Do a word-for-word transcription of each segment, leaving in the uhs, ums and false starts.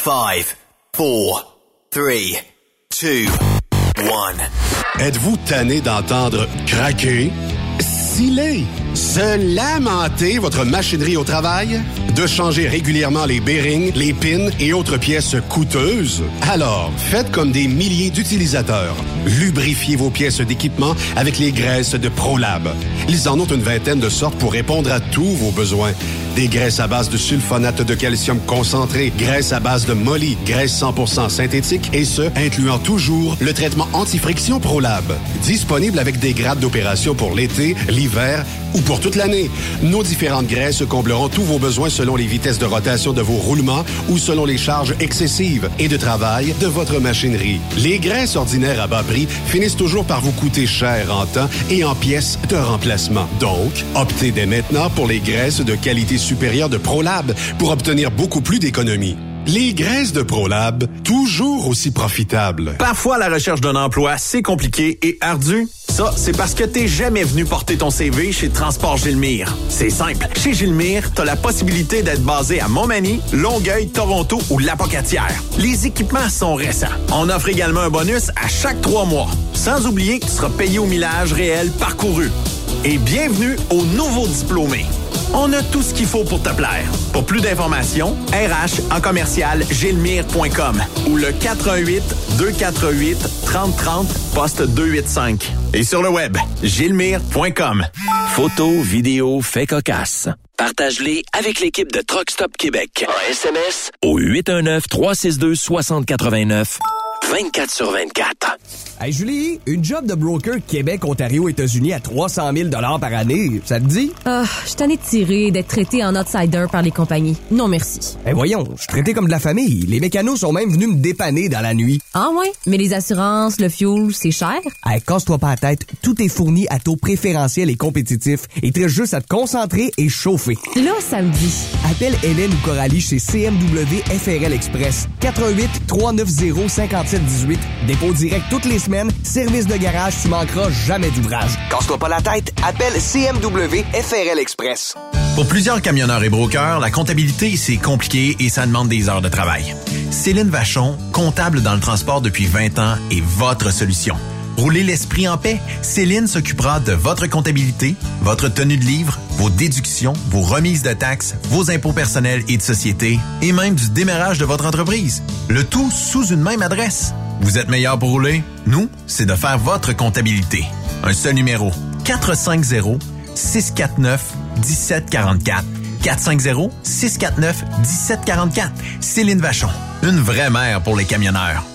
Five, four, three, two, one. Êtes-vous tanné d'entendre craquer, sciller, se lamenter votre machinerie au travail? De changer régulièrement les bearings, les pins et autres pièces coûteuses? Alors, faites comme des milliers d'utilisateurs. Lubrifiez vos pièces d'équipement avec les graisses de ProLab. Ils en ont une vingtaine de sortes pour répondre à tous vos besoins. Des graisses à base de sulfonate de calcium concentré, graisses à base de molly, graisse cent pour cent synthétique et ce, incluant toujours le traitement anti-friction ProLab. Disponible avec des grades d'opération pour l'été, l'hiver ou pour toute l'année. Nos différentes graisses combleront tous vos besoins selon les vitesses de rotation de vos roulements ou selon les charges excessives et de travail de votre machinerie. Les graisses ordinaires à bas prix finissent toujours par vous coûter cher en temps et en pièces de remplacement. Donc, optez dès maintenant pour les graisses de qualité supérieure de ProLab pour obtenir beaucoup plus d'économies. Les graisses de ProLab, toujours aussi profitables. Parfois, la recherche d'un emploi, c'est compliqué et ardu. Ça, c'est parce que t'es jamais venu porter ton C V chez Transport Gilmire. C'est simple. Chez Gilmire, t'as la possibilité d'être basé à Montmagny, Longueuil, Toronto ou Lapocatière. Les équipements sont récents. On offre également un bonus à chaque trois mois. Sans oublier que tu seras payé au millage réel parcouru. Et bienvenue aux nouveaux diplômés. On a tout ce qu'il faut pour te plaire. Pour plus d'informations, R H en commercial gilmire point com ou le quatre un huit, deux quatre huit, trente trente, poste deux huit cinq. Et sur le web, gilmire point com. Photos, vidéos, faits cocasses. Partage-les avec l'équipe de Truck Stop Québec. En S M S Au huit un neuf, trois six deux, six zéro huit neuf. vingt-quatre sur vingt-quatre. Hey Julie, une job de broker Québec, Ontario, États-Unis à trois cent mille dollars par année, ça te dit? Ah, je suis tannée de tirer, d'être traité en outsider par les compagnies. Non merci. Eh voyons, je suis traité comme de la famille. Les mécanos sont même venus me dépanner dans la nuit. Ah ouais? Mais les assurances, le fuel, c'est cher? Hey, casse-toi pas la tête, tout est fourni à taux préférentiel et compétitif. Il te reste juste à te concentrer et chauffer. Là, ça me dit. Appelle Hélène ou Coralie chez C M W F R L Express. quatre un huit, trois neuf zéro, cinq sept un huit. Dépôt direct toutes les semaines. Service de garage, tu manqueras jamais d'ouvrage. Casse-toi pas la tête, appelle C M W F R L Express. Pour plusieurs camionneurs et brokers, la comptabilité, c'est compliqué et ça demande des heures de travail. Céline Vachon, comptable dans le transport depuis vingt ans, est votre solution. Roulez l'esprit en paix. Céline s'occupera de votre comptabilité, votre tenue de livre, vos déductions, vos remises de taxes, vos impôts personnels et de société, et même du démarrage de votre entreprise. Le tout sous une même adresse. Vous êtes meilleur pour rouler? Nous, c'est de faire votre comptabilité. Un seul numéro. quatre cinq zéro, six quatre neuf, un sept quatre quatre. quatre cinq zéro, six quatre neuf, un sept quatre quatre. Céline Vachon. Une vraie mère pour les camionneurs.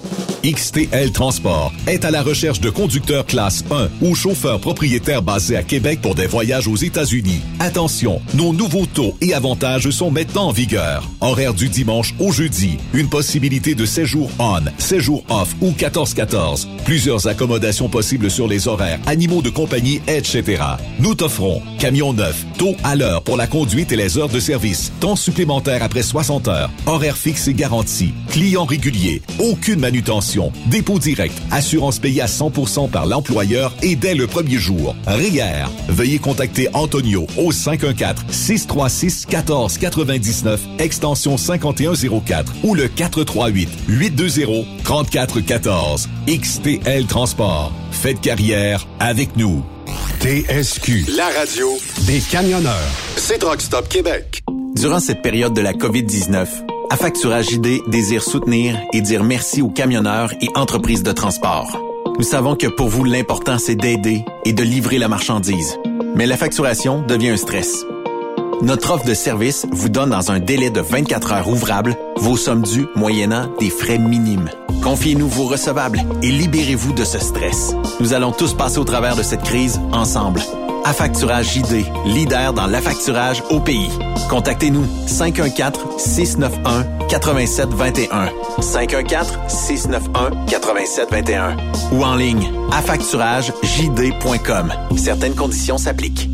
X T L Transport est à la recherche de conducteurs classe un ou chauffeurs propriétaires basés à Québec pour des voyages aux États-Unis. Attention, nos nouveaux taux et avantages sont maintenant en vigueur. Horaire du dimanche au jeudi. Une possibilité de séjour on, séjour off ou quatorze quatorze. Plusieurs accommodations possibles sur les horaires, animaux de compagnie, et cetera. Nous t'offrons camion neuf, taux à l'heure pour la conduite et les heures de service, temps supplémentaire après soixante heures, horaire fixe et garanti, client régulier, aucune manutention, dépôt direct, assurance payée à cent pour cent par l'employeur et dès le premier jour. R I E R. Veuillez contacter Antonio au cinq un quatre, six trois six, un quatre neuf neuf, extension cinquante et un zéro quatre ou le quatre trois huit, huit deux zéro, trois quatre un quatre. X T L Transport. Faites carrière avec nous. T S Q, la radio des camionneurs. C'est Truck Stop Québec. Durant cette période de la covid dix-neuf, Affacturage I D désire soutenir et dire merci aux camionneurs et entreprises de transport. Nous savons que pour vous, l'important, c'est d'aider et de livrer la marchandise. Mais la facturation devient un stress. Notre offre de service vous donne dans un délai de vingt-quatre heures ouvrables vos sommes dues moyennant des frais minimes. Confiez-nous vos recevables et libérez-vous de ce stress. Nous allons tous passer au travers de cette crise ensemble. Affacturage I D, leader dans l'affacturage au pays. Contactez-nous cinq un quatre, six neuf un, quatre sept deux un, cinq un quatre, six neuf un, quatre sept deux un ou en ligne affacturage j d point com. Certaines conditions s'appliquent.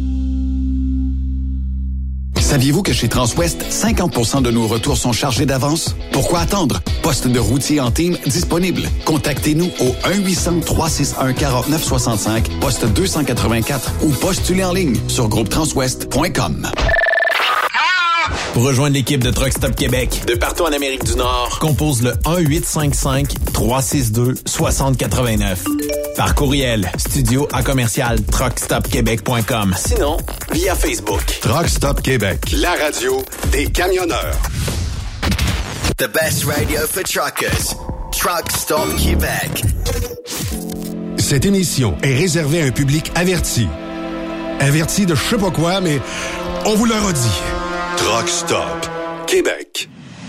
Saviez-vous que chez Transwest, cinquante pour cent de nos retours sont chargés d'avance? Pourquoi attendre? Poste de routier en team disponible. Contactez-nous au un huit cents, trois six un, quatre neuf six cinq, poste deux cent quatre-vingt-quatre ou postulez en ligne sur groupe transwest point com. Pour rejoindre l'équipe de Truck Stop Québec, de partout en Amérique du Nord, compose le un huit cinq cinq trois six deux six zéro huit neuf. Par courriel, studio à commercial truck stop québec point com. Sinon, via Facebook. Truck Stop Québec, la radio des camionneurs. The best radio for truckers. Truck Stop Québec. Cette émission est réservée à un public averti. Averti de je sais pas quoi, mais on vous le redit. Truck Stop Québec.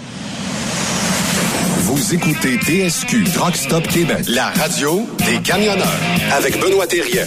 Vous écoutez T S Q Truck Stop Québec, la radio des camionneurs, avec Benoît Thérien.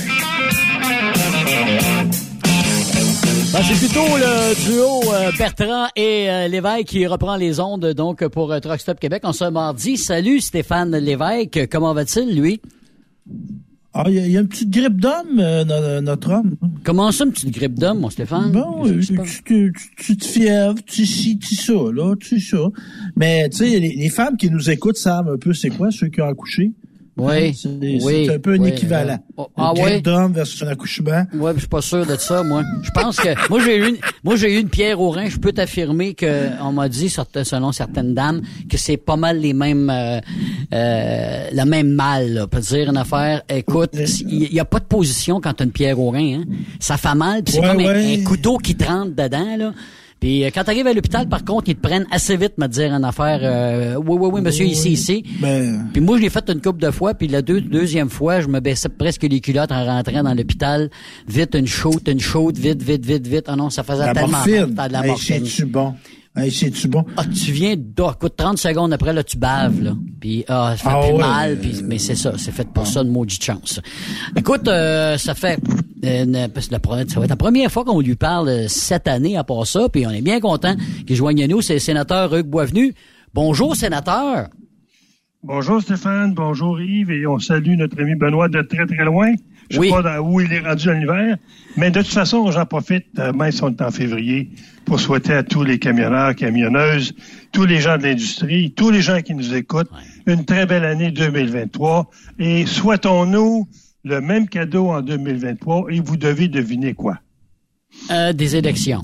Ben, c'est plutôt le duo euh, Bertrand et euh, Lévesque qui reprend les ondes donc pour euh, Truck Stop Québec en ce mardi. Salut Stéphane Lévesque, comment va-t-il lui? Ah, il y, y a une petite grippe d'homme, euh, notre, notre homme. Comment ça, une petite grippe d'homme, mon Stéphane? Bon, une petite fièvre, tu ci, tu ça, là, tu ça. Mais, tu sais, les, les femmes qui nous écoutent savent un peu c'est quoi, ceux qui ont accouché. Oui, c'est, oui. C'est un peu un oui, équivalent. Euh, oh, ah, une grippe oui? d'homme versus un accouchement. Ouais, je suis pas sûr de ça, moi. Je pense que, moi, j'ai eu une, moi, j'ai eu une pierre au rein. Je peux t'affirmer que, on m'a dit, selon certaines dames, que c'est pas mal les mêmes, euh, euh, la même mal, là. Peut dire une affaire. Écoute, il y a pas de position quand t'as une pierre au rein, hein. Ça fait mal, pis c'est ouais, comme ouais. un, un couteau qui te rentre dedans, là. Puis quand t'arrives à l'hôpital, par contre, ils te prennent assez vite, me dire une affaire. Euh, oui, oui, oui, monsieur, oui, ici, ici. Ben... Puis moi, je l'ai fait une couple de fois, puis la deux, deuxième fois, je me baissais presque les culottes en rentrant dans l'hôpital. Vite, une chaude, une chaude, vite, vite, vite, vite. Ah non, ça faisait la tellement morphine. mal. De la hey, morphine. c'est-tu bon? Hey, c'est-tu bon? Ah, tu viens d'or, écoute, trente secondes après, là, tu baves, là. Puis, ah, ça fait ah, plus ouais, mal, euh... puis, mais c'est ça, c'est fait pour ça, de maudite chance. Écoute, euh, ça fait, euh, parce que la, ça va être la première fois qu'on lui parle cette année à part ça, puis on est bien content qu'il joigne à nous, c'est le sénateur Hugues Boisvenu. Bonjour, sénateur. Bonjour, Stéphane. Bonjour, Yves. Et on salue notre ami Benoît de très, très loin. Je oui. sais pas dans, où il est rendu à l'hiver. Mais de toute façon, j'en profite, euh, même si on est en février, pour souhaiter à tous les camionneurs, camionneuses, tous les gens de l'industrie, tous les gens qui nous écoutent, ouais. une très belle année deux mille vingt-trois. Et souhaitons-nous le même cadeau en deux mille vingt-trois. Et vous devez deviner quoi? Euh, des élections.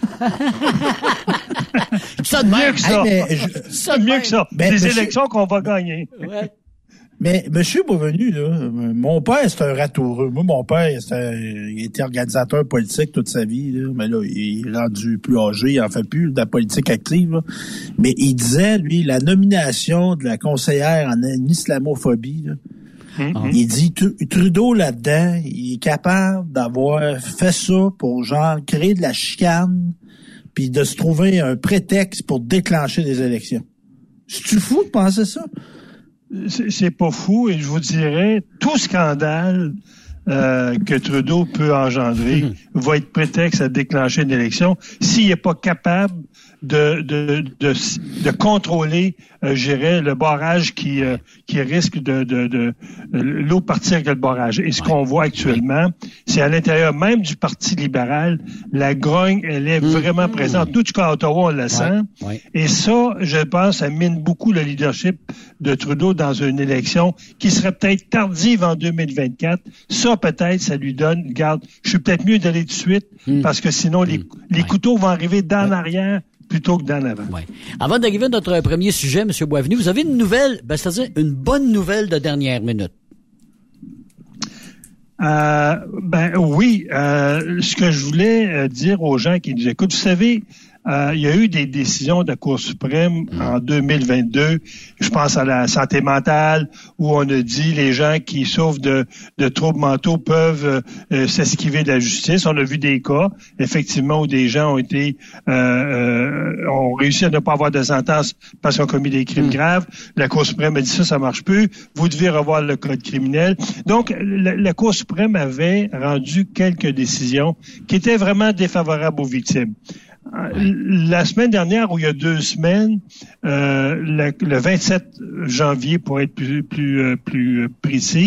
ça de mieux que ça. Hey, mais je... ça de mieux que ça. Ben, des monsieur... élections qu'on va gagner. Ouais. Mais, monsieur Boisvenu, là, mon père, c'est un ratoureux. Moi, mon père, c'est un, il était organisateur politique toute sa vie, là. Mais là, il est rendu plus âgé, il en fait plus de la politique active, là. Mais il disait, lui, la nomination de la conseillère en islamophobie, là, mm-hmm. il dit, Trudeau, là-dedans, il est capable d'avoir fait ça pour, genre, créer de la chicane, puis de se trouver un prétexte pour déclencher des élections. C'est-tu fou de penser ça? C'est, c'est pas fou, et je vous dirais, tout scandale euh, que Trudeau peut engendrer mmh. va être prétexte à déclencher une élection s'il n'est pas capable de de de, de contrôler, euh, je dirais, le barrage qui euh, qui risque de de, de de l'eau partir avec le barrage. Et ce ouais. qu'on voit actuellement, c'est à l'intérieur même du Parti libéral, la grogne, elle est mmh. vraiment présente. Nous, jusqu'à Ottawa, on la sent. Ouais. Ouais. Et ça, je pense, ça mine beaucoup le leadership de Trudeau dans une élection qui serait peut-être tardive en deux mille vingt-quatre. Ça, peut-être, ça lui donne, regarde, je suis peut-être mieux d'aller tout de suite mmh. parce que sinon, les, les ouais. couteaux vont arriver d'en ouais. arrière plutôt que d'en avant. Ouais. Avant d'arriver à notre premier sujet, M. Boisvenu, vous avez une nouvelle, ben, c'est-à-dire une bonne nouvelle de dernière minute. Euh, ben oui, euh, ce que je voulais dire aux gens qui nous écoutent, vous savez, Euh, il y a eu des décisions de la Cour suprême mmh. en deux mille vingt-deux. Je pense à la santé mentale, où on a dit les gens qui souffrent de, de troubles mentaux peuvent euh, s'esquiver de la justice. On a vu des cas, effectivement, où des gens ont été euh, euh, ont réussi à ne pas avoir de sentence parce qu'ils ont commis des crimes mmh. graves. La Cour suprême a dit ça, ça marche plus. Vous devez revoir le code criminel. Donc, la, la Cour suprême avait rendu quelques décisions qui étaient vraiment défavorables aux victimes. La semaine dernière, ou il y a deux semaines, euh, le, le vingt-sept janvier, pour être plus plus plus précis,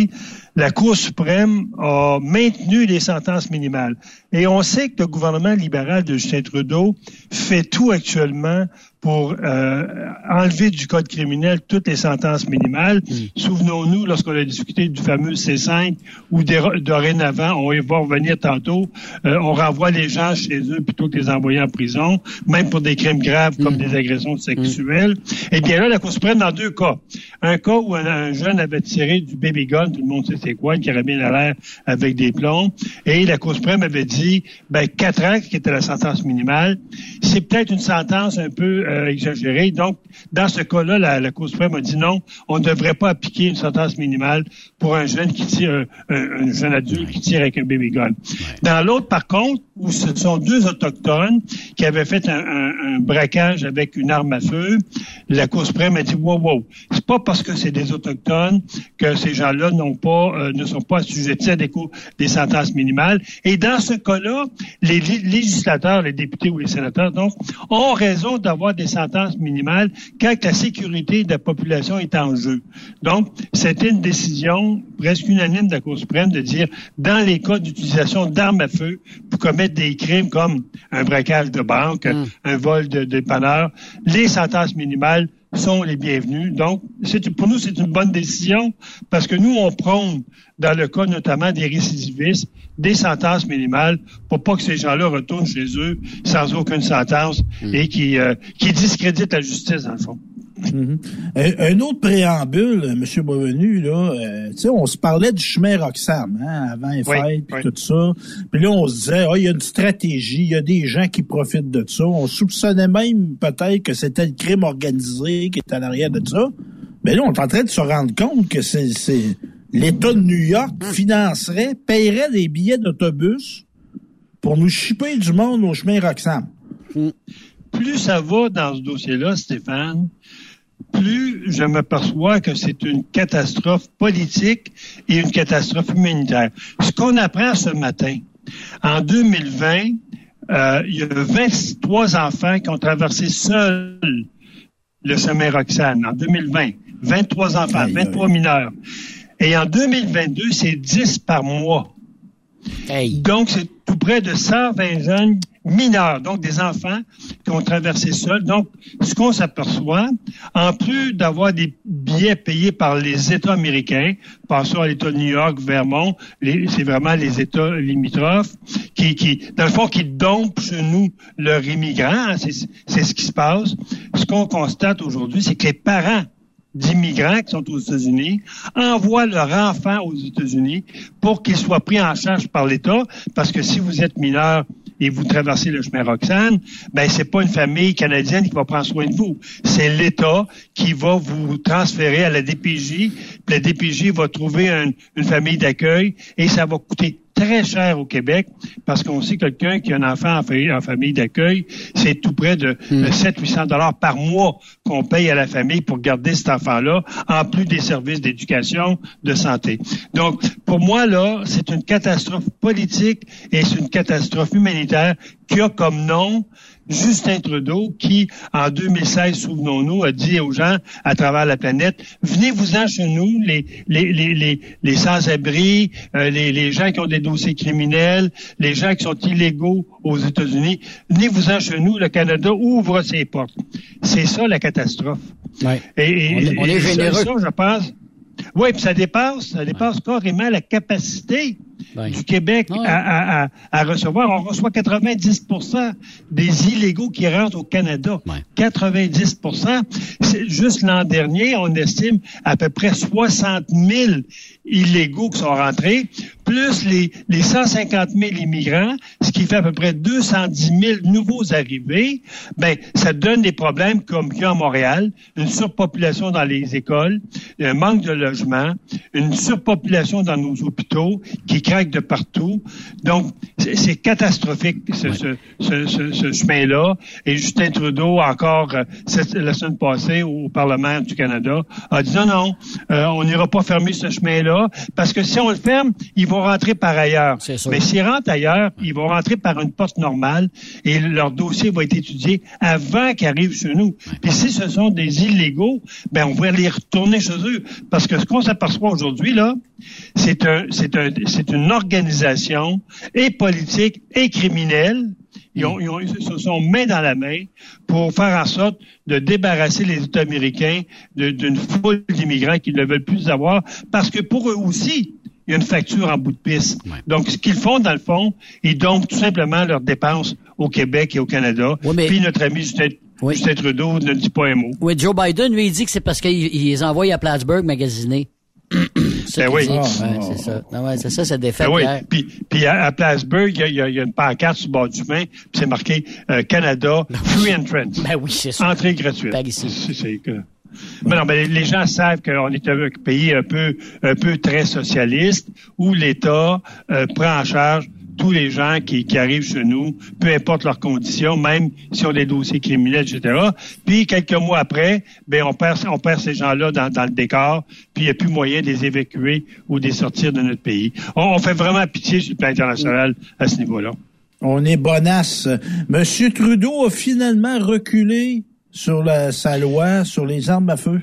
la Cour suprême a maintenu les sentences minimales. Et on sait que le gouvernement libéral de Justin Trudeau fait tout actuellement pour euh, enlever du code criminel toutes les sentences minimales. Mmh. Souvenons-nous, lorsqu'on a discuté du fameux C cinq, où dorénavant, on va revenir tantôt, euh, on renvoie les gens chez eux plutôt que de les envoyer en prison, même pour des crimes graves comme mmh. des agressions sexuelles. Mmh. Eh bien là, la Cour suprême, dans deux cas. Un cas où un, un jeune avait tiré du baby gun, tout le monde sait c'est quoi, une carabine à l'air avec des plombs, et la Cour suprême avait dit, ben, quatre ans, qui était la sentence minimale, c'est peut-être une sentence un peu euh, exagérée. Donc, dans ce cas-là, la, la Cour suprême a dit non, on ne devrait pas appliquer une sentence minimale pour un jeune qui tire, un, un jeune adulte qui tire avec un baby gun. Dans l'autre, par contre, où ce sont deux autochtones qui avaient fait un, un, un braquage avec une arme à feu, la Cour suprême a dit wow, wow, c'est pas parce que c'est des autochtones que ces gens-là n'ont pas, euh, ne sont pas assujettis à des, cours, des sentences minimales. Et dans ce cas-là, les législateurs, les députés ou les sénateurs, donc, ont raison d'avoir des sentences minimales quand la sécurité de la population est en jeu. Donc, c'était une décision presque unanime de la Cour suprême de dire, dans les cas d'utilisation d'armes à feu pour commettre des crimes comme un braquage de banque, mmh. un vol de dépanneur, les sentences minimales sont les bienvenus. Donc, c'est, pour nous, c'est une bonne décision parce que nous, on prône, dans le cas notamment des récidivistes, des sentences minimales pour pas que ces gens-là retournent chez eux sans aucune sentence mmh. et qui, euh, qui discréditent la justice, dans le fond. Mm-hmm. Un, un autre préambule, M. Boisvenu, là, euh, tu sais, on se parlait du chemin Roxham, hein, avant les fêtes, oui, puis oui. tout ça. Puis là, on se disait, ah, oh, il y a une stratégie, il y a des gens qui profitent de ça. On soupçonnait même peut-être que c'était le crime organisé qui était à l'arrière de ça. Mais là, on est en train de se rendre compte que c'est, c'est l'État de New York financerait, paierait des billets d'autobus pour nous chipper du monde au chemin Roxham. Plus ça va dans ce dossier-là, Stéphane, plus je m'aperçois que c'est une catastrophe politique et une catastrophe humanitaire. Ce qu'on apprend ce matin, en deux mille vingt, euh, il y a vingt-trois enfants qui ont traversé seuls le chemin Roxham. En deux mille vingt, vingt-trois enfants, aïe, vingt-trois aïe. mineurs. Et en deux mille vingt-deux, c'est dix par mois. Aïe. Donc, c'est tout près de cent vingt jeunes mineurs, donc des enfants qui ont traversé seuls. Donc, ce qu'on s'aperçoit, en plus d'avoir des billets payés par les États américains, passons à l'État de New York, Vermont, les, c'est vraiment les États limitrophes, qui, qui, dans le fond, qui dompent chez nous leurs immigrants, hein, c'est, c'est ce qui se passe. Ce qu'on constate aujourd'hui, c'est que les parents d'immigrants qui sont aux États-Unis envoient leur enfant aux États-Unis pour qu'ils soient pris en charge par l'État, parce que si vous êtes mineur et vous traversez le chemin Roxham, ben c'est pas une famille canadienne qui va prendre soin de vous. C'est l'État qui va vous transférer à la D P J, puis la D P J va trouver un, une famille d'accueil et ça va coûter très cher au Québec, parce qu'on sait que quelqu'un qui a un enfant en famille, en famille d'accueil, c'est tout près de, mmh. de sept cents à huit cents dollars par mois qu'on paye à la famille pour garder cet enfant-là, en plus des services d'éducation, de santé. Donc, pour moi, là, c'est une catastrophe politique et c'est une catastrophe humanitaire qui a comme nom Justin Trudeau, qui, en deux mille seize, souvenons-nous, a dit aux gens à travers la planète, venez-vous-en chez nous, les, les, les, les, les sans-abri, euh, les, les gens qui ont des dossiers criminels, les gens qui sont illégaux aux États-Unis, venez-vous-en chez nous, le Canada ouvre ses portes. C'est ça, la catastrophe. Ouais. Et, et, on est, on est et généreux. Ça, je pense... Oui, puis ça dépasse, ça dépasse ouais. carrément la capacité ouais. du Québec ouais. à, à, à recevoir. On reçoit quatre-vingt-dix pour cent des illégaux qui rentrent au Canada. Ouais. quatre-vingt-dix pour cent. C'est, juste l'an dernier, on estime à peu près soixante mille illégaux qui sont rentrés, plus les, les cent cinquante mille immigrants, ce qui fait à peu près deux cent dix mille nouveaux arrivés. Ben, ça donne des problèmes comme qu'il y a à Montréal, une surpopulation dans les écoles, un manque de logement, une surpopulation dans nos hôpitaux qui craquent de partout. Donc, c'est, c'est catastrophique, ce, ouais. ce, ce, ce, ce chemin-là. Et Justin Trudeau, encore cette, la semaine passée, au Parlement du Canada, a dit non, non, euh, on n'ira pas fermer ce chemin-là, parce que si on le ferme, ils vont vont rentrer par ailleurs. C'est sûr. Mais s'ils rentrent ailleurs, ils vont rentrer par une porte normale et leur dossier va être étudié avant qu'ils arrivent chez nous. Puis si ce sont des illégaux, ben on va les retourner chez eux. Parce que ce qu'on s'aperçoit aujourd'hui, là, c'est un, c'est un, c'est une organisation et politique et criminelle. Ils, ont, ils, ont, ils se sont main dans la main pour faire en sorte de débarrasser les États américains de, d'une foule d'immigrants qui ne veulent plus avoir, parce que pour eux aussi, il y a une facture en bout de piste. Ouais. Donc, ce qu'ils font, dans le fond, ils donnent tout simplement leurs dépenses au Québec et au Canada. Oui, mais... Puis notre ami Justin, oui. Justin Trudeau ne dit pas un mot. Oui, Joe Biden, lui, il dit que c'est parce qu'il les envoie à Plattsburgh magasiner. C'est ben oui. Ouais, c'est ça. Non, ouais, c'est ça, c'est défait. Ben oui. Puis, puis à, à Plattsburgh, il y a, y a une pancarte sur le bord du chemin, puis c'est marqué euh, Canada, free entrance. Ben oui, c'est ça. Entrée gratuite. Ben ici. C'est, c'est que... Mais non, mais les gens savent qu'on est un pays un peu, un peu très socialiste, où l'État euh, prend en charge tous les gens qui, qui arrivent chez nous, peu importe leurs conditions, même si on a des dossiers criminels, et cetera. Puis, quelques mois après, ben on perd, on perd ces gens-là dans, dans le décor, puis il n'y a plus moyen de les évacuer ou de les sortir de notre pays. On, on fait vraiment pitié sur le plan international à ce niveau-là. On est bonasse. Monsieur Trudeau a finalement reculé sur la, sa loi sur les armes à feu.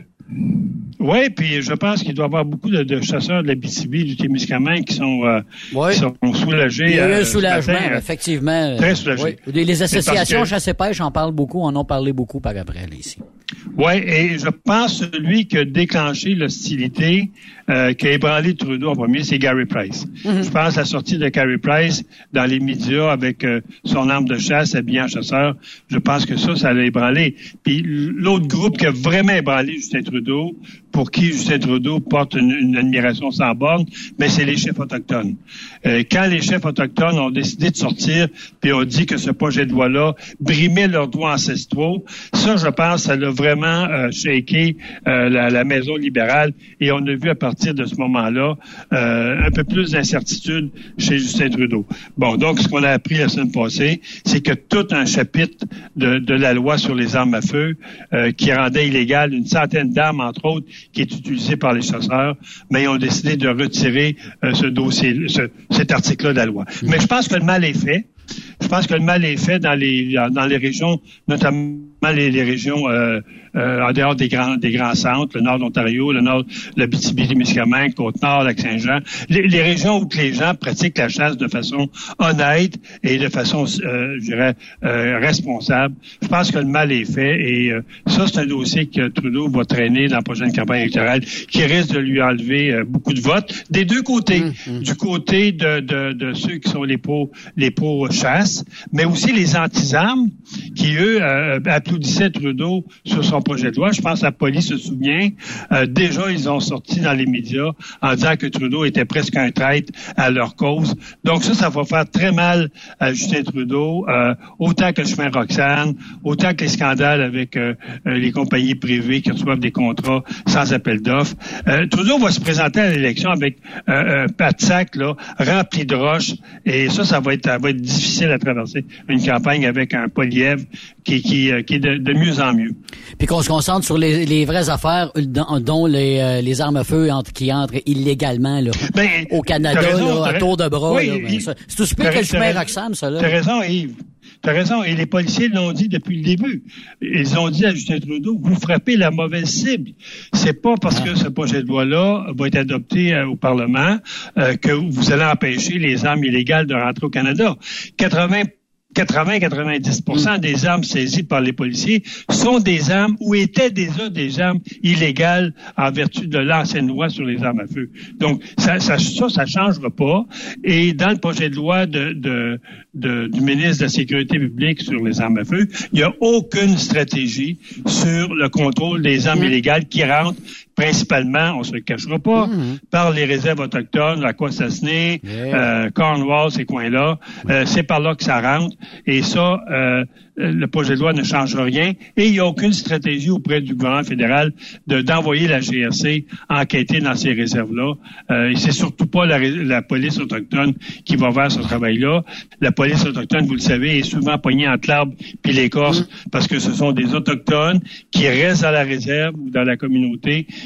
Oui, puis je pense qu'il doit y avoir beaucoup de, de chasseurs de la B T B, du Témiscamingue qui sont, euh, oui. qui sont soulagés. Il y a eu un euh, soulagement, matin, effectivement. Très soulagés. Oui. Les associations que... chasse-pêche en parlent beaucoup, en ont parlé beaucoup par après, là, ici. Oui, et je pense que celui qui a déclenché l'hostilité, euh, qui a ébranlé Trudeau en premier, c'est Gary Price. Mm-hmm. Je pense à la sortie de Gary Price dans les médias avec euh, son arme de chasse habillé en chasseur. Je pense que ça, ça l'a ébranlé. Puis l'autre groupe qui a vraiment ébranlé Justin Trudeau, pour qui Justin Trudeau porte une, une admiration sans borne, mais c'est les chefs autochtones. Euh, quand les chefs autochtones ont décidé de sortir, puis ont dit que ce projet de loi-là brimait leurs droits ancestraux, ça, je pense, ça l'a vraiment euh, shaké euh, la, la maison libérale, et on a vu à partir de ce moment-là euh, un peu plus d'incertitude chez Justin Trudeau. Bon, donc, ce qu'on a appris la semaine passée, c'est que tout un chapitre de, de la loi sur les armes à feu euh, qui rendait illégale une centaine d'armes, entre autres, qui est utilisé par les chasseurs, mais ils ont décidé de retirer euh, ce dossier, ce, cet article-là de la loi. Mmh. Mais je pense que le mal est fait. Je pense que le mal est fait dans les dans les régions, notamment les, les régions euh, euh, en dehors des grands des grands centres, le nord de l'Ontario, le nord, le Abitibi-Témiscamingue, Côte-Nord, Lac-Saint-Jean, les, les régions où les gens pratiquent la chasse de façon honnête et de façon, euh, je dirais, euh, responsable. Je pense que le mal est fait, et euh, ça, c'est un dossier que Trudeau va traîner dans la prochaine campagne électorale, qui risque de lui enlever euh, beaucoup de votes des deux côtés, mmh, mmh. du côté de, de, de ceux qui sont les pour les pour chasse, mais aussi les anti-armes qui, eux, euh, applaudissaient Trudeau sur son projet de loi. Je pense que la police se souvient. Euh, déjà, ils ont sorti dans les médias en disant que Trudeau était presque un traître à leur cause. Donc ça, ça va faire très mal à Justin Trudeau, euh, autant que le chemin Roxane, autant que les scandales avec euh, les compagnies privées qui reçoivent des contrats sans appel d'offres. Euh, Trudeau va se présenter à l'élection avec euh, un pas de sac là, rempli de roches, et ça, ça va être, ça va être difficile à traverser une campagne avec un Poilievre qui, qui, qui est de, de mieux en mieux. Puis qu'on se concentre sur les, les vraies affaires, dont les, euh, les armes à feu entre, qui entrent illégalement là, ben, au Canada, raison, là, à tour de bras. Oui, là, ben, ça, c'est tout ce que le chemin Roxham, ça. Là. T'as raison, Yves. T'as raison. Et les policiers l'ont dit depuis le début. Ils ont dit à Justin Trudeau, vous frappez la mauvaise cible. C'est pas parce ah. que ce projet de loi-là va être adopté euh, au Parlement euh, que vous allez empêcher les armes illégales de rentrer au Canada. quatre-vingts quatre-vingts à quatre-vingt-dix pour cent des armes saisies par les policiers sont des armes ou étaient déjà des armes illégales en vertu de l'ancienne loi sur les armes à feu. Donc, ça, ça, ça, ça changera pas. Et dans le projet de loi de, de, de, du ministre de la Sécurité publique sur les armes à feu, il n'y a aucune stratégie sur le contrôle des armes mmh. illégales qui rentrent principalement, on se le cachera pas, mmh. par les réserves autochtones, la Kwasasne, yeah. euh, Cornwall, ces coins-là. Euh, c'est par là que ça rentre. Et ça, euh, le projet de loi ne change rien. Et il n'y a aucune stratégie auprès du gouvernement fédéral de, d'envoyer la G R C enquêter dans ces réserves-là. Euh, et c'est surtout pas la, la police autochtone qui va faire ce travail-là. La police autochtone, vous le savez, est souvent poignée entre l'arbre puis l'écorce mmh. parce que ce sont des Autochtones qui restent dans la réserve ou dans la communauté,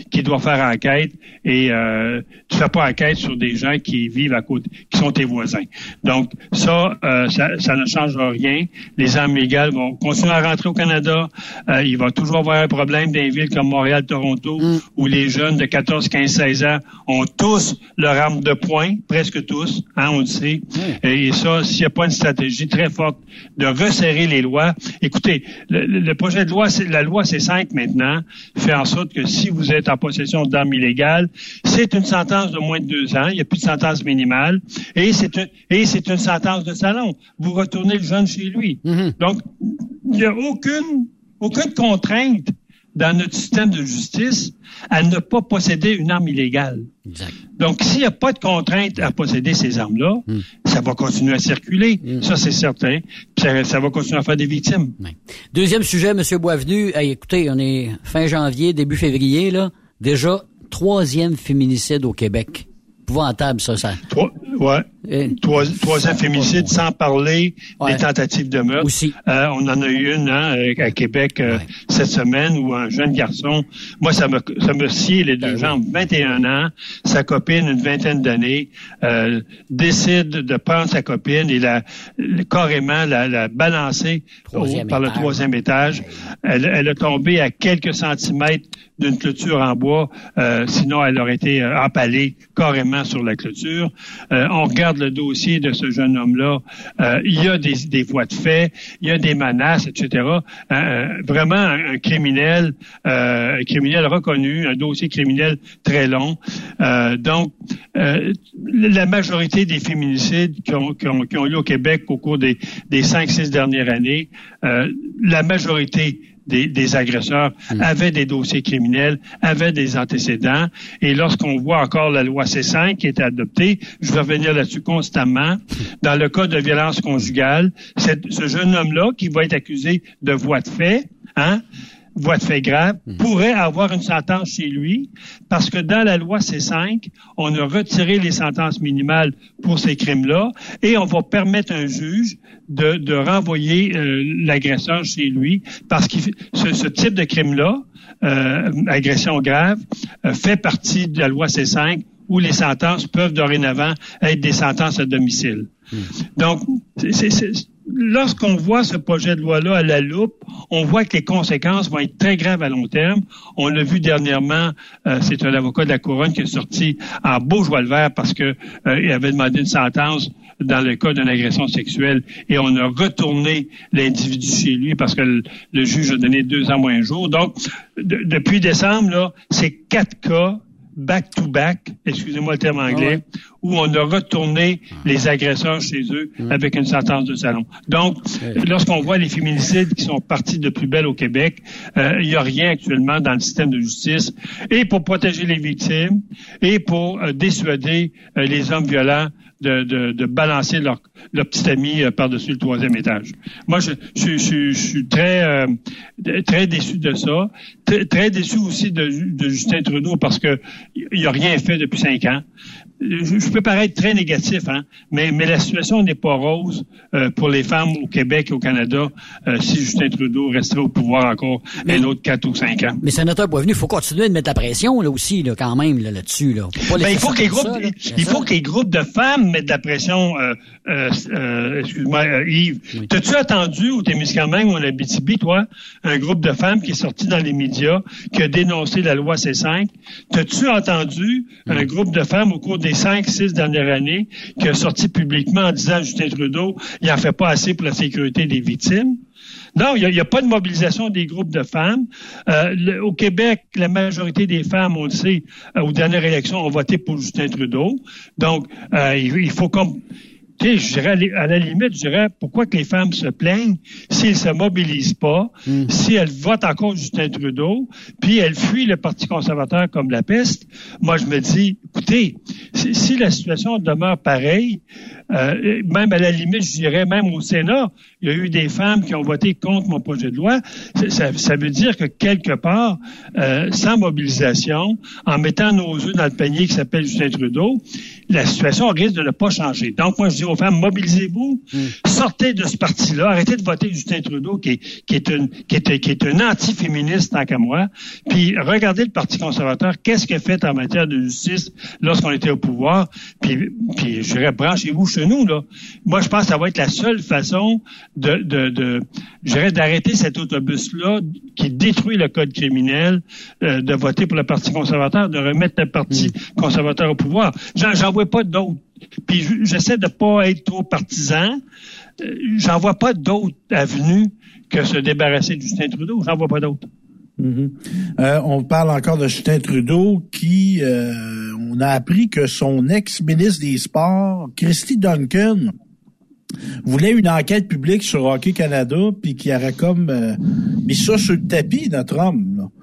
qui doit faire enquête et euh, tu fais pas enquête sur des gens qui vivent à côté, qui sont tes voisins. Donc ça, euh, ça, ça ne changera rien. Les armes légales vont continuer à rentrer au Canada. Euh, il va toujours avoir un problème dans les villes comme Montréal, Toronto, mm. où les jeunes de quatorze, quinze, seize ans ont tous leur arme de poing, presque tous, hein, on le sait. Mm. Et ça, s'il n'y a pas une stratégie très forte de resserrer les lois. Écoutez, le, le projet de loi, c'est, la loi C cinq maintenant, fait en sorte que si vous êtes en possession d'armes illégales, c'est une sentence de moins de deux ans. Il n'y a plus de sentence minimale. Et c'est une, et c'est une sentence de salon. Vous retournez le jeune chez lui. Mm-hmm. Donc, il n'y a aucune, aucune contrainte dans notre système de justice à ne pas posséder une arme illégale. Exact. Donc, s'il n'y a pas de contrainte à posséder ces armes-là, mm. ça va continuer à circuler. Mm. Ça, c'est certain. Puis ça, ça va continuer à faire des victimes. Oui. Deuxième sujet, M. Boisvenu. Hey, écoutez, on est fin janvier, début février, là. Déjà, troisième féminicide au Québec. Épouvantable, ça, ça. Trois, ouais. Et... Trois, troisième féminicide, sans parler ouais. des tentatives de meurtre. Aussi. Euh, on en a eu une hein, à Québec euh, ouais. cette semaine où un jeune garçon, moi, ça me ça me scie les deux jambes, vingt et un ans, sa copine, une vingtaine d'années, euh, décide de prendre sa copine et la, carrément la, la balancer au, par le troisième étage. Elle, elle a tombé à quelques centimètres d'une clôture en bois, euh, sinon elle aurait été euh, empalée carrément sur la clôture. Euh, on regarde le dossier de ce jeune homme-là. Euh, il y a des, des voies de fait, il y a des menaces, et cetera. Euh, vraiment un, un criminel, euh, un criminel reconnu, un dossier criminel très long. Euh, donc, euh, la majorité des féminicides qui ont, qui ont, qui ont eu au Québec au cours des, des cinq, six dernières années, euh, la majorité Des, des agresseurs mmh. avaient des dossiers criminels, avaient des antécédents. Et lorsqu'on voit encore la loi C cinq qui est adoptée, je vais revenir là-dessus constamment, dans le cas de violence conjugale, c'est ce jeune homme-là qui va être accusé de voie de fait, hein, voie de fait grave, mmh. pourrait avoir une sentence chez lui, parce que dans la loi C cinq, on a retiré les sentences minimales pour ces crimes-là, et on va permettre à un juge de, de renvoyer euh, l'agresseur chez lui, parce que ce, ce type de crime-là, euh, agression grave, euh, fait partie de la loi C cinq, où les sentences peuvent dorénavant être des sentences à domicile. Mmh. Donc, c'est, c'est, lorsqu'on voit ce projet de loi-là à la loupe, on voit que les conséquences vont être très graves à long terme. On l'a vu dernièrement, euh, c'est un avocat de la Couronne qui est sorti en beau joie le vert parce que euh, il avait demandé une sentence dans le cas d'une agression sexuelle et on a retourné l'individu chez lui parce que le, le juge a donné deux ans moins un jour. Donc, de, depuis décembre, là, c'est quatre cas back-to-back, excusez-moi le terme anglais, ah ouais. où on a retourné les agresseurs chez eux mmh. avec une sentence de salon. Donc, ouais. lorsqu'on voit les féminicides qui sont partis de plus belle au Québec, euh, il n'y a rien actuellement dans le système de justice, et pour protéger les victimes, et pour euh, dissuader euh, les hommes violents de, de, de balancer leur, leur petit ami euh, par-dessus le troisième étage. Moi, je, je, je, je suis très euh, très déçu de ça, très, très déçu aussi de, de Justin Trudeau parce que il a rien fait depuis cinq ans. Je, je peux paraître très négatif, hein, mais, mais la situation n'est pas rose euh, pour les femmes au Québec et au Canada euh, si Justin Trudeau resterait au pouvoir encore mais, un autre quatre ou cinq ans. Mais sénateur Boisvenu, il faut continuer de mettre la pression là aussi, là, quand même, là, là-dessus. Là. Ben, il faut que les groupes, ça, il faut que les groupes de femmes mettent de la pression. Euh, euh, euh, excuse-moi, euh, Yves. Oui. T'as-tu attendu au Témiscamingue ou en Abitibi, toi, un groupe de femmes qui est sorti dans les médias, qui a dénoncé la loi C cinq? T'as-tu entendu oui. un groupe de femmes au cours des cinq, six dernières années qui a sorti publiquement en disant Justin Trudeau, il n'en fait pas assez pour la sécurité des victimes? Non, il n'y a, a pas de mobilisation des groupes de femmes. Euh, le, au Québec, la majorité des femmes, on le sait, euh, aux dernières élections, ont voté pour Justin Trudeau. Donc, euh, il, il faut comme... Tu sais, je dirais, à la limite, je dirais, pourquoi que les femmes se plaignent s'ils se mobilisent pas, mm. si elles votent encore Justin Trudeau, puis elles fuient le Parti conservateur comme la peste? Moi, je me dis, écoutez, si, si la situation demeure pareille, euh, même à la limite, je dirais, même au Sénat, il y a eu des femmes qui ont voté contre mon projet de loi. Ça, ça veut dire que quelque part, euh, sans mobilisation, en mettant nos œufs dans le panier qui s'appelle Justin Trudeau, la situation risque de ne pas changer. Donc, moi, je dis aux femmes, mobilisez-vous, mmh. sortez de ce parti-là, arrêtez de voter Justin Trudeau, qui est, qui est, une, qui est, qui est un anti-féministe tant qu'à moi, puis regardez le Parti conservateur, qu'est-ce qu'il a fait en matière de justice lorsqu'on était au pouvoir, puis, puis je dirais, branchez-vous chez nous, là. Moi, je pense que ça va être la seule façon de, de, de je dirais, d'arrêter cet autobus-là qui détruit le code criminel, euh, de voter pour le Parti conservateur, de remettre le Parti mmh. conservateur au pouvoir. J'en, j'en vois pas d'autres. Puis j'essaie de pas être trop partisan. Euh, j'en vois pas d'autres avenues que se débarrasser de Justin Trudeau. J'en vois pas d'autres. Mm-hmm. Euh, on parle encore de Justin Trudeau qui, euh, on a appris que son ex-ministre des Sports, Christy Duncan, voulait une enquête publique sur Hockey Canada, puis qui aurait comme euh, mis ça sur le tapis, notre homme, là.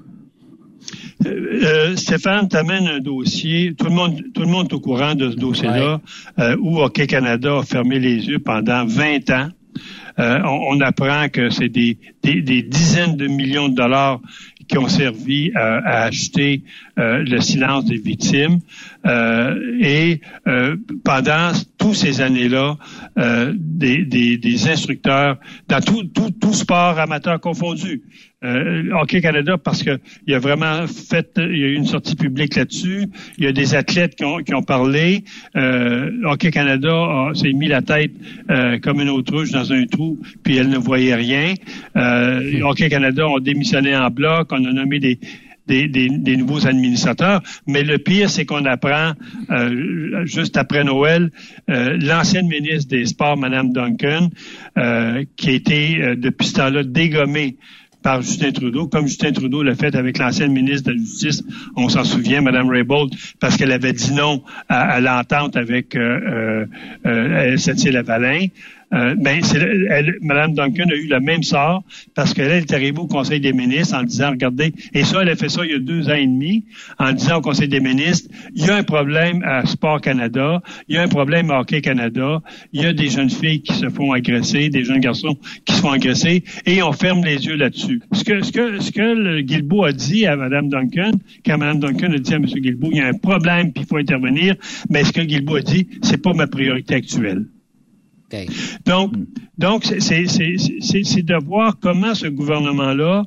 Euh, Stéphane t'amène un dossier, tout le monde tout le monde est au courant de ce dossier-là, ouais. euh, où Hockey Canada a fermé les yeux pendant vingt ans. Euh, on, on apprend que c'est des, des, des dizaines de millions de dollars qui ont servi euh, à acheter euh, le silence des victimes. Euh, et euh, pendant tous ces années-là, euh, des, des, des instructeurs, dans tout, tout, tout sport amateur confondu, euh, Hockey Canada, parce que il a vraiment fait, il y a eu une sortie publique là-dessus, il y a des athlètes qui ont, qui ont parlé, euh, Hockey Canada a, s'est mis la tête euh, comme une autruche dans un trou, puis elle ne voyait rien. Euh, Hockey Canada ont démissionné en bloc, on a nommé des Des, des, des nouveaux administrateurs, mais le pire, c'est qu'on apprend euh, juste après Noël, euh, l'ancienne ministre des Sports, Mme Duncan, euh, qui a été euh, depuis ce temps-là dégommée par Justin Trudeau, comme Justin Trudeau l'a fait avec l'ancienne ministre de la Justice, on s'en souvient, Mme Raybould, parce qu'elle avait dit non à, à l'entente avec euh, euh, euh, L sept Lavalin. Euh, ben, c'est, elle, Mme Duncan a eu le même sort parce qu'elle est arrivée au Conseil des ministres en disant, regardez, et ça, elle a fait ça il y a deux ans et demi, en disant au Conseil des ministres, il y a un problème à Sport Canada, il y a un problème à Hockey Canada, il y a des jeunes filles qui se font agresser, des jeunes garçons qui se font agresser, et on ferme les yeux là-dessus. Ce que, ce que, ce que le Guilbeault a dit à Mme Duncan, quand Mme Duncan a dit à M. Guilbeault, il y a un problème puis il faut intervenir, mais ce que Guilbeault a dit, c'est pas ma priorité actuelle. Okay. Donc, donc c'est, c'est, c'est, c'est, c'est de voir comment ce gouvernement-là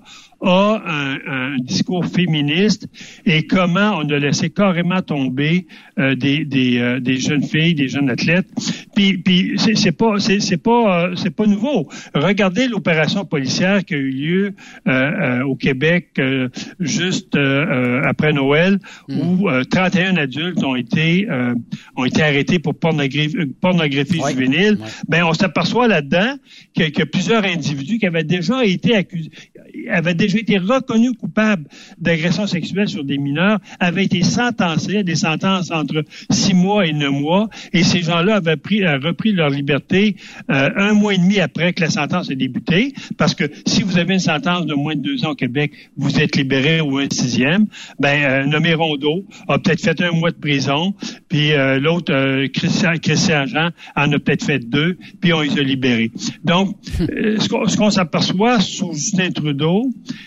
a un, un discours féministe et comment on a laissé carrément tomber euh, des, des, euh, des jeunes filles, des jeunes athlètes. Puis, puis c'est, c'est pas, c'est, c'est pas, euh, c'est pas nouveau. Regardez l'opération policière qui a eu lieu euh, euh, au Québec euh, juste euh, après Noël, mm. où euh, trente et un adultes ont été euh, ont été arrêtés pour pornographie, pornographie ouais. juvénile. Ouais. Ben, on s'aperçoit là-dedans que, que plusieurs individus qui avaient déjà été accusés, avaient déjà été reconnus coupables d'agression sexuelle sur des mineurs, avaient été sentencés à des sentences entre six mois et neuf mois, et ces gens-là avaient pris, euh, repris leur liberté euh, un mois et demi après que la sentence ait débuté, parce que si vous avez une sentence de moins de deux ans au Québec, vous êtes libéré ou un sixième. Ben, euh, nommé Rondeau a peut-être fait un mois de prison, puis euh, l'autre, euh, Christian, Christian Jean, en a peut-être fait deux, puis on les a libérés. Donc, euh, ce, qu'on, ce qu'on s'aperçoit sous Justin Trudeau,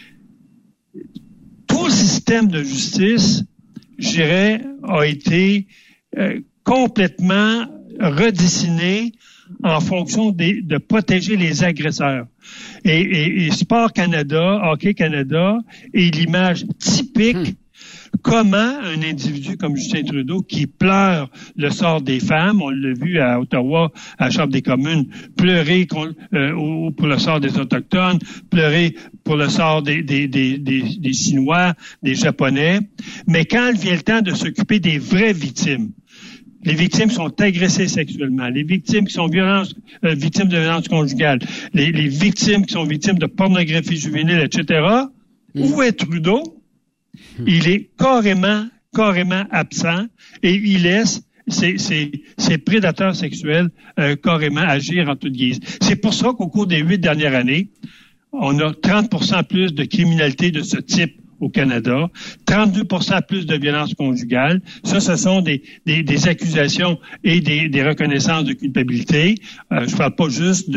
tout le système de justice, je dirais, a été euh, complètement redessiné en fonction des, de protéger les agresseurs. Et, et, et Sport Canada, Hockey Canada est l'image typique hmm. comment un individu comme Justin Trudeau, qui pleure le sort des femmes, on l'a vu à Ottawa, à la Chambre des communes, pleurer euh, pour le sort des Autochtones, pleurer pour le sort des, des, des, des, des Chinois, des Japonais, mais quand il vient le temps de s'occuper des vraies victimes, les victimes qui sont agressées sexuellement, les victimes qui sont violence, euh, victimes de violence conjugale, les, les victimes qui sont victimes de pornographie juvénile, et cetera, mmh. où est Trudeau? Il est carrément, carrément absent et il laisse ces, ces, ces prédateurs sexuels euh, carrément agir en toute guise. C'est pour ça qu'au cours des huit dernières années, on a trente pour cent plus de criminalité de ce type au Canada, trente-deux pour cent plus de violences conjugales. Ça, ce sont des, des, des accusations et des, des reconnaissances de culpabilité. Euh, je parle pas juste de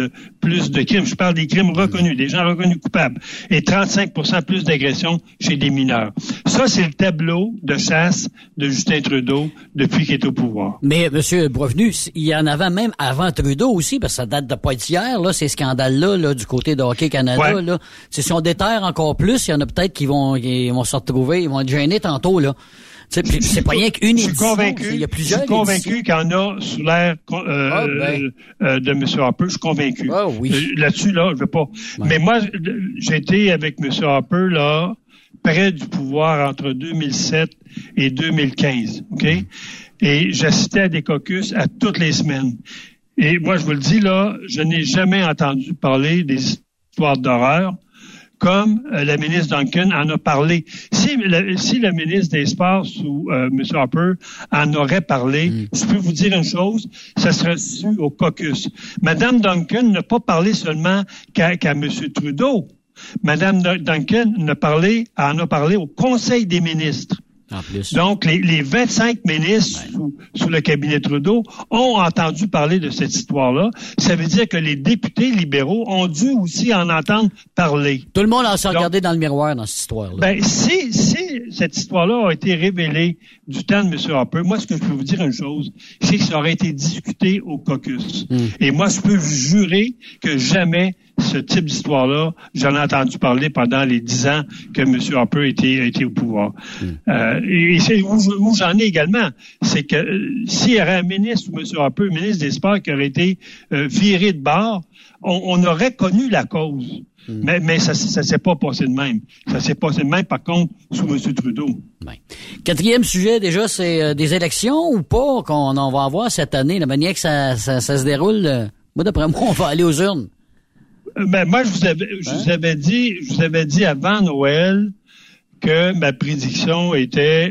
plus de crimes. Je parle des crimes reconnus, des gens reconnus coupables. Et trente-cinq pour cent plus d'agressions chez des mineurs. Ça, c'est le tableau de chasse de Justin Trudeau depuis qu'il est au pouvoir. Mais, M. Boisvenu, il y en avait même avant Trudeau aussi, parce que ça date de pas d'hier, là, ces scandales-là, là, du côté de Hockey Canada, ouais. là. Si on déterre encore plus, il y en a peut-être qui vont, qui vont se retrouver, ils vont être gênés tantôt, là. C'est, c'est pas rien qu'une édition. Convaincu, il y a plusieurs je suis convaincu qu'il y en a sous l'ère euh, ah, ben. euh, de M. Harper. Je suis convaincu. Ah, oui. euh, là-dessus, là, je veux pas. Ouais. Mais moi, j'ai été avec M. Harper, là, près du pouvoir entre deux mille sept et deux mille quinze. OK? Mm. Et j'assistais à des caucus à toutes les semaines. Et moi, je vous le dis, là, je n'ai jamais entendu parler des histoires d'horreur comme euh, la ministre Duncan en a parlé. Si le, si le ministre des Sports ou euh, M. Harper en aurait parlé, mm. je peux vous dire une chose, ça serait su au caucus. Madame Duncan n'a pas parlé seulement qu'à, qu'à M. Trudeau. Madame Duncan en a parlé, en a parlé au Conseil des ministres. En plus. Donc, les, les vingt-cinq ministres ouais. sous, sous le cabinet Trudeau ont entendu parler de cette histoire-là. Ça veut dire que les députés libéraux ont dû aussi en entendre parler. Tout le monde a s'est regardé dans le miroir dans cette histoire-là. Ben, si, si cette histoire-là a été révélée du temps de M. Harper, moi, ce que je peux vous dire une chose, c'est que ça aurait été discuté au caucus. Mm. Et moi, je peux vous jurer que jamais ce type d'histoire-là, j'en ai entendu parler pendant les dix ans que M. Harper était, était au pouvoir. Mm. Euh, et, et c'est où, où j'en ai également, c'est que euh, s'il y avait un ministre ou M. Harper, un ministre des Sports qui aurait été euh, viré de bord, on, on aurait connu la cause. Mm. Mais, mais ça ça s'est pas passé de même. Ça s'est passé de même, par contre, sous M. Trudeau. Ben. Quatrième sujet, déjà, c'est euh, des élections ou pas qu'on en va avoir cette année, la manière que ça, ça, ça se déroule. Euh, moi, d'après moi, on va aller aux urnes. Ben, moi, je vous avais, je vous avais dit, je vous avais dit avant Noël que ma prédiction était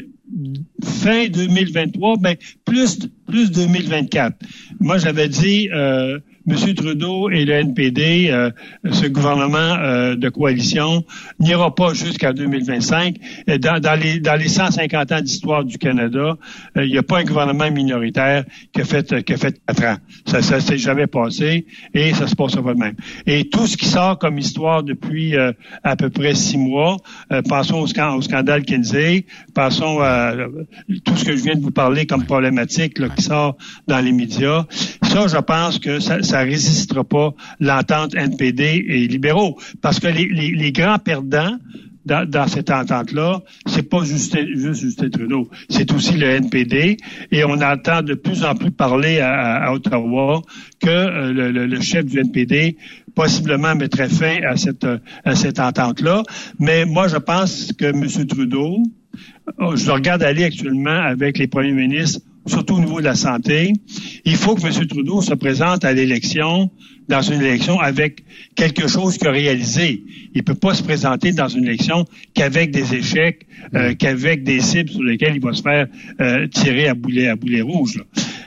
fin deux mille vingt-trois, ben, plus, plus deux mille vingt-quatre. Moi, j'avais dit, euh, M. Trudeau et le N P D, euh, ce gouvernement euh, de coalition, n'ira pas jusqu'à deux mille vingt-cinq. Dans, dans, les, dans les cent cinquante ans d'histoire du Canada, il euh, n'y a pas un gouvernement minoritaire qui a fait, qui a fait quatre ans. Ça ne s'est jamais passé et ça se passera pas de même. Et tout ce qui sort comme histoire depuis euh, à peu près six mois, euh, pensons au, scan, au scandale Kinsey, pensons à euh, tout ce que je viens de vous parler comme problématique là, qui sort dans les médias. Ça, je pense que ça, ça résistera pas l'entente N P D et libéraux. Parce que les, les, les grands perdants dans, dans cette entente-là, c'est pas juste, juste Justin Trudeau, c'est aussi le N P D. Et on entend de plus en plus parler à, à Ottawa que euh, le, le, le chef du N P D possiblement mettrait fin à cette, à cette entente-là. Mais moi, je pense que M. Trudeau, je le regarde aller actuellement avec les premiers ministres, surtout au niveau de la santé, il faut que M. Trudeau se présente à l'élection, dans une élection, avec quelque chose qu'il a réalisé. Il peut pas se présenter dans une élection qu'avec des échecs, euh, qu'avec des cibles sur lesquelles il va se faire euh, tirer à boulet, à boulet rouge. Là.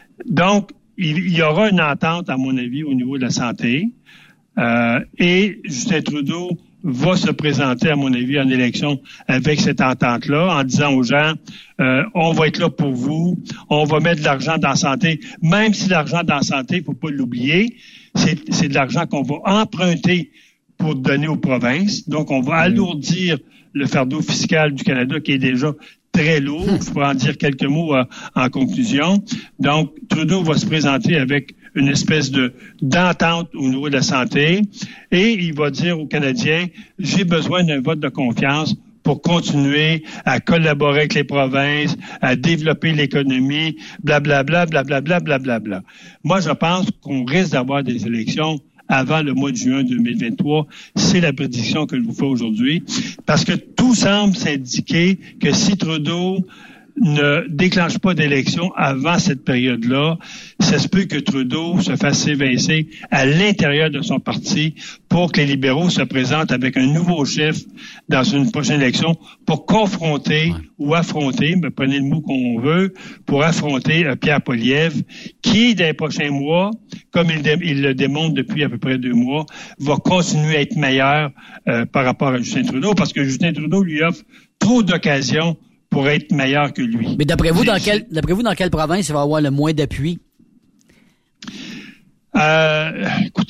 Donc, il, il y aura une entente, à mon avis, au niveau de la santé. Euh, et Justin Trudeau va se présenter, à mon avis, en élection avec cette entente-là, en disant aux gens, euh, on va être là pour vous, on va mettre de l'argent dans la santé, même si l'argent dans la santé, il faut pas l'oublier, c'est, c'est de l'argent qu'on va emprunter pour donner aux provinces. Donc, on va alourdir le fardeau fiscal du Canada qui est déjà très lourd. Je pourrais en dire quelques mots euh, en conclusion. Donc, Trudeau va se présenter avec une espèce de d'entente au niveau de la santé et il va dire aux Canadiens, j'ai besoin d'un vote de confiance pour continuer à collaborer avec les provinces, à développer l'économie, blablabla, blablabla, blablabla. Moi, je pense qu'on risque d'avoir des élections avant le mois de juin deux mille vingt-trois. C'est la prédiction que je vous fais aujourd'hui. Parce que tout semble s'indiquer que si Trudeau ne déclenche pas d'élection avant cette période-là, ça se peut que Trudeau se fasse évincer à l'intérieur de son parti pour que les libéraux se présentent avec un nouveau chef dans une prochaine élection pour confronter ouais. ou affronter, mais prenez le mot qu'on veut, pour affronter euh, Pierre Poilievre, qui, dans les prochains mois, comme il, dé- il le démontre depuis à peu près deux mois, va continuer à être meilleur euh, par rapport à Justin Trudeau, parce que Justin Trudeau lui offre trop d'occasions pour être meilleur que lui. Mais d'après vous, dans quel, d'après vous, dans quelle province il va avoir le moins d'appui? Euh, écoutez,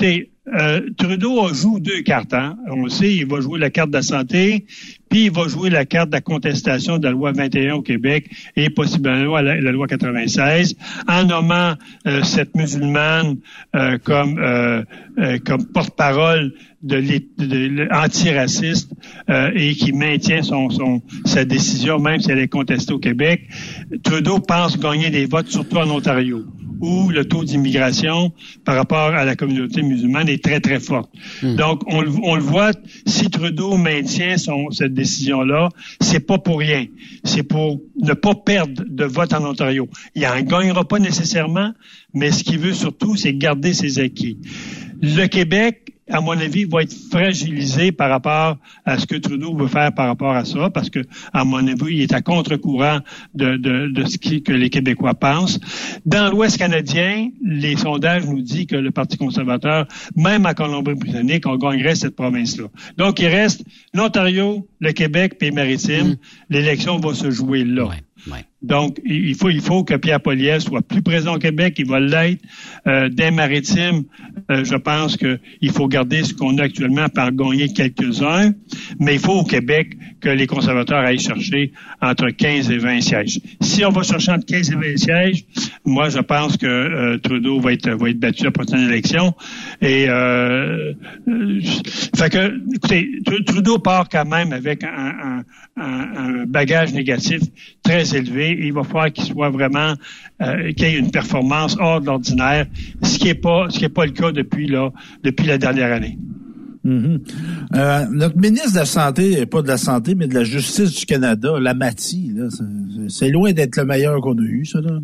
euh, Trudeau joue deux cartes. Hein. On le sait, il va jouer la carte de la santé, puis il va jouer la carte de la contestation de la loi vingt et un au Québec et possiblement la, la loi quatre-vingt-seize, en nommant euh, cette musulmane euh, comme euh, euh, comme porte-parole de, de, de antiraciste euh, et qui maintient son, son sa décision, même si elle est contestée au Québec. Trudeau pense gagner des votes, surtout en Ontario, où le taux d'immigration par rapport à la communauté musulmane est très, très fort. Mmh. Donc, on, on le voit, si Trudeau maintient son, cette décision-là, c'est pas pour rien. C'est pour ne pas perdre de vote en Ontario. Il en gagnera pas nécessairement, mais ce qu'il veut surtout, c'est garder ses acquis. Le Québec, à mon avis, va être fragilisé par rapport à ce que Trudeau veut faire par rapport à ça, parce que, à mon avis, il est à contre-courant de, de, de ce qui, que les Québécois pensent. Dans l'Ouest canadien, les sondages nous disent que le Parti conservateur, même à Colombie-Britannique, on gagnerait cette province-là. Donc, il reste l'Ontario, le Québec et les Maritimes. Mmh. L'élection va se jouer là. Ouais. Ouais. Donc, il faut, il faut que Pierre Poilievre soit plus présent au Québec. Il va l'être. Euh, des Maritimes, euh, je pense qu'il faut garder ce qu'on a actuellement par gagner quelques-uns. Mais il faut au Québec que les conservateurs aillent chercher entre quinze et vingt sièges. Si on va chercher entre quinze et vingt sièges, moi, je pense que euh, Trudeau va être, va être battu à la prochaine élection. Et, euh, euh, fait que, écoutez, Trudeau part quand même avec un, un, un, un bagage négatif très élevé. Il va falloir qu'il soit vraiment euh, qu'il y ait une performance hors de l'ordinaire, ce qui n'est pas ce qui est pas le cas depuis là depuis la dernière année. Mm-hmm. Euh, notre ministre de la Santé, pas de la Santé, mais de la Justice du Canada, Lametti, là, c'est, c'est loin d'être le meilleur qu'on a eu, ça, là.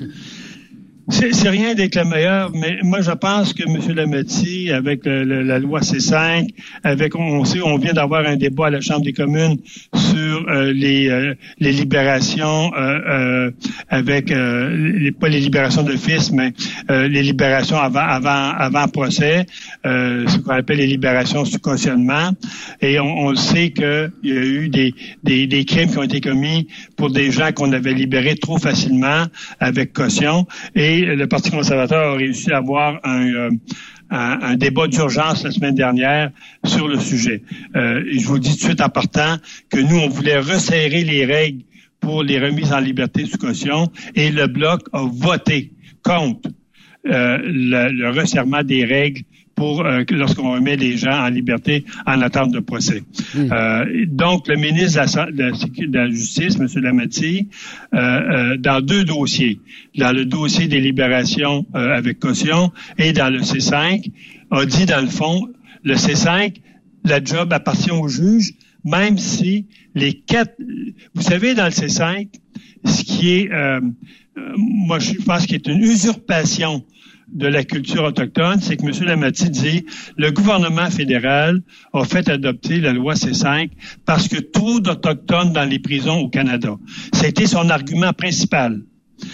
C'est, c'est rien d'être le meilleur, mais moi je pense que M. Lametti, avec le, le, la loi C cinq, avec on sait, on vient d'avoir un débat à la Chambre des communes sur euh, les euh, les libérations euh, euh, avec euh, les, pas les libérations d'office, mais euh, les libérations avant avant avant procès, euh, ce qu'on appelle les libérations sous cautionnement. Et on, on sait qu'il y a eu des, des des crimes qui ont été commis pour des gens qu'on avait libérés trop facilement avec caution. Et le Parti conservateur a réussi à avoir un, euh, un, un débat d'urgence la semaine dernière sur le sujet. Euh, et je vous dis tout de suite en partant que nous, on voulait resserrer les règles pour les remises en liberté sous caution et le Bloc a voté contre euh, le, le resserrement des règles pour euh, lorsqu'on remet les gens en liberté en attente de procès. Mmh. Euh, donc, le ministre de la, de la, de la Justice, M. Lametti, euh, euh, dans deux dossiers, dans le dossier des libérations euh, avec caution et dans le C cinq, a dit, dans le fond, le C cinq, la job appartient au juge, même si les quatre... Vous savez, dans le C cinq, ce qui est... Euh, euh, moi, je pense qu'il est une usurpation de la culture autochtone, c'est que M. Lametti dit le gouvernement fédéral a fait adopter la loi C cinq parce que trop d'Autochtones dans les prisons au Canada. Ça a été son argument principal.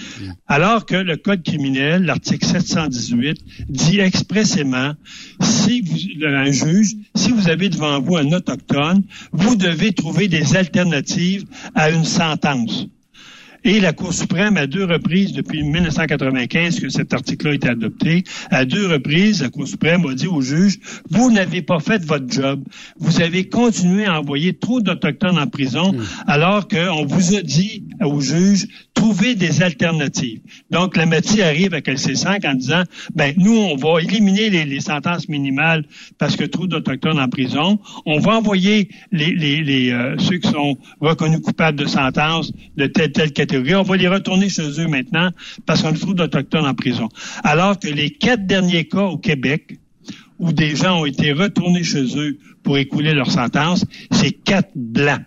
Alors que le Code criminel, l'article sept cent dix-huit, dit expressément, si vous, un juge, si vous avez devant vous un Autochtone, vous devez trouver des alternatives à une sentence. Et la Cour suprême, à deux reprises, depuis dix-neuf cent quatre-vingt-quinze que cet article-là a été adopté, à deux reprises, la Cour suprême a dit au juge, vous n'avez pas fait votre job. Vous avez continué à envoyer trop d'Autochtones en prison, mmh. alors qu'on vous a dit au juge, trouvez des alternatives. Donc, Lametti arrive avec le C cinq en disant, ben nous, on va éliminer les, les sentences minimales parce que trop d'Autochtones en prison. On va envoyer les, les, les euh, ceux qui sont reconnus coupables de sentences de telle, telle catégorie. On va les retourner chez eux maintenant parce qu'on a trop d'Autochtones en prison. Alors que les quatre derniers cas au Québec où des gens ont été retournés chez eux pour écouler leur sentence, c'est quatre blancs.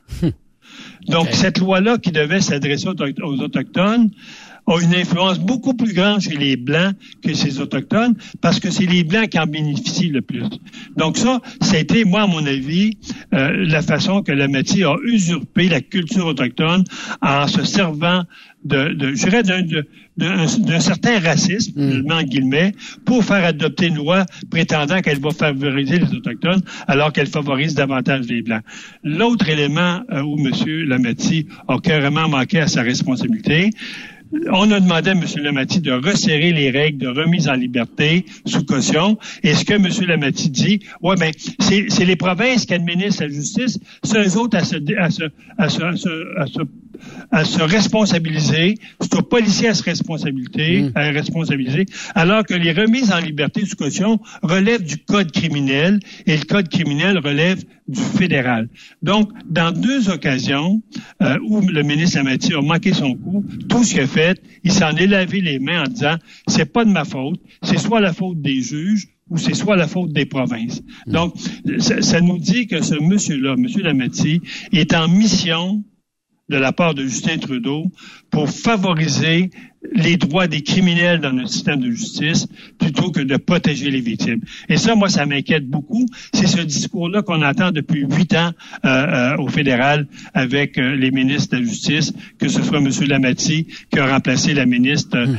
Donc, okay. Cette loi-là qui devait s'adresser aux Autochtones a une influence beaucoup plus grande chez les Blancs que ces Autochtones parce que c'est les Blancs qui en bénéficient le plus. Donc ça, ça a été, moi, à mon avis, euh, la façon que Lametti a usurpé la culture autochtone en se servant de, de je dirais, d'un, de, d'un, d'un certain racisme, mm. en guillemets, pour faire adopter une loi prétendant qu'elle va favoriser les Autochtones alors qu'elle favorise davantage les Blancs. L'autre élément euh, où M. Lametti a carrément manqué à sa responsabilité, on a demandé à M. Lametti de resserrer les règles de remise en liberté sous caution. Et ce que M. Lametti dit, ouais, ben, c'est, c'est les provinces qui administrent la justice, c'est eux autres à se, à se, à se, à se, à se à se responsabiliser, c'est aux policiers à se responsabiliser, mmh. à responsabiliser, alors que les remises en liberté sous caution relèvent du code criminel et le code criminel relève du fédéral. Donc, dans deux occasions euh, où le ministre Lametti a manqué son coup, tout ce qu'il a fait, il s'en est lavé les mains en disant « c'est pas de ma faute, c'est soit la faute des juges ou c'est soit la faute des provinces. » Donc, ça, ça nous dit que ce monsieur-là, M. Lametti, est en mission de la part de Justin Trudeau pour favoriser les droits des criminels dans notre système de justice plutôt que de protéger les victimes. Et ça, moi, ça m'inquiète beaucoup. C'est ce discours-là qu'on entend depuis huit ans euh, euh, au fédéral avec euh, les ministres de la Justice, que ce soit M. Lametti qui a remplacé la ministre, euh,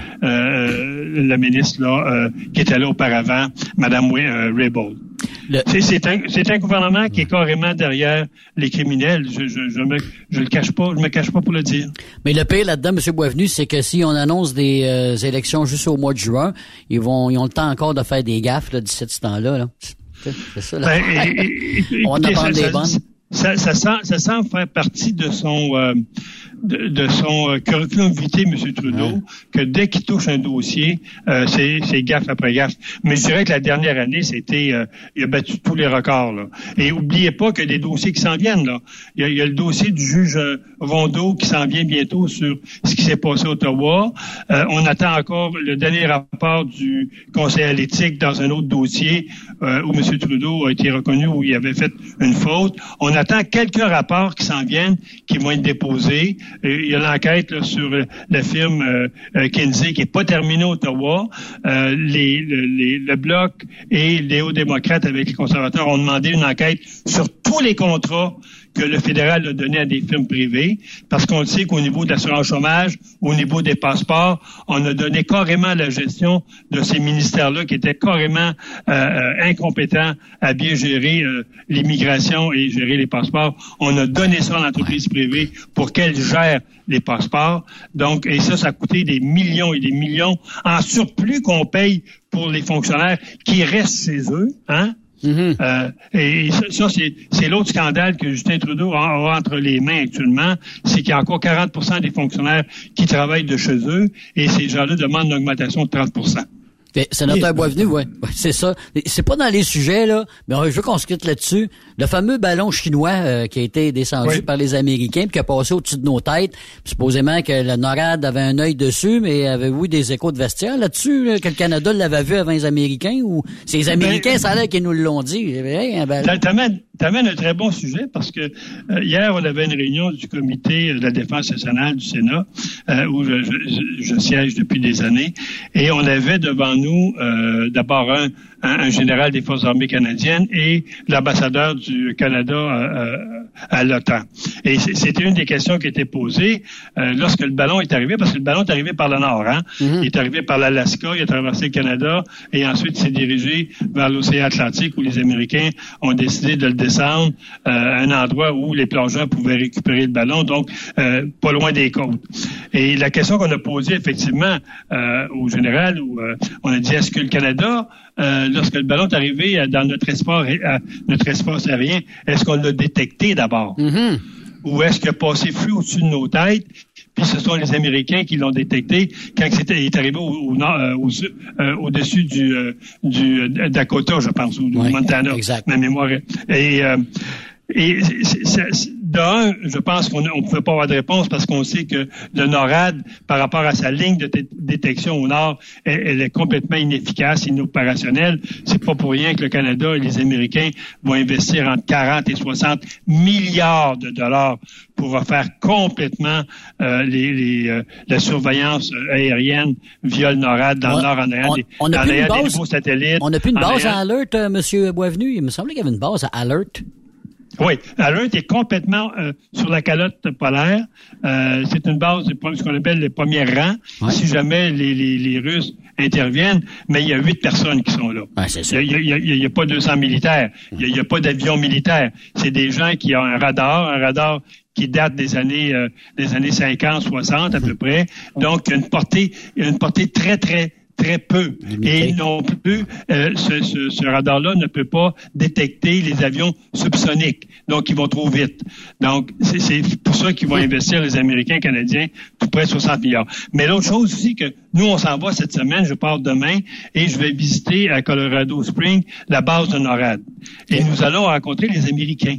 euh, la ministre là euh, qui était là auparavant, Mme euh, Raybould. Le... C'est, c'est, un, c'est un gouvernement qui est carrément derrière les criminels. Je, je, je me, je le cache pas, je me cache pas pour le dire. Mais le pire là-dedans, M. Boisvenu, c'est que si on annonce des euh, élections juste au mois de juin, ils vont, ils ont le temps encore de faire des gaffes là, d'ici ce temps-là. Là. C'est, c'est ça. Là. Ben, et, et, on en parle des bonnes. Ça, ça, sent, ça semble faire partie de son euh, de, de son euh, curriculum vitae, M. Trudeau, ouais. que dès qu'il touche un dossier, euh, c'est, c'est gaffe après gaffe. Mais je dirais que la dernière année, c'était euh, il a battu tous les records. Là. Et oubliez pas qu'il y a des dossiers qui s'en viennent. Là. Il y a, il y a le dossier du juge euh, Rondeau qui s'en vient bientôt sur ce qui s'est passé à Ottawa. Euh, on attend encore le dernier rapport du Conseil à l'éthique dans un autre dossier euh, où M. Trudeau a été reconnu où il avait fait une faute. On attend quelques rapports qui s'en viennent, qui vont être déposés. Il y a l'enquête là, sur la firme euh, Kinsey qui n'est pas terminée à Ottawa. Euh, les, les, le Bloc et les hauts-démocrates avec les conservateurs ont demandé une enquête sur tous les contrats que le fédéral a donné à des firmes privées, parce qu'on le sait qu'au niveau de l'assurance chômage, au niveau des passeports, on a donné carrément la gestion de ces ministères-là qui étaient carrément euh, incompétents à bien gérer euh, l'immigration et gérer les passeports. On a donné ça à l'entreprise privée pour qu'elle gère les passeports. Donc, et ça, ça a coûté des millions et des millions en surplus qu'on paye pour les fonctionnaires qui restent chez eux, hein? Mm-hmm. Euh, et ça, ça c'est, c'est l'autre scandale que Justin Trudeau a, a entre les mains actuellement, c'est qu'il y a encore quarante pour cent des fonctionnaires qui travaillent de chez eux et ces gens-là demandent une augmentation de trente pour cent. Sénateur Boisvenu, ouais. ouais, c'est ça. C'est pas dans les sujets, là, mais je veux qu'on se quitte là-dessus. Le fameux ballon chinois euh, qui a été descendu oui. par les Américains puis qui a passé au-dessus de nos têtes. Supposément que le NORAD avait un œil dessus, mais avez-vous des échos de vestiaire là-dessus, là, que le Canada l'avait vu avant les Américains ou c'est les Américains, ben, ça a l'air qu'ils nous l'ont dit. Hey, ben, t'amènes, t'amènes un très bon sujet parce que euh, hier, on avait une réunion du comité de la défense nationale du Sénat euh, où je, je, je siège depuis des années et on avait devant nous nous, euh, d'abord un, un, un général des Forces armées canadiennes et l'ambassadeur du Canada euh, à l'OTAN. Et c'était une des questions qui était posée euh, lorsque le ballon est arrivé, parce que le ballon est arrivé par le nord, hein? Mm-hmm. Il est arrivé par l'Alaska, il a traversé le Canada et ensuite il s'est dirigé vers l'océan Atlantique où les Américains ont décidé de le descendre euh, à un endroit où les plongeurs pouvaient récupérer le ballon, donc euh, pas loin des côtes. Et la question qu'on a posée effectivement euh, au général, où euh, on a dit est-ce que le Canada, euh, lorsque le ballon est arrivé dans notre espace, euh, notre espace aérien, est-ce qu'on l'a détecté d'abord? Mm-hmm. Ou est-ce qu'il a passé flou au-dessus de nos têtes? Puis ce sont les Américains qui l'ont détecté quand c'était, il est arrivé au, au nord, euh, au, euh, au-dessus du, euh, du Dakota, je pense, ou du oui, Montana. Exact. Ma mémoire. Et, euh, et c'est, c'est, d'un, je pense qu'on ne pouvait pas avoir de réponse parce qu'on sait que le NORAD, par rapport à sa ligne de t- détection au nord, elle, elle est complètement inefficace, inopérationnelle. C'est pas pour rien que le Canada et les Américains vont investir entre quarante et soixante milliards de dollars pour refaire complètement euh, les, les, euh, la surveillance aérienne via le NORAD dans ouais, le nord en ayant des, on a en ayant des nouveaux satellites. On n'a plus une base ayant... à Alert, euh, M. Boisvenu. Il me semblait qu'il y avait une base à Alert. Oui, Alert est complètement euh, sur la calotte polaire. Euh, c'est une base de ce qu'on appelle les premiers rangs, ouais. si jamais les, les, les Russes interviennent, mais il y a huit personnes qui sont là. Ouais, c'est ça. Il n'y a, a, a, a pas deux cents militaires, il n'y a, a pas d'avions militaires. C'est des gens qui ont un radar, un radar qui date des années euh, des années cinquante, soixante à peu près. Donc, il y a une portée, il y a une portée très, très très peu. Okay. Et non plus, euh, ce, ce, ce radar-là ne peut pas détecter les avions subsoniques. Donc, ils vont trop vite. Donc, c'est, c'est pour ça qu'ils vont investir, les Américains, Canadiens, tout près de soixante milliards. Mais l'autre chose aussi, que nous, on s'en va cette semaine, je pars demain, et je vais visiter à Colorado Springs la base de NORAD. Et nous allons rencontrer les Américains.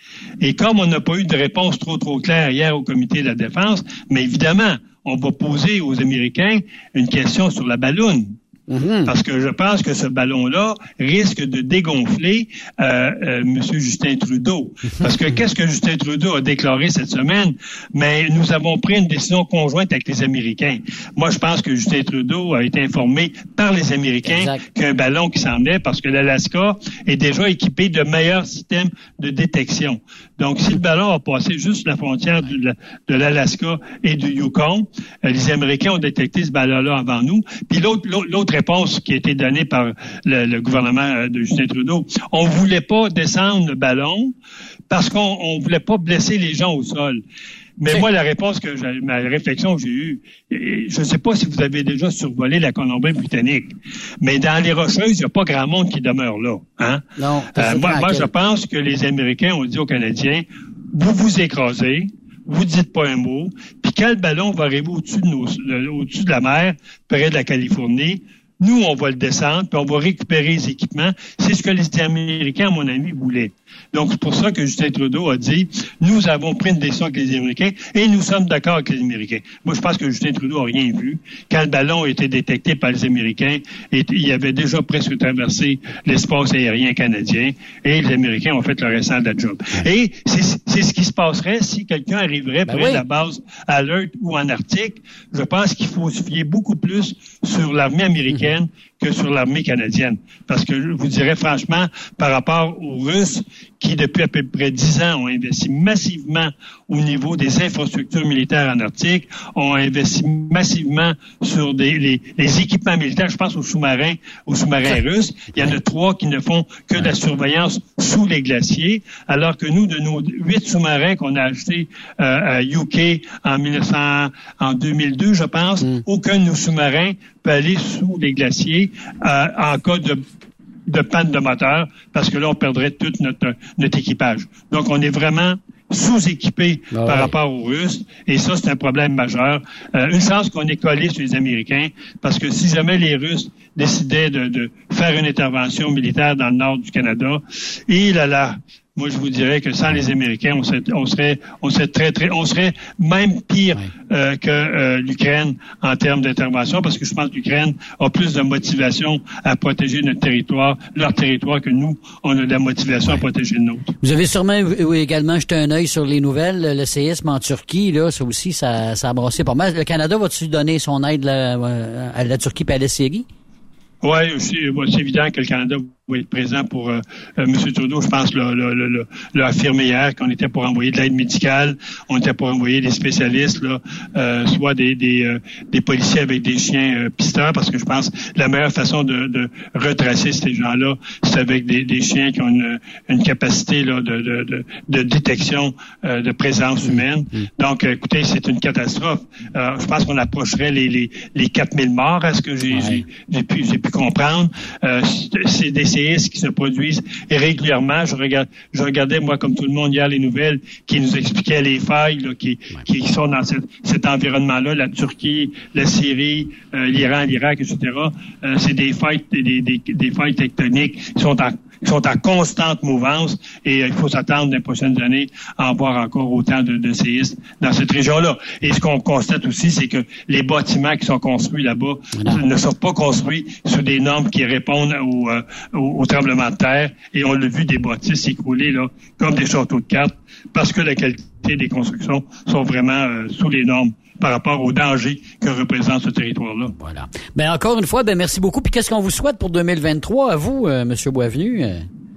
Et comme on n'a pas eu de réponse trop, trop claire hier au Comité de la Défense, mais évidemment, on va poser aux Américains une question sur la balloune. Mm-hmm. Parce que je pense que ce ballon-là risque de dégonfler euh, euh, M. Justin Trudeau. Parce que qu'est-ce que Justin Trudeau a déclaré cette semaine? Mais nous avons pris une décision conjointe avec les Américains. Moi, je pense que Justin Trudeau a été informé par les Américains exact. Qu'un ballon qui s'en est, parce que l'Alaska est déjà équipé de meilleurs systèmes de détection. Donc, si le ballon a passé juste la frontière de, de l'Alaska et du Yukon, euh, les Américains ont détecté ce ballon-là avant nous. Puis l'autre, l'autre réponse qui a été donnée par le, le gouvernement de Justin Trudeau, on voulait pas descendre le ballon parce qu'on on voulait pas blesser les gens au sol. Mais c'est... moi, la réponse que j'ai, ma réflexion que j'ai eue, je ne sais pas si vous avez déjà survolé la Colombie-Britannique, mais dans les Rocheuses, il n'y a pas grand monde qui demeure là. Hein? Non. Euh, moi, moi je pense que les Américains ont dit aux Canadiens, vous vous écrasez, vous dites pas un mot, puis quand le ballon va arriver au-dessus de, nos, le, au-dessus de la mer, près de la Californie, nous, on va le descendre, puis on va récupérer les équipements. C'est ce que les Américains, à mon avis, voulaient. Donc, c'est pour ça que Justin Trudeau a dit, nous avons pris une décision avec les Américains et nous sommes d'accord avec les Américains. Moi, je pense que Justin Trudeau n'a rien vu. Quand le ballon a été détecté par les Américains, et, il avait déjà presque traversé l'espace aérien canadien et les Américains ont fait le restant de la job. Et c'est, c'est ce qui se passerait si quelqu'un arriverait près ben oui. de la base Alert ou en Arctique. Je pense qu'il faut se fier beaucoup plus sur l'armée américaine mm-hmm. que sur l'armée canadienne. Parce que je vous dirais franchement, par rapport aux Russes, qui depuis à peu près dix ans ont investi massivement au niveau des infrastructures militaires en Arctique, ont investi massivement sur des, les, les équipements militaires. Je pense aux sous-marins, aux sous-marins russes. Il y en a trois qui ne font que de la surveillance sous les glaciers, alors que nous, de nos huit sous-marins qu'on a achetés euh, à U K en mille neuf cents, en deux mille deux, je pense, mm. aucun de nos sous-marins peut aller sous les glaciers euh, en cas de de panne de moteur, parce que là, on perdrait tout notre, notre équipage. Donc, on est vraiment sous-équipé ah ouais. par rapport aux Russes, et ça, c'est un problème majeur. Euh, une chance qu'on est collé sur les Américains, parce que si jamais les Russes décidaient de, de faire une intervention militaire dans le nord du Canada, et là, là, moi, je vous dirais que sans les Américains, on serait, on serait, on serait très, très, on serait même pire euh, que euh, l'Ukraine en termes d'intervention, parce que je pense que l'Ukraine a plus de motivation à protéger notre territoire, leur territoire, que nous, on a de la motivation à protéger le nôtre. Vous avez sûrement oui, également jeté un œil sur les nouvelles, le séisme en Turquie, là, ça aussi, ça, ça a brassé pas mal. Le Canada va-tu donner son aide là, à la Turquie et à la Syrie? Oui, c'est, c'est évident que le Canada va être présent pour euh, euh, M. Trudeau. Je pense le, le, le, le, l'a affirmé hier qu'on était pour envoyer de l'aide médicale, on était pour envoyer des spécialistes, là, euh, soit des des, euh, des policiers avec des chiens euh, pisteurs, parce que je pense que la meilleure façon de, de retracer ces gens-là, c'est avec des, des chiens qui ont une, une capacité là, de, de, de, de détection euh, de présence humaine. Donc, écoutez, c'est une catastrophe. Euh, je pense qu'on approcherait les, les, les quatre mille morts, à ce que j'ai, ouais. j'ai, j'ai, pu, j'ai pu comprendre. Euh, c'est des séismes qui se produisent régulièrement. Je regarde, je regardais, moi, comme tout le monde, hier, les nouvelles qui nous expliquaient les failles là, qui, ouais. qui sont dans cette, cet environnement-là, la Turquie, la Syrie, euh, l'Iran, l'Irak, et cetera. Euh, c'est des failles, des, des, des failles tectoniques qui sont en Ils sont en constante mouvance et euh, il faut s'attendre dans les prochaines années à en voir encore autant de, de séismes dans cette région-là. Et ce qu'on constate aussi, c'est que les bâtiments qui sont construits là-bas non. ne sont pas construits sur des normes qui répondent au, euh, au, au tremblement de terre. Et on l'a vu, des bâtisses s'écrouler là, comme des châteaux de cartes, parce que la qualité des constructions sont vraiment euh, sous les normes par rapport au danger que représente ce territoire-là. Voilà. Ben encore une fois, ben merci beaucoup. Puis qu'est-ce qu'on vous souhaite pour deux mille vingt-trois à vous, euh, M. Boisvenu?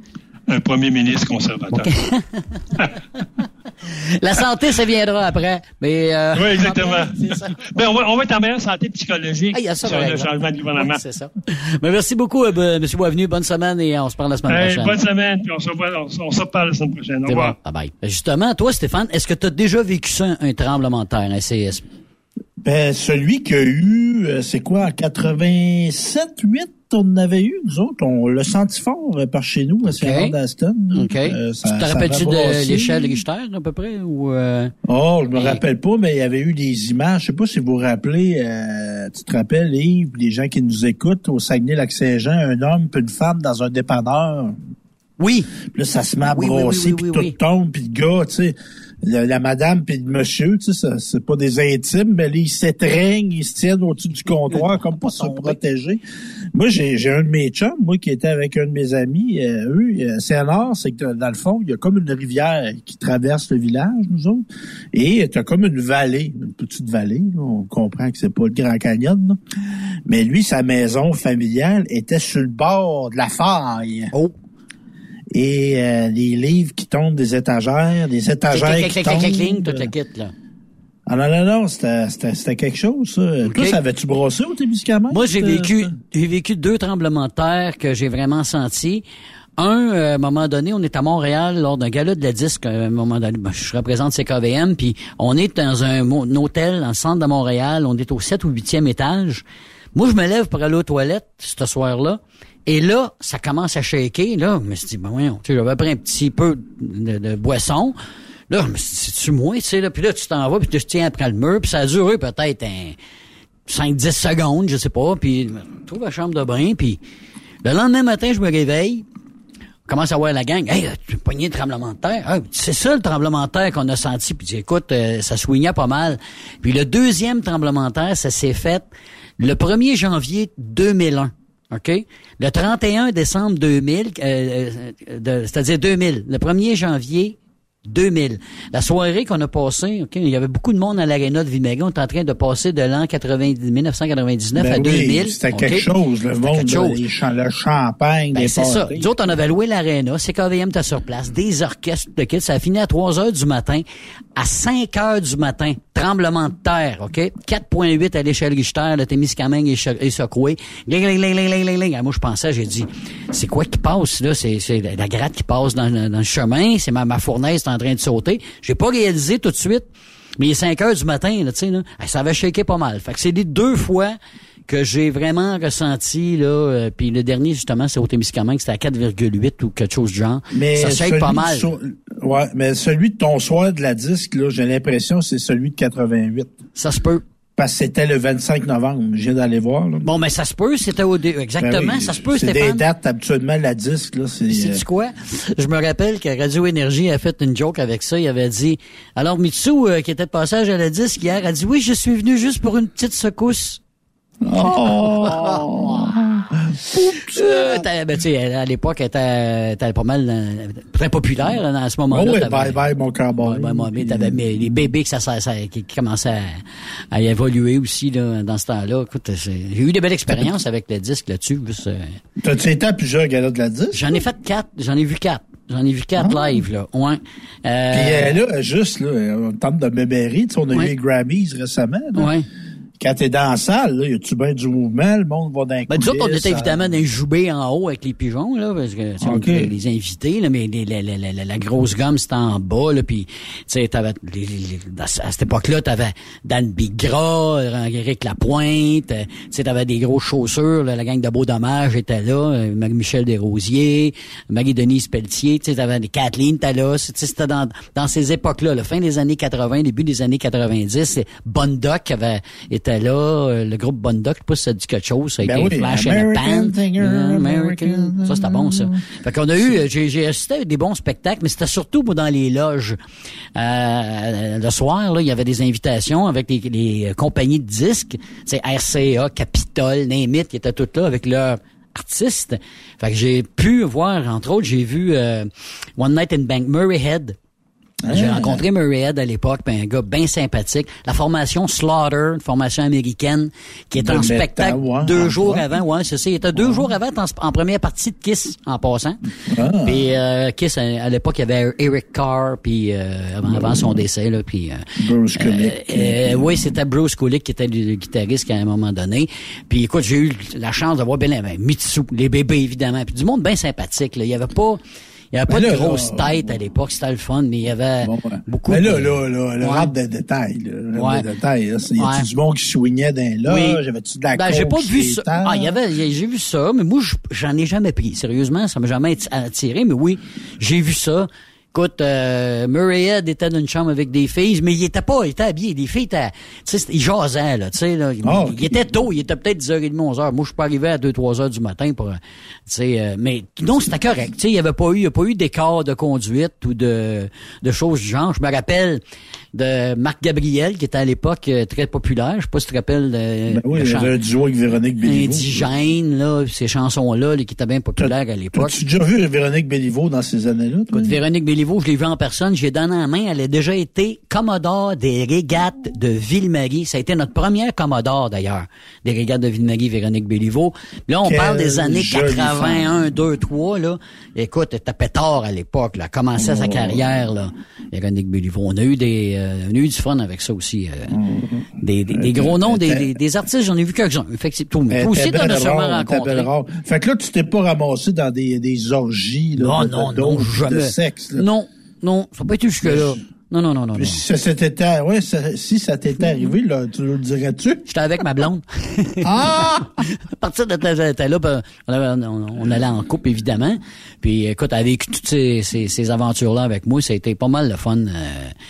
un premier ministre conservateur. Okay. La santé, ça viendra après. Mais euh, oui, exactement. C'est ça. Mais on va, on va être en meilleure santé psychologique ah, y a ça, sur ouais, le là. changement de gouvernement. Oui, c'est ça. Mais merci beaucoup, euh, M. Boisvenu. Bonne semaine et on se parle la semaine hey, prochaine. Bonne semaine, puis on se revoit, on, on se reparle la semaine prochaine. Au revoir. Bon. Bye bye. Justement, toi, Stéphane, est-ce que tu as déjà vécu ça, un tremblement de terre, un séisme? Ben, celui qu'il y a eu, euh, c'est quoi, en quatre-vingt-sept, huit, on en avait eu, nous autres. On l'a senti fort euh, par chez nous, à Saint-Laurent d'Aston. OK. Euh, ça, tu te rappelles-tu de l'échelle Richter, à peu près? Ou euh... Oh, je me Et... rappelle pas, mais il y avait eu des images. Je sais pas si vous vous rappelez, euh, tu te rappelles, Yves, les gens qui nous écoutent, au Saguenay-Lac-Saint-Jean, un homme puis une femme dans un dépanneur. Oui. Puis là, ça se met à oui, brosser, oui, oui, puis oui, tout oui. tombe, puis le gars, tu sais... La, la madame puis le monsieur, tu sais, ça, c'est pas des intimes, mais là, ils s'étreignent, ils se tiennent au-dessus du comptoir comme pour se protéger. Moi, j'ai, j'ai un de mes chums, moi, qui était avec un de mes amis. Euh, eux, c'est un art, c'est que dans le fond, il y a comme une rivière qui traverse le village, nous autres, et t'as comme une vallée, une petite vallée. Là, on comprend que c'est pas le Grand Canyon, là. Mais lui, sa maison familiale était sur le bord de la faille. Oh. Et euh, les livres qui tombent des étagères, des étagères qui tombent. Toute la kit, là. Ah non, non, non, c'était, c'était, c'était quelque chose, ça. Okay. Toi, ça avait-tu brossé au Témiscamingue? Moi, j'ai vécu, j'ai vécu deux tremblements de terre que j'ai vraiment sentis. Un, euh, à un moment donné, on est à Montréal lors d'un gala de la disque. À un moment donné, ben, je représente C K V M, puis on est dans un, un hôtel dans le centre de Montréal. On est au sept ou huitième étage. Moi, je me lève pour aller aux toilettes ce soir-là. Et là, ça commence à shaker. Là, je me suis dit, ben voyons, tu sais, j'avais pris un petit peu de, de boisson. Là, je me suis dit, c'est-tu moi, tu sais, là? Puis là, tu t'en vas, puis tu te tiens après le mur, puis ça a duré peut-être un cinq dix secondes, je sais pas. Puis je me trouve à la chambre de bain, puis le lendemain matin, je me réveille. On commence à voir la gang. Hey, tu as pogné le tremblement de terre. Ah, c'est ça le tremblement de terre qu'on a senti. Puis écoute, euh, ça swingait pas mal. Puis le deuxième tremblement de terre, ça s'est fait le premier janvier deux mille un. OK? Le trente et un décembre deux mille, euh, de, c'est-à-dire deux mille, le premier janvier deux mille. La soirée qu'on a passée, OK, il y avait beaucoup de monde à l'aréna de Viméga. On était en train de passer de l'an mille neuf cent quatre-vingt-dix-neuf ben à oui, deux mille. C'était okay? quelque chose, le c'était monde, quelque chose. Les champs, le champagne, ben, les c'est parties. ça. Nous autres, on avait loué l'aréna. C K V M était sur place. Des orchestres de kits. Ça a fini à trois heures du matin. À cinq heures du matin, tremblement de terre, OK? quatre virgule huit à l'échelle Richter, le Témiscamingue est secoué. Ling, ling, ling, ling, ling, ling. Moi, je pensais, j'ai dit, c'est quoi qui passe, là? C'est, c'est la gratte qui passe dans, dans le chemin. C'est ma, ma fournaise qui est en train de sauter. J'ai pas réalisé tout de suite. Mais il est cinq heures du matin, là, tu sais, là. Ça avait shaké pas mal. Fait que c'est les deux fois que j'ai vraiment ressenti, là, euh, puis le dernier, justement, c'est au Témiscamingue, c'était à quatre virgule huit ou quelque chose du genre. Mais ça shake pas mal. So- ouais, mais celui de ton soir de la disque, là, j'ai l'impression que c'est celui de quatre-vingt-huit. Ça se peut. Parce que c'était le vingt-cinq novembre. Je viens d'aller voir, là. Bon, mais ça se peut, c'était au dé... Exactement, ben oui, ça se peut, c'est Stéphane. C'est des dates, habituellement, la disque, là, c'est... Sais-tu quoi? Je me rappelle que Radio Énergie a fait une joke avec ça. Il avait dit, alors Mitsu, euh, qui était de passage à la disque hier, a dit, oui, je suis venu juste pour une petite secousse. Oh! euh, ben, tu sais, à l'époque, elle était, était pas mal, euh, très populaire, là, à ce moment-là. Oh oui, bye bye, mon cowboy. Ouais, ouais, mais t'avais mais les bébés que ça, ça, ça qui commençaient à, à évoluer aussi, là, dans ce temps-là. Écoute, j'ai eu des belles expériences avec le disque là-dessus. Juste, euh... T'as-tu été à plusieurs galas de la disque? J'en ai fait quatre. J'en ai vu quatre. J'en ai vu quatre ah. live, là. Ouais. Euh... Puis euh, là, juste, là, on tente de mémérer, tu sais, on a ouais. eu les Grammys récemment, là. Ouais. Quand t'es dans la salle, là, y a-tu bien du mouvement, le monde va d'un coup. Ben, nous autres, on était évidemment dans les joubés en haut avec les pigeons, là, parce que, okay. les invités, là, mais les, la, la, la, la grosse gomme, c'était en bas, là, puis, tu sais, t'avais, les, les, à cette époque-là, t'avais Dan Bigra, Éric Lapointe, tu sais, t'avais des grosses chaussures, là, la gang de Beau Dommage était là, Marie-Michel Desrosiers, Marie-Denise Pelletier, tu sais, t'avais des Kathleen, était là, tu sais, c'était dans, dans ces époques-là, la fin des années quatre-vingts, début des années quatre-vingt-dix, c'est Bondoc avait été là, euh, le groupe Bondoc, je sais pas si ça dit quelque chose, ça a ben été oui, Flash and a Pan. Yeah, American. Ça, c'était bon, ça. Fait qu'on a eu, j'ai, j'ai assisté à des bons spectacles, mais c'était surtout moi, dans les loges. Euh, le soir, là, il y avait des invitations avec les, les compagnies de disques, c'est R C A, Capitol, Name It, qui étaient toutes là avec leurs artistes. Fait que j'ai pu voir, entre autres, j'ai vu euh, One Night in Bank, Murray Head. J'ai Ah. rencontré Murray Head à l'époque, puis un gars bien sympathique. La formation Slaughter, une formation américaine, qui était De en métal, spectacle ouais, deux en jours vrai. avant. Ouais, c'est ça. Il était deux Ouais. jours avant en, en première partie de Kiss, en passant. Ah. Puis euh, Kiss, à, à l'époque, il y avait Eric Carr, puis euh, avant, avant son décès, là, puis... Euh, Bruce Kulick. euh, euh, oui, c'était Bruce Kulick qui était le guitariste à un moment donné. Puis écoute, j'ai eu la chance de voir ben, ben, Mitsu, les bébés, évidemment, puis du monde bien sympathique. Là. Il y avait pas... Il n'y avait pas Ben de là, grosse là, tête à l'époque, c'était le fun, mais il y avait Bon, ouais. beaucoup Mais de... là, là, là, le Ouais. rap de détails, là, le rap Ouais. de détails, là, c'est- y a-tu Ouais. du monde qui swingait dans là? Oui. J'avais-tu de la Ben, j'ai coke pas vu chez ça. Terre? Ah, il y avait, j'ai vu ça, mais moi, je- j'en ai jamais pris. Sérieusement, ça m'a jamais atti- attiré, mais oui, j'ai vu ça. Écoute, euh, Murray Head était dans une chambre avec des filles, mais il était pas, il était habillé. Les filles étaient, tu sais, il jasait, là, tu sais, là. Il, Ah, il ok. était tôt, il était peut-être dix heures trente, onze heures. Moi, je suis pas arrivé à deux, trois heures du matin pour, euh, tu sais, euh, mais non, c'était correct. Tu sais, il y avait pas eu, il y a pas eu d'écart de conduite ou de, de choses du genre. Je me rappelle de Marc Gabriel, qui était à l'époque euh, très populaire. Je sais pas si tu te rappelles de, Ben oui, de il y chan- avait un duo avec Véronique Béliveau. Indigène, là, ces chansons-là, là, qui étaient bien populaires à l'époque. As-tu déjà vu Véronique Béliveau dans ces années-là? toi? Écoute, Véronique Béliveau, je l'ai vue en personne, j'ai donné en main, elle a déjà été commodore des régates de Ville-Marie. Ça a été notre première commodore, d'ailleurs, des régates de Ville-Marie, Véronique Béliveau. Là, on Quelle parle des années jolie quatre-vingt-un, deux, trois, là. Écoute, elle tapait tard à l'époque, là. Elle commençait sa Oh. carrière, là. Véronique Béliveau. On a eu des, euh, on a eu du fun avec ça aussi, euh, des, des, des gros noms, des, des, des artistes, j'en ai vu quelques-uns. Effectivement. Toi, Elle toi aussi, était t'en belle as sûrement rare, elle était rencontré. belle rare. Fait que là, tu t'es pas ramassé dans des, des orgies, là, Non, de, non, de, non, de jamais. sexe, là. Non, non, ça n'a pas été jusque-là. Non, non, non, non, Puis non. si ça s'était, ouais, ça- si ça t'était arrivé, là, tu le dirais-tu? J'étais avec ma blonde. Ah! À partir de ta là, ben, on, avait- on, on allait en couple, évidemment. Puis, écoute, elle a vécu toutes ces, ces, ces aventures-là avec moi. Ça a été pas mal le fun euh,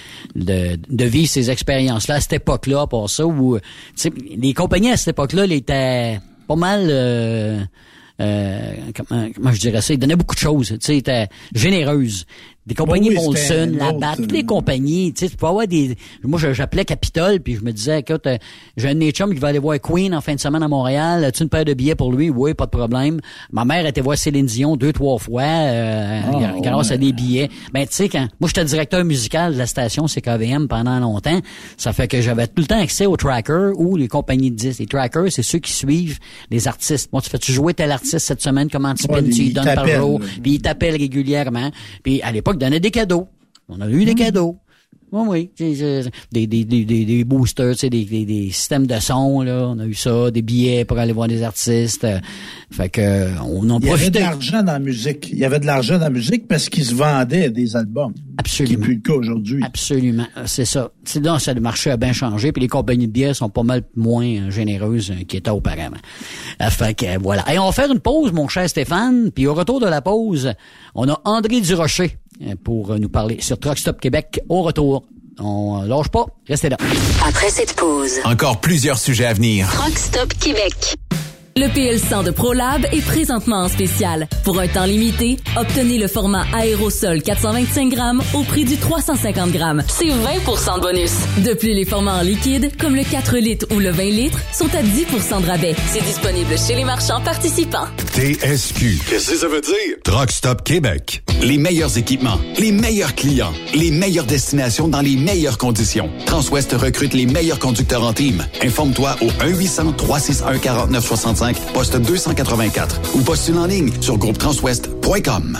de, de vivre ces expériences-là à cette époque-là, pour ça, où, tu sais, les compagnies à cette époque-là, elles étaient pas mal... Euh, euh, comment, comment je dirais ça? Ils donnaient beaucoup de choses. Tu sais, ils étaient généreuses. Des compagnies Oui, oui, c'était Molson, un la autre, Bat, toutes euh, les compagnies, tu sais, tu peux avoir des... Moi, je- j'appelais Capitole, puis je me disais, écoute, euh, j'ai un de mes chums qui va aller voir Queen en fin de semaine à Montréal. As-tu une paire de billets pour lui? Oui, pas de problème. Ma mère était voir Céline Dion deux, trois fois, euh, Ah, grâce ouais. à des billets. Ben, tu sais, quand... Moi, j'étais directeur musical de la station C K V M pendant longtemps. Ça fait que j'avais tout le temps accès aux trackers ou les compagnies de disques. Les trackers, c'est ceux qui suivent les artistes. Bon, tu fais-tu jouer tel artiste cette semaine? Comment tu Ouais, pines? Tu ils lui donnes par t'appellent, jour. là. Puis ils t'appellent régulièrement. Puis à l'époque, ils donnaient des cadeaux. On a eu des cadeaux. Oui, oui. Des, des, des, des, des, des boosters, tu sais, des, des, des systèmes de son, là. On a eu ça, des billets pour aller voir des artistes. Euh, Fait que, euh, on en Il y avait de profitait. l'argent dans la musique. Il y avait de l'argent dans la musique parce qu'ils se vendaient des albums. Absolument. Ce qui n'est plus le cas aujourd'hui. Absolument. Euh, C'est ça. C'est là, ça, le marché a bien changé, puis les compagnies de billets sont pas mal moins euh, généreuses euh, qu'ils étaient auparavant. Euh, fait que, euh, voilà. Et on va faire une pause, mon cher Stéphane, puis au retour de la pause, on a André Durocher euh, pour euh, nous parler sur Truck Stop Québec. Au retour. On euh, lâche pas. Restez là. Après cette pause, Encore plusieurs sujets à venir. Truck Stop Québec. Le P L cent de ProLab est présentement en spécial. Pour un temps limité, obtenez le format aérosol quatre cent vingt-cinq grammes au prix du trois cent cinquante grammes. C'est vingt pour cent de bonus. De plus, les formats en liquide, comme le quatre litres ou le vingt litres, sont à dix pour cent de rabais. C'est disponible chez les marchands participants. T S Q. Qu'est-ce que ça veut dire? Truck Stop Québec. Les meilleurs équipements, les meilleurs clients, les meilleures destinations dans les meilleures conditions. Transwest recrute les meilleurs conducteurs en team. Informe-toi au un huit cents, trois six un, quatre neuf six cinq, poste deux cent quatre-vingt-quatre ou postule en ligne sur groupe transwest point com.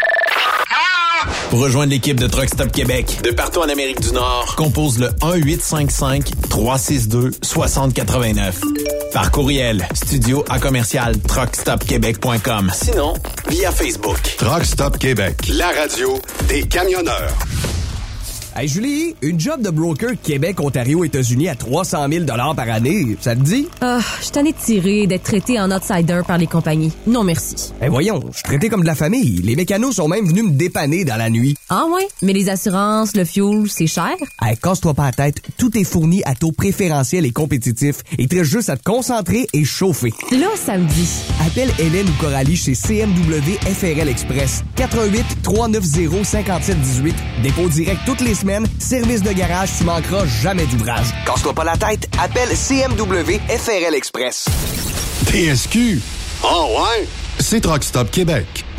Pour rejoindre l'équipe de Truck Stop Québec, de partout en Amérique du Nord, compose le un huit cinq cinq, trois six deux, six zéro huit neuf. Par courriel, studio à commercial truckstopquebec point com. Sinon, via Facebook. Truck Stop Québec. La radio des camionneurs. Hey Julie, une job de broker Québec, Ontario, États-Unis à trois cent mille dollars par année, ça te dit? Ah, je suis tannée de tirer, d'être traité en outsider par les compagnies. Non, merci. Eh voyons, je suis traité comme de la famille. Les mécanos sont même venus me dépanner dans la nuit. Ah ouais? Mais les assurances, le fuel, c'est cher? Hey, casse-toi pas la tête, tout est fourni à taux préférentiel et compétitif. Il te reste juste à te concentrer et chauffer. Là, ça me dit. Appelle Hélène ou Coralie chez C M W F R L Express. quatre un huit, trois neuf zéro, cinq sept un huit. Dépôt direct toutes les semaines. Service de garage, tu manqueras jamais d'ouvrage. Casse-toi pas la tête, appelle C M W F R L Express. T S Q. Oh ouais? C'est Truck Stop Québec.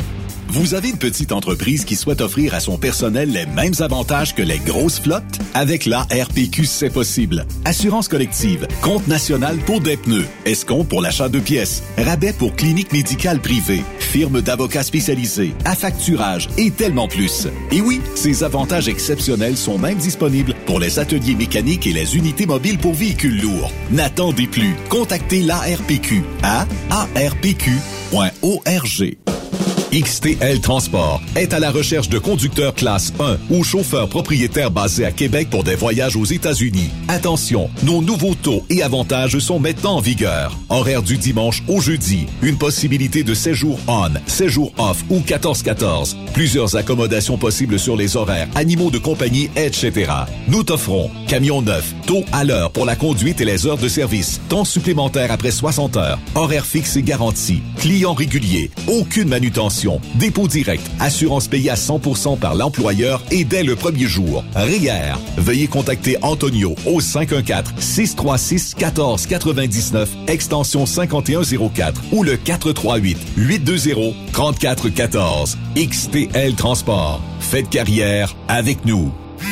Vous avez une petite entreprise qui souhaite offrir à son personnel les mêmes avantages que les grosses flottes? Avec l'A R P Q, c'est possible. Assurance collective, compte national pour des pneus, escompte pour l'achat de pièces, rabais pour clinique médicale privée, firme d'avocats spécialisés, affacturage et tellement plus. Et oui, ces avantages exceptionnels sont même disponibles pour les ateliers mécaniques et les unités mobiles pour véhicules lourds. N'attendez plus. Contactez l'A R P Q à a r p q point org. X T L Transport est à la recherche de conducteurs classe un ou chauffeurs propriétaires basés à Québec pour des voyages aux États-Unis. Attention, nos nouveaux taux et avantages sont maintenant en vigueur. Horaire du dimanche au jeudi. Une possibilité de séjour on, séjour off ou quatorze quatorze. Plusieurs accommodations possibles sur les horaires, animaux de compagnie, et cetera. Nous t'offrons camion neuf, taux à l'heure pour la conduite et les heures de service, temps supplémentaire après soixante heures, horaire fixe et garanti, client régulier, aucune manutention, dépôt direct, assurance payée à cent pour cent par l'employeur et dès le premier jour. R I E R. Veuillez contacter Antonio au cinq un quatre, six trois six, un quatre neuf neuf, extension cinquante et un zéro quatre ou le quatre trois huit, huit deux zéro, trois quatre un quatre. X T L Transport. Faites carrière avec nous.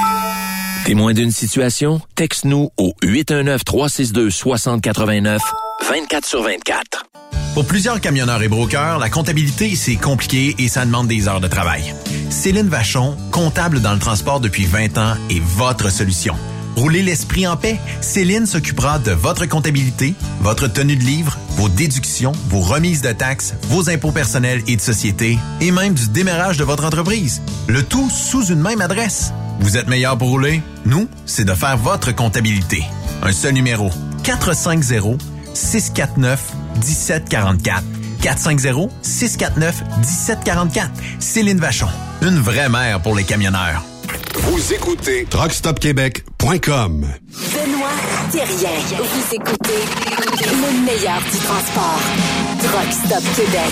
Témoin d'une situation? Texte-nous au huit un neuf, trois six deux, six zéro huit neuf, vingt-quatre sur vingt-quatre. Pour plusieurs camionneurs et brokers, la comptabilité, c'est compliqué et ça demande des heures de travail. Céline Vachon, comptable dans le transport depuis vingt ans, est votre solution. Roulez l'esprit en paix. Céline s'occupera de votre comptabilité, votre tenue de livre, vos déductions, vos remises de taxes, vos impôts personnels et de société, et même du démarrage de votre entreprise. Le tout sous une même adresse. Vous êtes meilleur pour rouler? Nous, c'est de faire votre comptabilité. Un seul numéro. quatre cinq zéro, six quatre neuf, un sept quatre quatre. quatre cinq zéro, six quatre neuf, un sept quatre quatre. Céline Vachon. Une vraie mère pour les camionneurs. Vous écoutez truck stop québec point com. Benoît Thérien. Vous écoutez le meilleur du transport. Truck Stop Québec.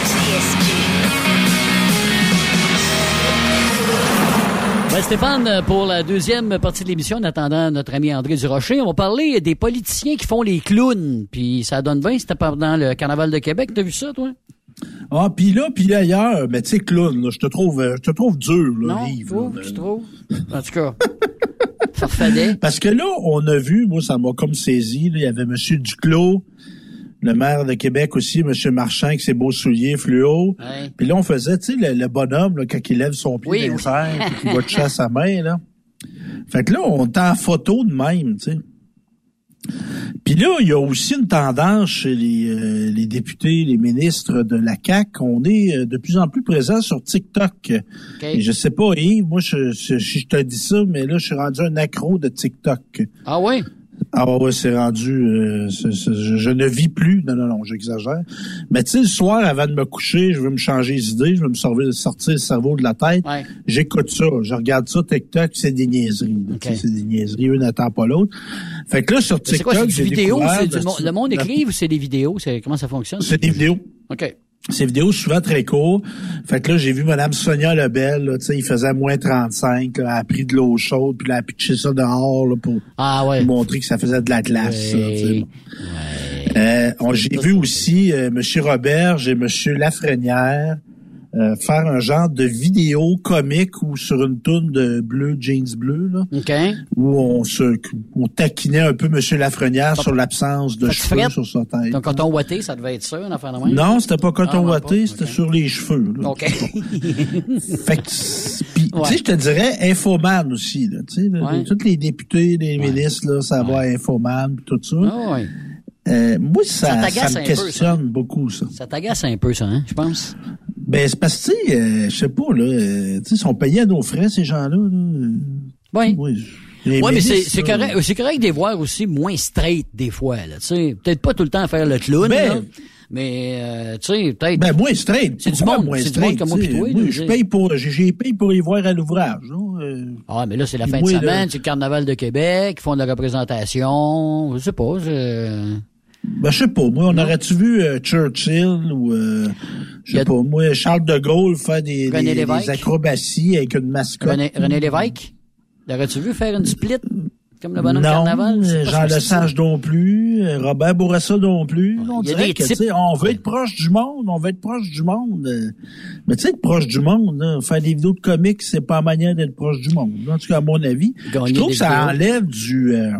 Ben Stéphane, pour la deuxième partie de l'émission, en attendant notre ami André Durocher, on va parler des politiciens qui font les clowns. Puis ça donne bien, c'était pendant le Carnaval de Québec. T'as vu ça, toi? Ah, puis là, puis ailleurs, mais tu sais, clown, là, je te trouve, je te trouve dur, là, non, Yves. Non, je trouve. En tout cas, ça refallait. Parce que là, on a vu, moi, ça m'a comme saisi, là, il y avait M. Duclos, le maire de Québec aussi, M. Marchand, avec ses beaux souliers fluo. Ouais. Puis là, on faisait, tu sais, le, le bonhomme, là, quand il lève son pied oui, dans oui. les airs, puis qu'il va toucher à sa main, là. Fait que là, on est en photo de même, tu sais. Puis là, il y a aussi une tendance chez les, euh, les députés, les ministres de la C A Q, on est euh, de plus en plus présent sur TikTok. Okay. Et je sais pas, Yves, moi, je, je, je te dis ça, mais là, je suis rendu un accro de TikTok. Ah oui? Ah ouais, c'est rendu... Euh, c'est, c'est, je, je ne vis plus. Non, non, non, j'exagère. Mais tu sais, le soir, avant de me coucher, je veux me changer les idées, je veux me sortir, sortir le cerveau de la tête. Ouais. J'écoute ça, je regarde ça, TikTok, c'est des niaiseries. Okay. C'est des niaiseries, une n'attend pas l'autre. Fait que là, sur TikTok, c'est quoi, c'est j'ai vidéo, c'est du ben, mo- le monde écrit ou c'est des vidéos? C'est, comment ça fonctionne? C'est des vidéos. OK. Ces vidéos souvent très courtes. Fait que là, j'ai vu Mme Sonia Lebel, là, tu sais, il faisait moins trente-cinq, là, elle a pris de l'eau chaude, puis là, elle a pitché ça dehors, là, pour ah, ouais. montrer que ça faisait de la glace, ouais. ça, ouais. euh, on, j'ai vu aussi euh, M. Roberge et M. Lafrenière euh, faire un genre de vidéo comique ou sur une toune de bleu, jeans bleu, là, okay. où on se, on taquinait un peu M. Lafrenière sur l'absence de cheveux frette. Sur sa tête. Ton coton ouaté, ça devait être ça, une affaire de même? Non, c'était pas coton ah, ouaté, pas. c'était okay. sur les cheveux. Là. OK. Fait que, pis, ouais. tu sais, je te dirais Infoman aussi, là, tu sais, ouais. tous les députés, les ouais. ministres, là, ça ouais. va à Infoman pis tout ça. Ah, ouais. Euh, moi, ça, ça, ça me questionne peu, ça. beaucoup, ça. Ça t'agace un peu, ça, hein, je pense. Ben, c'est parce que, tu sais, euh, je sais pas, là, euh, tu sais, ils sont payés à nos frais, ces gens-là, là. Oui. Oui, ouais, mais c'est, c'est correct, c'est correct de les voir aussi moins straight, des fois, là, tu sais. Peut-être pas tout le temps à faire le clown, ben, là. Mais, euh, tu sais, peut-être. Ben, moins straight. C'est du monde, c'est du monde comme moi pis toi. Moi, je paye pour, j'ai, j'ai payé pour les voir à l'ouvrage, là. Euh, ah, mais là, c'est la fin de semaine, là, c'est le Carnaval de Québec, ils font de la représentation, je sais pas, je... Ben, je sais pas. Moi, on non. aurait-tu vu euh, Churchill ou, euh, je sais a... pas, moi, Charles de Gaulle faire des, des, des acrobaties avec une mascotte. René, René Lévesque? L'aurais-tu vu faire une split? Comme le bonhomme non, carnaval? Jean Lesage non plus, Robert Bourassa non plus. Ouais, on dirait que, types... on veut être proche du monde, on veut être proche du monde. Mais tu sais, être proche du monde, là, faire des vidéos de comics, c'est pas la manière d'être proche du monde. En tout cas, à mon avis, Gagner je trouve que ça vidéos. enlève du... Euh,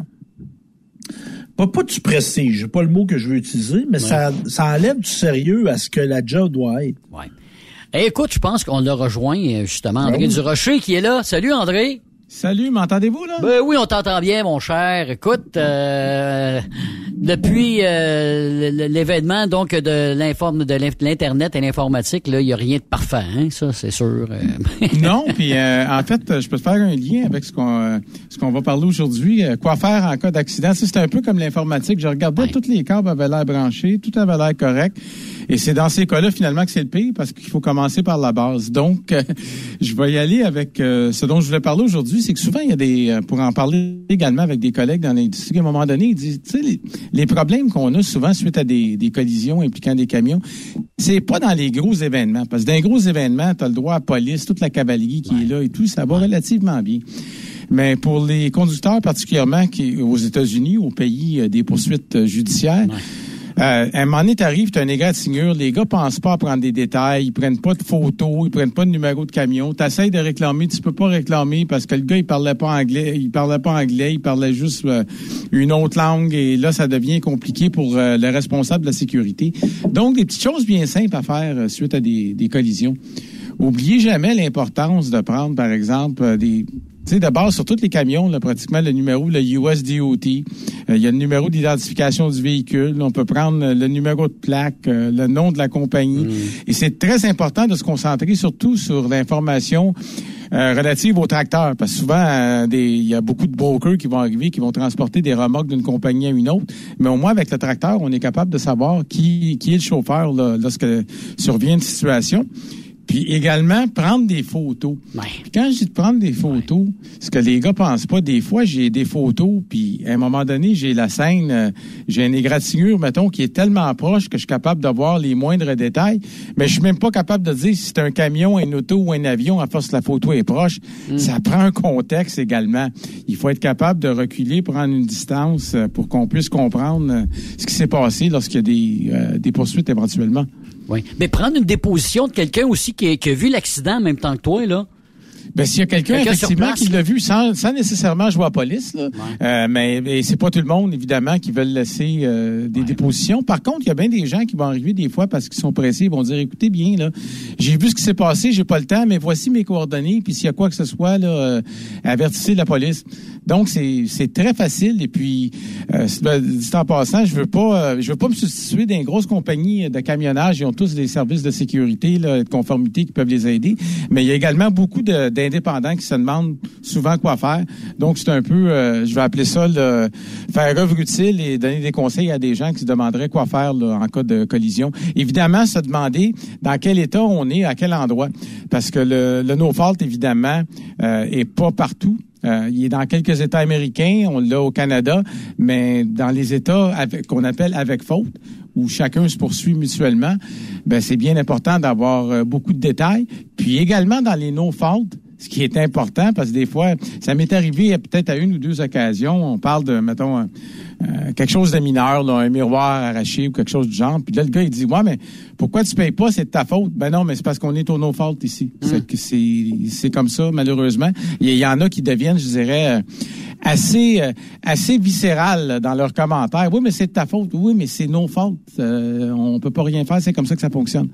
pas, pas du prestige, c'est pas le mot que je veux utiliser, mais ouais. ça, ça enlève du sérieux à ce que la job doit être. Ouais. Et écoute, je pense qu'on l'a rejoint, justement, André ouais. Durocher qui est là. Salut, André. Salut, m'entendez-vous, là? Ben oui, on t'entend bien, mon cher. Écoute, euh, depuis euh, l'événement donc de l'informe de l'internet et l'informatique, là, il y a rien de parfait, hein, ça, c'est sûr. Non, puis euh, en fait, je peux te faire un lien avec ce qu'on euh, ce qu'on va parler aujourd'hui. Euh, quoi faire en cas d'accident? C'est un peu comme l'informatique. Je regardais, ouais. tous les câbles avaient l'air branchés, tout avait l'air correct. Et c'est dans ces cas-là, finalement, que c'est le pire, parce qu'il faut commencer par la base. Donc, euh, je vais y aller avec euh, ce dont je voulais parler aujourd'hui, c'est que souvent, il y a des, euh, pour en parler également avec des collègues dans l'industrie, à un moment donné, ils disent, tu sais, les, les problèmes qu'on a souvent suite à des, des collisions impliquant des camions, c'est pas dans les gros événements, parce que dans les gros événements, tu as le droit à la police, toute la cavalerie qui ouais. est là et tout, ça va relativement bien. Mais pour les conducteurs, particulièrement qui, aux États-Unis, au pays euh, des poursuites euh, judiciaires, ouais. Euh, un moment donné, t'arrives, t'as un égratignure, les gars pensent pas à prendre des détails, ils prennent pas de photos, ils prennent pas de numéro de camion, t'essayes de réclamer, tu peux pas réclamer parce que le gars, il parlait pas anglais, il parlait pas anglais, il parlait juste euh, une autre langue et là, ça devient compliqué pour euh, le responsable de la sécurité. Donc, des petites choses bien simples à faire euh, suite à des, des collisions. Oubliez jamais l'importance de prendre, par exemple, euh, des... Tu sais, d'abord, sur tous les camions, là, pratiquement, le numéro, le U S D O T, il euh, y a le numéro d'identification du véhicule. On peut prendre le numéro de plaque, euh, le nom de la compagnie. Mmh. Et c'est très important de se concentrer surtout sur l'information euh, relative au tracteur. Parce que souvent, euh, il y a beaucoup de brokers qui vont arriver, qui vont transporter des remorques d'une compagnie à une autre. Mais au moins, avec le tracteur, on est capable de savoir qui, qui est le chauffeur là, lorsque survient une situation. Puis également, prendre des photos. Ouais. Puis quand je dis de prendre des photos, ouais. ce que les gars pensent pas, des fois, j'ai des photos, puis à un moment donné, j'ai la scène, euh, j'ai une égratignure, mettons, qui est tellement proche que je suis capable de voir les moindres détails, mais je suis même pas capable de dire si c'est un camion, un auto ou un avion, à force que la photo est proche. Mm. Ça prend un contexte également. Il faut être capable de reculer, prendre une distance euh, pour qu'on puisse comprendre euh, ce qui s'est passé lorsqu'il y a des, euh, des poursuites éventuellement. Oui. Mais prendre une déposition de quelqu'un aussi qui a, qui a vu l'accident en même temps que toi, là. Ben, s'il y a quelqu'un, quelqu'un effectivement, place, qui l'a vu sans, sans nécessairement jouer à la police, là, ouais. euh, mais, mais c'est pas tout le monde, évidemment, qui veulent laisser euh, des ouais. dépositions. Par contre, il y a bien des gens qui vont arriver des fois parce qu'ils sont pressés, ils vont dire, écoutez bien, là, j'ai vu ce qui s'est passé, j'ai pas le temps, mais voici mes coordonnées, puis s'il y a quoi que ce soit, là, euh, avertissez la police. Donc, c'est, c'est très facile. Et puis, euh, dit en passant, je veux pas, euh, je veux pas me substituer d'une grosse compagnie de camionnage. Ils ont tous des services de sécurité, là, de conformité qui peuvent les aider. Mais il y a également beaucoup de, d'indépendants qui se demandent souvent quoi faire. Donc, c'est un peu, euh, je vais appeler ça, là, faire œuvre utile et donner des conseils à des gens qui se demanderaient quoi faire là, en cas de collision. Évidemment, se demander dans quel état on est, à quel endroit. Parce que le, le no-fault, évidemment, euh, est pas partout. Euh, il est dans quelques États américains, on l'a au Canada, mais dans les États avec, qu'on appelle avec faute, où chacun se poursuit mutuellement, ben c'est bien important d'avoir euh, beaucoup de détails. Puis également dans les no-fault, ce qui est important, parce que des fois, ça m'est arrivé peut-être à une ou deux occasions, on parle de, mettons, euh, euh, quelque chose de mineur, là, un miroir arraché ou quelque chose du genre. Puis là, le gars, il dit, ouais, mais pourquoi tu payes pas? C'est de ta faute. Ben non, mais c'est parce qu'on est au no-fault ici. Mmh. C'est, que c'est, c'est comme ça, malheureusement. Il y, y en a qui deviennent, je dirais, euh, assez euh, assez viscérales dans leurs commentaires. Oui, mais c'est de ta faute. Oui, mais c'est no-fault. Euh, on peut pas rien faire. C'est comme ça que ça fonctionne.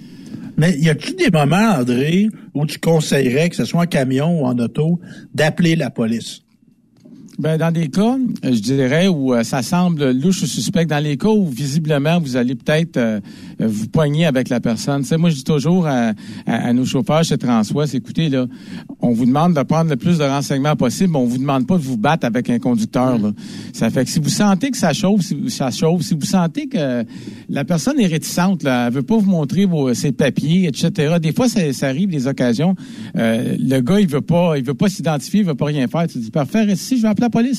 Mais y a-tu des moments, André, où tu conseillerais, que ce soit en camion ou en auto, d'appeler la police? Ben, dans des cas, je dirais, où euh, ça semble louche ou suspect, dans les cas où visiblement vous allez peut-être euh, vous poigner avec la personne. Tu sais, moi, je dis toujours à, à, à nos chauffeurs chez Transwest, écoutez, là, on vous demande de prendre le plus de renseignements possible, mais on vous demande pas de vous battre avec un conducteur, là. Ça fait que si vous sentez que ça chauffe, si ça chauffe, si vous sentez que la personne est réticente, là, elle veut pas vous montrer vos, ses papiers, et cetera. Des fois, ça, ça arrive des occasions, euh, le gars, il veut pas, il veut pas s'identifier, il veut pas rien faire. Tu dis, parfait, reste ici, je vais appeler la police.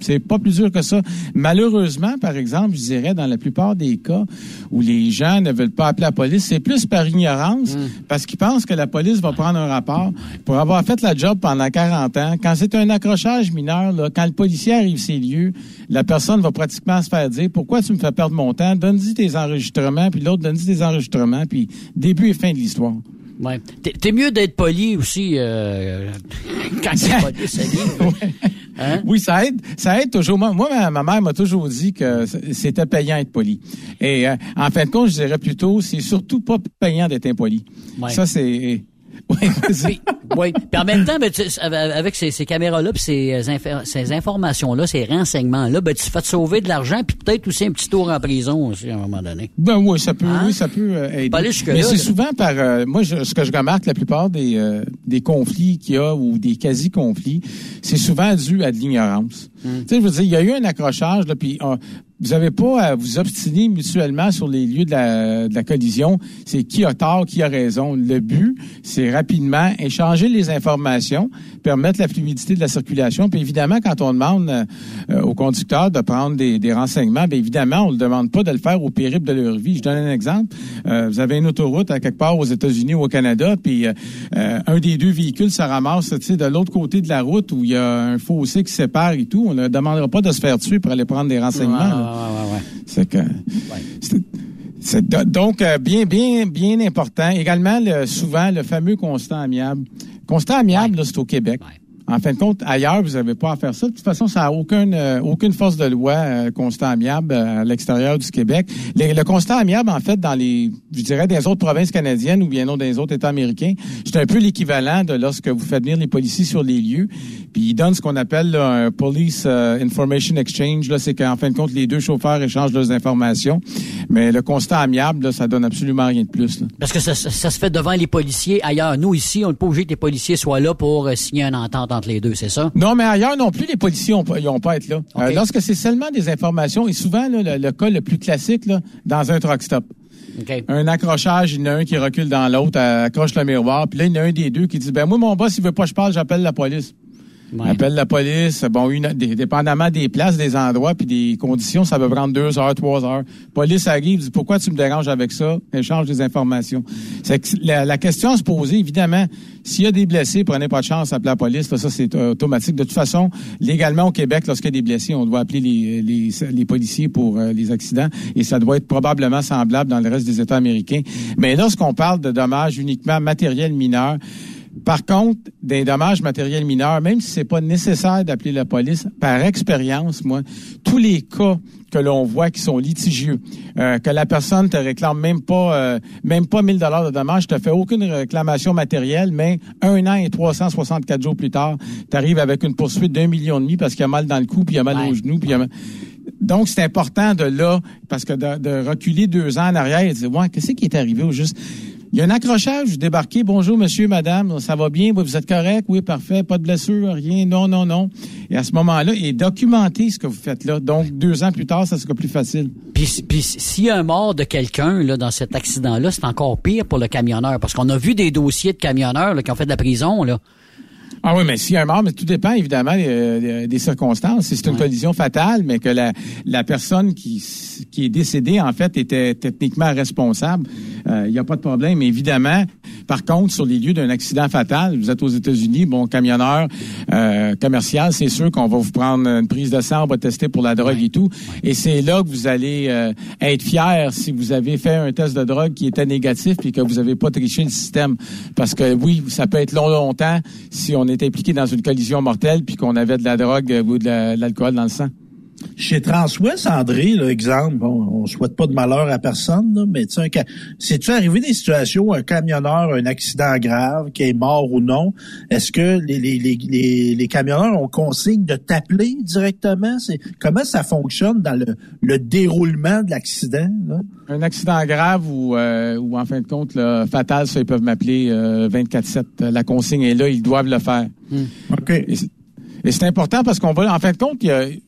C'est pas plus dur que ça. Malheureusement, par exemple, je dirais, dans la plupart des cas où les gens ne veulent pas appeler la police, c'est plus par ignorance, mmh. parce qu'ils pensent que la police va prendre un rapport. Pour avoir fait la job pendant quarante ans, quand c'est un accrochage mineur, là, quand le policier arrive ces lieux, la personne va pratiquement se faire dire « Pourquoi tu me fais perdre mon temps? Donne-y tes enregistrements, puis l'autre, donne-y tes enregistrements, puis début et fin de l'histoire. » Ouais. T'es, t'es mieux d'être poli aussi euh, quand c'est poli, ça dit. Ouais. Hein? Oui, ça aide, ça aide toujours. Moi, ma, ma mère m'a toujours dit que c'était payant d'être poli. Et euh, en fin de compte, je dirais plutôt, c'est surtout pas payant d'être impoli. Ouais. Ça, c'est... Oui, oui, oui. Puis en même temps, ben, tu, avec ces, ces caméras-là, puis ces, ces informations-là, ces renseignements-là, ben, tu fais te sauver de l'argent, puis peut-être aussi un petit tour en prison aussi, à un moment donné. Ben oui, ça peut, hein? oui, ça peut euh, aider. Mais c'est là. souvent par, euh, moi, je, ce que je remarque, la plupart des, euh, des conflits qu'il y a ou des quasi-conflits, c'est souvent dû à de l'ignorance. Hum. Tu sais, je veux dire, il y a eu un accrochage, là, puis euh, vous n'avez pas à vous obstiner mutuellement sur les lieux de la, de la collision. C'est qui a tort, qui a raison. Le but, c'est rapidement échanger les informations, permettre la fluidité de la circulation. Puis évidemment, quand on demande euh, aux conducteurs de prendre des, des renseignements, bien évidemment, on ne le demande pas de le faire au périple de leur vie. Je donne un exemple. Euh, vous avez une autoroute à quelque part aux États-Unis ou au Canada, puis euh, euh, un des deux véhicules se ramasse, tu sais, de l'autre côté de la route où il y a un fossé qui sépare et tout. On ne demandera pas de se faire tuer pour aller prendre des renseignements. Ouais, ouais, ouais. C'est que... Ouais. C'est, c'est donc euh, bien, bien, bien important. Également, le, souvent, le fameux constat amiable. Constat amiable, ouais. là, c'est au Québec. Ouais. En fin de compte, ailleurs, vous n'avez pas à faire ça. De toute façon, ça n'a aucune, euh, aucune force de loi, euh, constat amiable euh, à l'extérieur du Québec. Les, le constat amiable, en fait, dans les, je dirais, des autres provinces canadiennes ou bien non des autres États américains, c'est un peu l'équivalent de lorsque vous faites venir les policiers sur les lieux. Puis ils donnent ce qu'on appelle là, un Police uh, Information Exchange. Là, c'est qu'en fin de compte, les deux chauffeurs échangent leurs informations. Mais le constat amiable, là, ça donne absolument rien de plus. Là. Parce que ça, ça, ça se fait devant les policiers ailleurs. Nous, ici, on n'est pas obligé que les policiers soient là pour euh, signer une entente entre les deux, c'est ça? Non, mais ailleurs non plus, les policiers n'ont pas à être là. Okay. Euh, lorsque c'est seulement des informations, et souvent, là, le, le cas le plus classique, là, dans un truck stop. Okay. Un accrochage, il y en a un qui recule dans l'autre, accroche le miroir, puis là, il y en a un des deux qui dit, ben moi, mon boss, il veut pas que je parle, j'appelle la police. Ouais. Appelle la police. Bon, une, dépendamment des places, des endroits puis des conditions, ça peut prendre deux heures, trois heures. Police arrive, dit pourquoi tu me déranges avec ça? Échange des informations. C'est que la, la question à se poser, évidemment, s'il y a des blessés, prenez pas de chance, appelez la police. Là, ça, c'est automatique. De toute façon, légalement au Québec, lorsqu'il y a des blessés, on doit appeler les, les, les policiers pour euh, les accidents et ça doit être probablement semblable dans le reste des États américains. Mais lorsqu'on parle de dommages uniquement matériels mineurs, par contre, des dommages matériels mineurs, même si c'est pas nécessaire d'appeler la police, par expérience, moi, tous les cas que l'on voit qui sont litigieux, euh, que la personne te réclame même pas, euh, même pas mille dollars de dommages, te fait aucune réclamation matérielle, mais un an et trois cent soixante-quatre jours plus tard, t'arrives avec une poursuite d'un million et demi parce qu'il y a mal dans le cou, puis il y a mal ouais. au genou, puis il y a mal... Donc, c'est important de là, parce que de, de reculer deux ans en arrière et de dire, ouais, qu'est-ce qui est arrivé au juste? Il y a un accrochage, vous débarquez, bonjour monsieur, madame, ça va bien, vous êtes correct, oui, parfait, pas de blessure, rien, non, non, non. Et à ce moment-là, et documenter ce que vous faites là. Donc, deux ans plus tard, ça sera plus facile. Puis, puis s'il y a un mort de quelqu'un là dans cet accident-là, c'est encore pire pour le camionneur, parce qu'on a vu des dossiers de camionneurs là, qui ont fait de la prison, là. Ah oui, mais s'il y a un mort, mais tout dépend évidemment des, des circonstances. Si c'est une ouais. collision fatale, mais que la, la personne qui, qui est décédée, en fait, était techniquement responsable, il euh, n'y a pas de problème. Mais évidemment, par contre, sur les lieux d'un accident fatal, vous êtes aux États-Unis, bon, camionneur euh, commercial, c'est sûr qu'on va vous prendre une prise de sang, on va tester pour la drogue ouais. et tout. Ouais. Et c'est là que vous allez euh, être fier si vous avez fait un test de drogue qui était négatif puis que vous n'avez pas triché le système. Parce que oui, ça peut être long, longtemps si on est impliqué dans une collision mortelle puis qu'on avait de la drogue ou de, la, de l'alcool dans le sang. Chez Transwest, André, là, exemple, bon, on souhaite pas de malheur à personne, là, mais tu sais, c'est-tu arrivé des situations où un camionneur a un accident grave, qui est mort ou non? Est-ce que les, les, les, les, les camionneurs ont consigne de t'appeler directement? C'est, comment ça fonctionne dans le, le déroulement de l'accident, là? Un accident grave ou, euh, ou en fin de compte, là, fatal, ça, ils peuvent m'appeler euh, vingt-quatre sept. La consigne est là, ils doivent le faire. Hum. OK. Et c'est, et c'est important parce qu'on va, en fin de compte, il y a,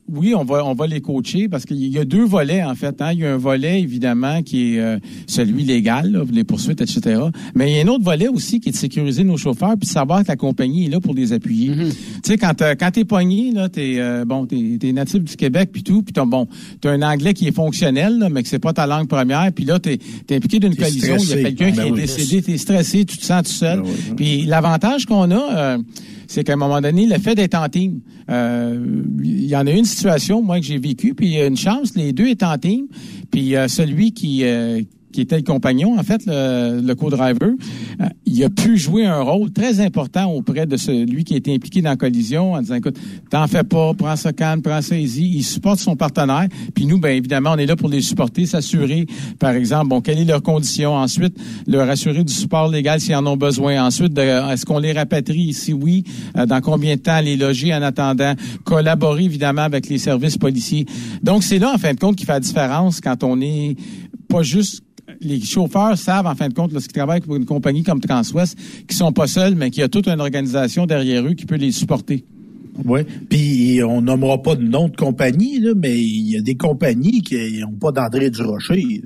oui, on va on va les coacher parce qu'il y a deux volets, en fait. Hein. Il y a un volet, évidemment, qui est euh, celui légal, là, les poursuites, et cetera. Mais il y a un autre volet aussi qui est de sécuriser nos chauffeurs puis de savoir que la compagnie est là pour les appuyer. Mm-hmm. Tu sais, quand, euh, quand t'es pogné, là, t'es, euh, bon, t'es, t'es natif du Québec puis tout, puis t'as, bon, t'as un anglais qui est fonctionnel, là, mais que c'est pas ta langue première, puis là, t'es, t'es impliqué d'une t'es collision, il y a quelqu'un ben qui oui. est décédé, t'es stressé, tu te sens tout seul. Ben oui. Puis l'avantage qu'on a... Euh, c'est qu'à un moment donné, le fait d'être en team, euh, il y en a une situation, moi, que j'ai vécue, puis il y a une chance, les deux étaient en team, puis euh, celui qui... Euh, qui était le compagnon, en fait, le, le co-driver, euh, il a pu jouer un rôle très important auprès de celui qui a été impliqué dans la collision en disant, écoute, t'en fais pas, prends ça calme, prends ça easy. Il supporte son partenaire. Puis nous, ben évidemment, on est là pour les supporter, s'assurer, par exemple, bon, quelles sont leurs conditions. Ensuite, leur assurer du support légal s'ils en ont besoin. Ensuite, de, est-ce qu'on les rapatrie? Si oui, euh, dans combien de temps les loger en attendant? Collaborer, évidemment, avec les services policiers. Donc, c'est là, en fin de compte, qui fait la différence quand on est pas juste... Les chauffeurs savent, en fin de compte, lorsqu'ils travaillent pour une compagnie comme Transwest, qu'ils sont pas seuls, mais qu'il y a toute une organisation derrière eux qui peut les supporter. Oui, puis on nommera pas de nom de compagnie, là, mais il y a des compagnies qui n'ont pas d'André Durocher.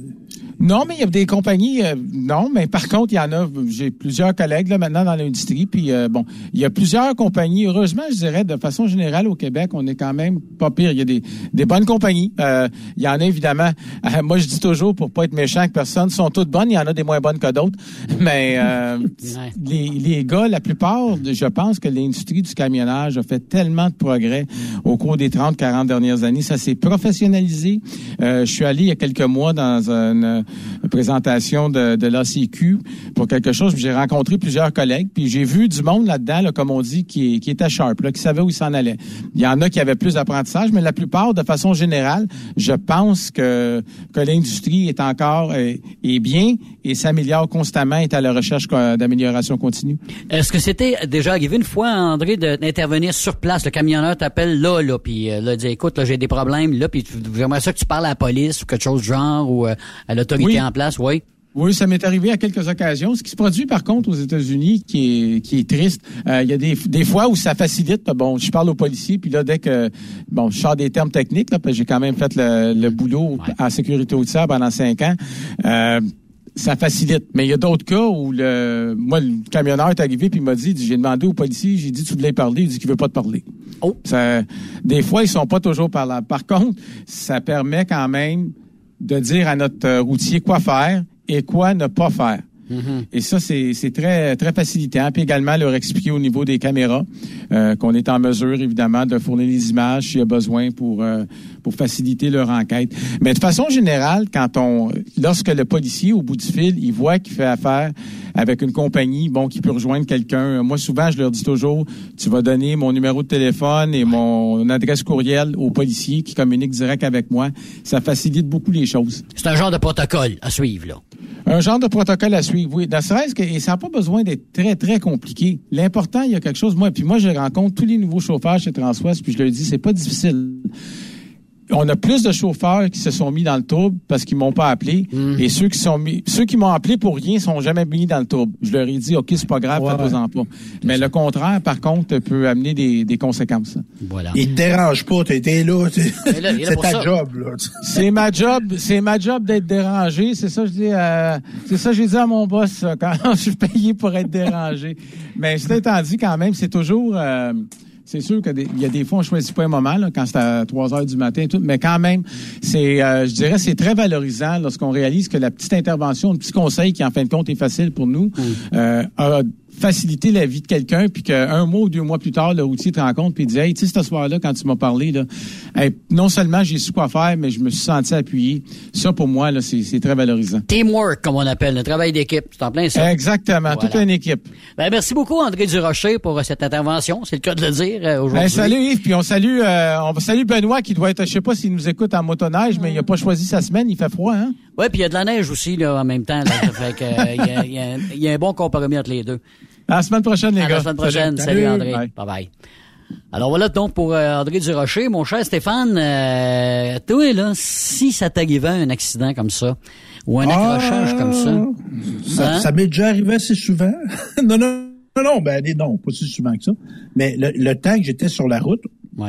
Non, mais il y a des compagnies, euh, non, mais par contre, il y en a, j'ai plusieurs collègues là maintenant dans l'industrie, puis euh, bon, il y a plusieurs compagnies. Heureusement, je dirais, de façon générale au Québec, on est quand même pas pire. Il y a des, des bonnes compagnies. Euh, il y en a évidemment. Euh, moi, je dis toujours, pour pas être méchant avec personne, sont toutes bonnes. Il y en a des moins bonnes que d'autres, mais euh, les, les gars, la plupart, je pense que l'industrie du camionnage a fait tellement de progrès au cours des trente, quarante dernières années. Ça s'est professionnalisé. Euh, je suis allé il y a quelques mois dans une présentation de, de l'A C Q pour quelque chose, puis j'ai rencontré plusieurs collègues, puis j'ai vu du monde là-dedans, là, comme on dit, qui, qui était sharp, là, qui savait où il s'en allait. Il y en a qui avaient plus d'apprentissage, mais la plupart, de façon générale, je pense que, que l'industrie est encore euh, est bien et s'améliore constamment, est à la recherche d'amélioration continue. Est-ce que c'était déjà arrivé une fois, André, de, d'intervenir sur place? Le camionneur t'appelle là, là, puis euh, là, dit, écoute, là, j'ai des problèmes, là, puis j'aimerais ça que tu parles à la police ou quelque chose du genre, ou euh, à l'autorité oui. en place, oui. Oui, ça m'est arrivé à quelques occasions. Ce qui se produit, par contre, aux États-Unis, qui est qui est triste, euh, il y a des des fois où ça facilite. Bon, je parle aux policiers, puis là, dès que bon, je sors des termes techniques, là, parce que j'ai quand même fait le, le boulot ouais. en sécurité routière pendant cinq ans. Euh, ça facilite. Mais il y a d'autres cas où le moi, le camionneur est arrivé puis il m'a dit, j'ai demandé au policier, j'ai dit tu voulais parler, il dit qu'il veut pas te parler. Oh. Ça, des fois, ils sont pas toujours parlables. Par contre, ça permet quand même de dire à notre routier quoi faire et quoi ne pas faire. Mm-hmm. Et ça, c'est, c'est très très facilitant. Puis également, leur expliquer au niveau des caméras euh, qu'on est en mesure, évidemment, de fournir les images s'il y a besoin pour euh, pour faciliter leur enquête. Mais de façon générale, quand on, lorsque le policier, au bout du fil, il voit qu'il fait affaire avec une compagnie, bon, qui peut rejoindre quelqu'un. Moi, souvent, je leur dis toujours, tu vas donner mon numéro de téléphone et mon adresse courriel au policier qui communique direct avec moi. Ça facilite beaucoup les choses. C'est un genre de protocole à suivre, là. Un genre de protocole à suivre, oui. Ne serait-ce que, et ça n'a pas besoin d'être très, très compliqué. L'important, il y a quelque chose, moi, puis moi, je rencontre tous les nouveaux chauffeurs chez Transwest, puis je leur dis, c'est pas difficile. On a plus de chauffeurs qui se sont mis dans le trouble parce qu'ils m'ont pas appelé. Mmh. Et ceux qui sont mis, ceux qui m'ont appelé pour rien sont jamais mis dans le trouble. Je leur ai dit, OK, c'est pas grave, ouais, faites-vous-en pas. Mais ça. Le contraire, par contre, peut amener des, des conséquences. Voilà. Il te dérange pas, t'es, t'es là, t'es, là, c'est ta ça. job, là. C'est ma job, c'est ma job d'être dérangé. C'est ça, je dis, euh, c'est ça, j'ai dit à mon boss, quand je suis payé pour être dérangé. Mais c'est étant dit, quand même, c'est toujours, euh, c'est sûr qu'il y a des fois, on choisit pas un moment, là, quand c'est à trois heures du matin et tout, mais quand même, c'est, euh, je dirais, c'est très valorisant lorsqu'on réalise que la petite intervention, le petit conseil qui, en fin de compte, est facile pour nous, mmh. euh, a faciliter la vie de quelqu'un, puis qu'un mois ou deux mois plus tard, le routier te rencontre puis il dit, hey, tu sais, ce soir-là, quand tu m'as parlé, là, hey, non seulement j'ai su quoi faire, mais je me suis senti appuyé. Ça, pour moi, là, c'est, c'est très valorisant. Teamwork, comme on appelle, le travail d'équipe. C'est en plein ça. Exactement, voilà. Toute une équipe. Ben, merci beaucoup, André Durocher, pour cette intervention. C'est le cas de le dire euh, aujourd'hui. Ben, salut Yves, puis on salue, euh, on salue Benoît qui doit être, je sais pas s'il nous écoute en motoneige, mais il a pas choisi sa semaine, il fait froid, hein? Ouais, puis il y a de la neige aussi, là, en même temps. Là, ça fait que, euh, y a, y a, y a un bon compromis entre les deux. À la semaine prochaine, les à gars. À la semaine prochaine. Salut, Salut André. Bye. bye bye. Alors voilà donc pour euh, André Durocher. Mon cher Stéphane, euh, toi, là, si ça t'arrivait un accident comme ça, ou un ah, accrochage comme ça. Ça, hein? ça m'est déjà arrivé assez souvent. non, non, non, non, ben non, pas si souvent que ça. Mais le, le temps que j'étais sur la route, ouais.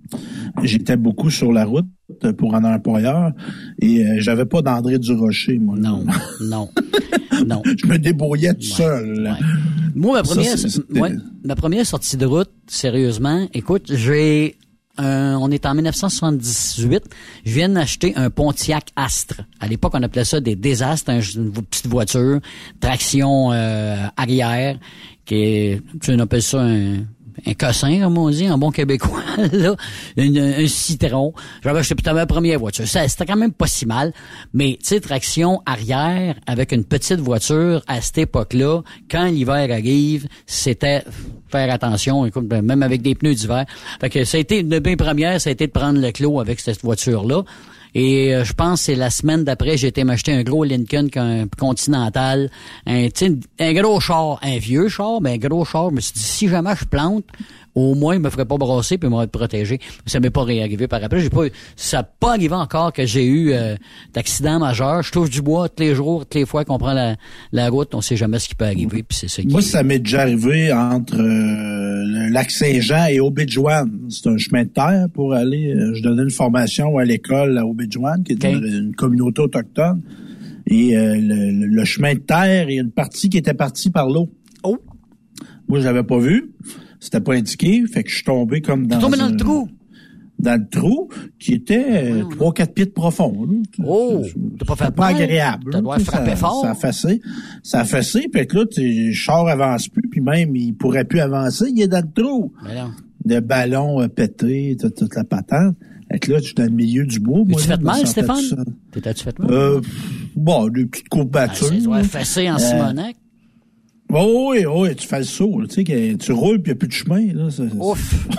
J'étais beaucoup sur la route pour un employeur et euh, j'avais pas d'André Durocher, moi. Non, non, non. Je me débrouillais tout ouais, seul. Ouais. Moi, ma première, Ça, ouais, ma première sortie de route, sérieusement, écoute, j'ai... Euh, on est en dix-neuf cent soixante-dix-huit. Je viens d'acheter un Pontiac Astre. À l'époque, on appelait ça des désastres, une petite voiture, traction euh, arrière, qui est, tu appelles ça un, un cossin, comme on dit, en bon québécois, là, une, un citron. J'avais acheté peut-être ma première voiture. Ça, c'était quand même pas si mal. Mais, tu sais, traction arrière avec une petite voiture à cette époque-là, quand l'hiver arrive, c'était faire attention, écoute, même avec des pneus d'hiver. Fait que ça a été une bien première, ça a été de prendre le clos avec cette voiture-là. Et euh, je pense que c'est la semaine d'après, j'ai été m'acheter un gros Lincoln un Continental, un, un gros char, un vieux char, mais un gros char. Je me suis dit, si jamais je plante, au moins, il me ferait pas brasser puis il m'aurait protégé. Ça m'est pas réarrivé par après. J'ai pas, ça n'a pas arrivé encore que j'ai eu euh, d'accident majeur. Je touche du bois tous les jours, toutes les fois qu'on prend la, la route, on sait jamais ce qui peut arriver. Puis c'est ça qui Moi, est... ça m'est déjà arrivé entre euh, le Lac-Saint-Jean et Obidjouane. C'est un chemin de terre pour aller. Euh, je donnais une formation à l'école à Obidjouane, qui est okay. une, une communauté autochtone. Et euh, le, le, le chemin de terre, il y a une partie qui était partie par l'eau. Oh! Moi, je l'avais pas vu. C'était pas indiqué, fait que je suis tombé comme dans... tombé dans le trou? Dans le trou, qui était trois, quatre pieds de profond. Là. Oh! T'as pas fait pas agréable. Ça doit frapper fort. Ça a fessé. Ça a fessé, puis là, le char avance plus, puis même, il pourrait plus avancer, il est dans le trou. Le ballon a pété, toute, toute la patente. Fait que là, tu es dans le milieu du bois. Tu fait mal, Stéphane? T'étais-tu fait mal? Euh, bon, des petites courbatures. Ah, ça doit fesser en euh, Simonac. Oh oui, oui, tu fais le saut, tu sais, que tu roules puis il n'y a plus de chemin, là. Ça, Ouf!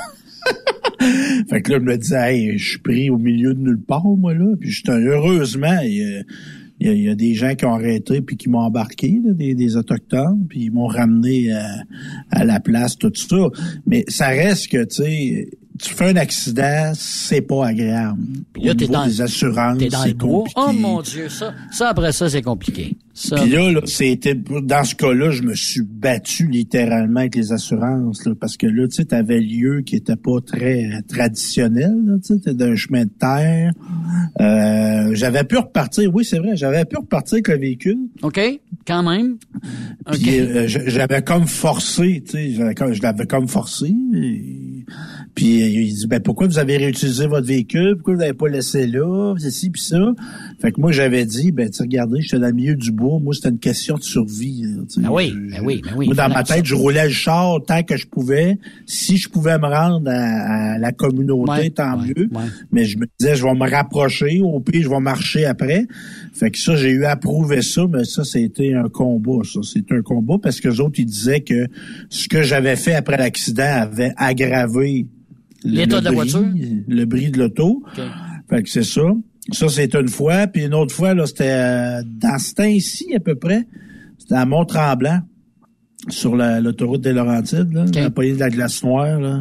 Fait que là, je me disais, hey, je suis pris au milieu de nulle part, moi, là. Puis j'étais, heureusement, il y a, il y a, il y a des gens qui ont arrêté puis qui m'ont embarqué, là, des, des Autochtones, puis ils m'ont ramené à, à la place, tout ça. Mais ça reste que, tu sais, tu fais un accident, c'est pas agréable. Puis là, au t'es niveau dans, des assurances, t'es dans c'est le bois. compliqué. Oh mon Dieu, ça, ça après ça, c'est compliqué. Ça... Puis là, là, c'était dans ce cas-là, je me suis battu littéralement avec les assurances, là, parce que là, tu sais, t'avais lieu qui était pas très traditionnel, tu sais, t'es d'un chemin de terre. Euh, j'avais pu repartir, oui, c'est vrai, j'avais pu repartir avec le véhicule. OK, quand même. Puis okay. euh, j'avais comme forcé, tu sais, j'avais comme, je l'avais comme forcé. Et... Puis il dit, ben pourquoi vous avez réutilisé votre véhicule? Pourquoi vous l'avez pas laissé là? C'est ci puis ça. Fait que moi, j'avais dit, ben tu regardez, j'étais dans le milieu du bois. Moi, c'était une question de survie. Ben oui, ben oui, ben oui. Moi, dans ma tête, je roulais le char tant que je pouvais. Si je pouvais me rendre à, à la communauté, ouais, tant ouais, mieux. Ouais. Mais je me disais, je vais me rapprocher. Au pire, je vais marcher après. Fait que ça, j'ai eu à prouver ça, mais ça, c'était un combat, ça. C'était un combat parce que les autres, ils disaient que ce que j'avais fait après l'accident avait aggravé l'état de la bris, voiture? Le bris de l'auto. Okay. Fait que c'est ça. Ça, c'est une fois. Puis une autre fois, là, c'était euh, dans ce temps-ci, à peu près. C'était à Mont-Tremblant, sur la, l'autoroute des Laurentides, là. Okay. La poignée de la glace noire, là.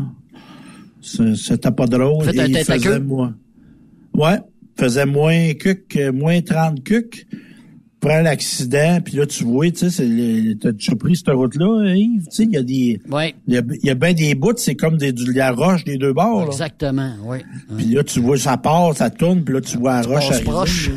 C'était pas drôle. Fait, et il faisait moins. Ouais. Faisait moins cuc, moins trente cuc. Prends l'accident, puis là, tu vois, tu sais, c'est le, t'as déjà pris cette route-là, Yves? Tu sais, il y a des... Ouais. Il y a, y a bien des bouts, c'est comme des, de la roche des deux bords, là. Exactement, oui. Puis là, tu vois, ça part, ça tourne, puis là, tu vois la roche arriver. Proche.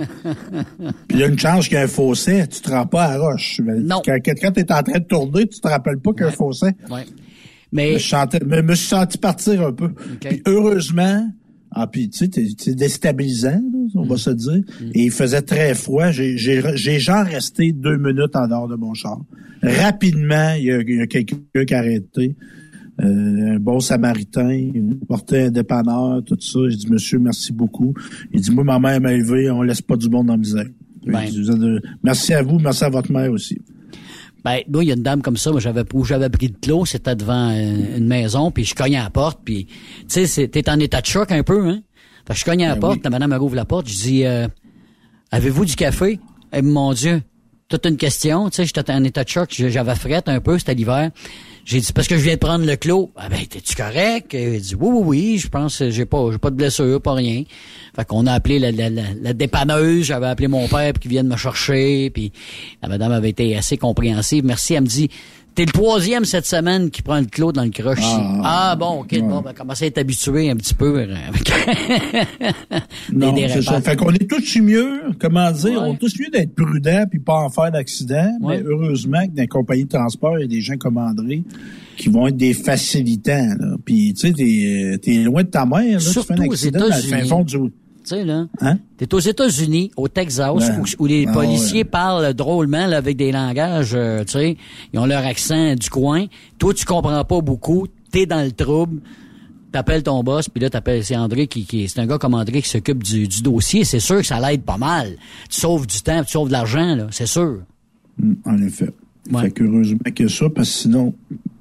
Puis là, une chance qu'il y a un fossé, tu te rends pas à la roche. Non. Quand, quand t'es en train de tourner, tu te rappelles pas qu'il y a un fossé. Oui. Mais... Je, chantais, me, me suis senti partir un peu. Okay. Puis heureusement... Ah, puis tu sais, c'est déstabilisant, là, on mmh. va se dire. Mmh. Et il faisait très froid. J'ai, j'ai, j'ai genre resté deux minutes en dehors de mon char. Rapidement, il y a, il y a quelqu'un qui a arrêté. Euh, un bon samaritain, il portait un dépanneur, tout ça. J'ai dit, monsieur, merci beaucoup. Il dit, moi, ma mère m'a élevé, on laisse pas du monde dans la misère. Ben. Dit, merci à vous, merci à votre mère aussi. Ben, moi, il y a une dame comme ça, moi, j'avais, où j'avais pris de clos, c'était devant une, une maison, puis je cognais à la porte, puis, tu sais, t'es en état de choc un peu, hein. Fait que je cognais à la ben porte, oui. La madame me rouvre la porte, je dis, euh, avez-vous du café? Eh, mon Dieu, toute une question, tu sais, j'étais en état de choc, j'avais frette un peu, c'était l'hiver. J'ai dit, parce que je viens de prendre le clos. Ah ben, t'es-tu correct? Il dit, oui, oui, oui, je pense, j'ai pas, j'ai pas de blessure, pas rien. Fait qu'on a appelé la, la, la, la dépanneuse, j'avais appelé mon père pour qu'il vienne me chercher, puis la madame avait été assez compréhensive. Merci, elle me dit, T'es le troisième cette semaine qui prend le clos dans le croche. Ah, ah bon, OK. ouais. Bon, ben, commencez à être habitué un petit peu avec Non, des c'est ça. dérapages. Fait qu'on est tous mieux, comment dire, Ouais. on est tous mieux d'être prudents puis pas en faire d'accident. Ouais. Mais heureusement que dans les compagnies de transport, il y a des gens comme André qui vont être des facilitants, là. Puis, tu sais, t'es, t'es loin de ta mère, là. Surtout tu fais un aux accident dans le fin États-Unis. fond du... Tu sais, là, Hein? t'es aux États-Unis, au Texas, Ben, où, où les ah, policiers ouais. parlent drôlement là, avec des langages, euh, tu sais, ils ont leur accent du coin. Toi, tu comprends pas beaucoup, t'es dans le trouble, t'appelles ton boss, puis là, t'appelles, c'est André qui, qui c'est un gars comme André qui s'occupe du, du dossier. C'est sûr que ça l'aide pas mal. Tu sauves du temps, tu sauves de l'argent, là, c'est sûr. Mm, en effet. Ouais. Fait qu'heureusement que ça, parce que sinon,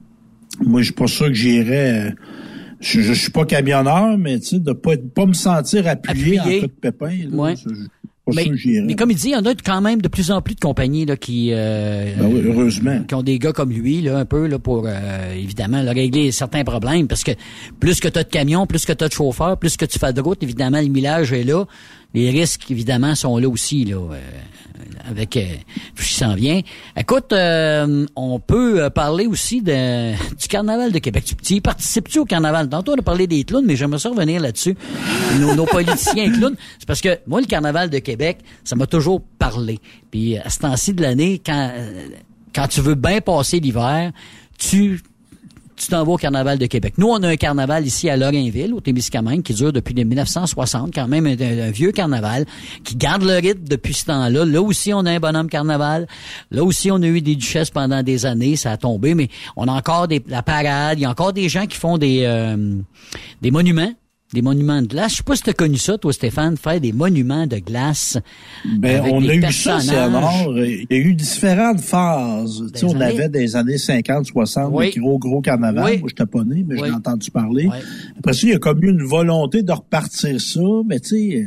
moi, je suis pas sûr que j'irais... euh, Je, je suis pas camionneur, mais tu sais, de pas, pas me sentir appuyé, Appuyé. en cas de pépin, là, Ouais. ça, je suis pas Mais, sûr que j'irais. mais comme il dit, il y en a quand même de plus en plus de compagnies là, qui, euh, Ben oui, heureusement. qui ont des gars comme lui, là, un peu là, pour euh, évidemment là, régler certains problèmes. Parce que plus que tu as de camions, plus que tu as de chauffeurs, plus que tu fais de route, évidemment, le millage est là. Les risques, évidemment, sont là aussi, là, euh, avec euh, ce qui s'en vient. Écoute, euh, on peut parler aussi de, du Carnaval de Québec. Tu, tu y participes-tu au Carnaval? Tantôt, on a parlé des clowns, mais j'aimerais ça revenir là-dessus. Nos, nos politiciens clowns. C'est parce que moi, le Carnaval de Québec, ça m'a toujours parlé. Puis à ce temps-ci de l'année, quand, euh, quand tu veux bien passer l'hiver, tu... tu t'en vas au Carnaval de Québec. Nous, on a un carnaval ici à Lorrainville, au Témiscamingue, qui dure depuis dix-neuf cent soixante, quand même un, un vieux carnaval, qui garde le rythme depuis ce temps-là. Là aussi, on a un bonhomme carnaval. Là aussi, on a eu des duchesses pendant des années, ça a tombé, mais on a encore des, la parade, il y a encore des gens qui font des, euh, des monuments. Des monuments de glace. Je sais pas si tu as connu ça, toi, Stéphane, faire des monuments de glace. Ben, avec on des a eu ça, personnages. c'est alors. Il y a eu différentes phases. Tu sais, on années. avait des années cinquante, soixante, Oui. des gros, gros carnavals. Oui. Moi, j'étais pas né, mais Oui. j'ai entendu parler. Oui. Après ça, il y a comme eu une volonté de repartir ça, mais tu sais,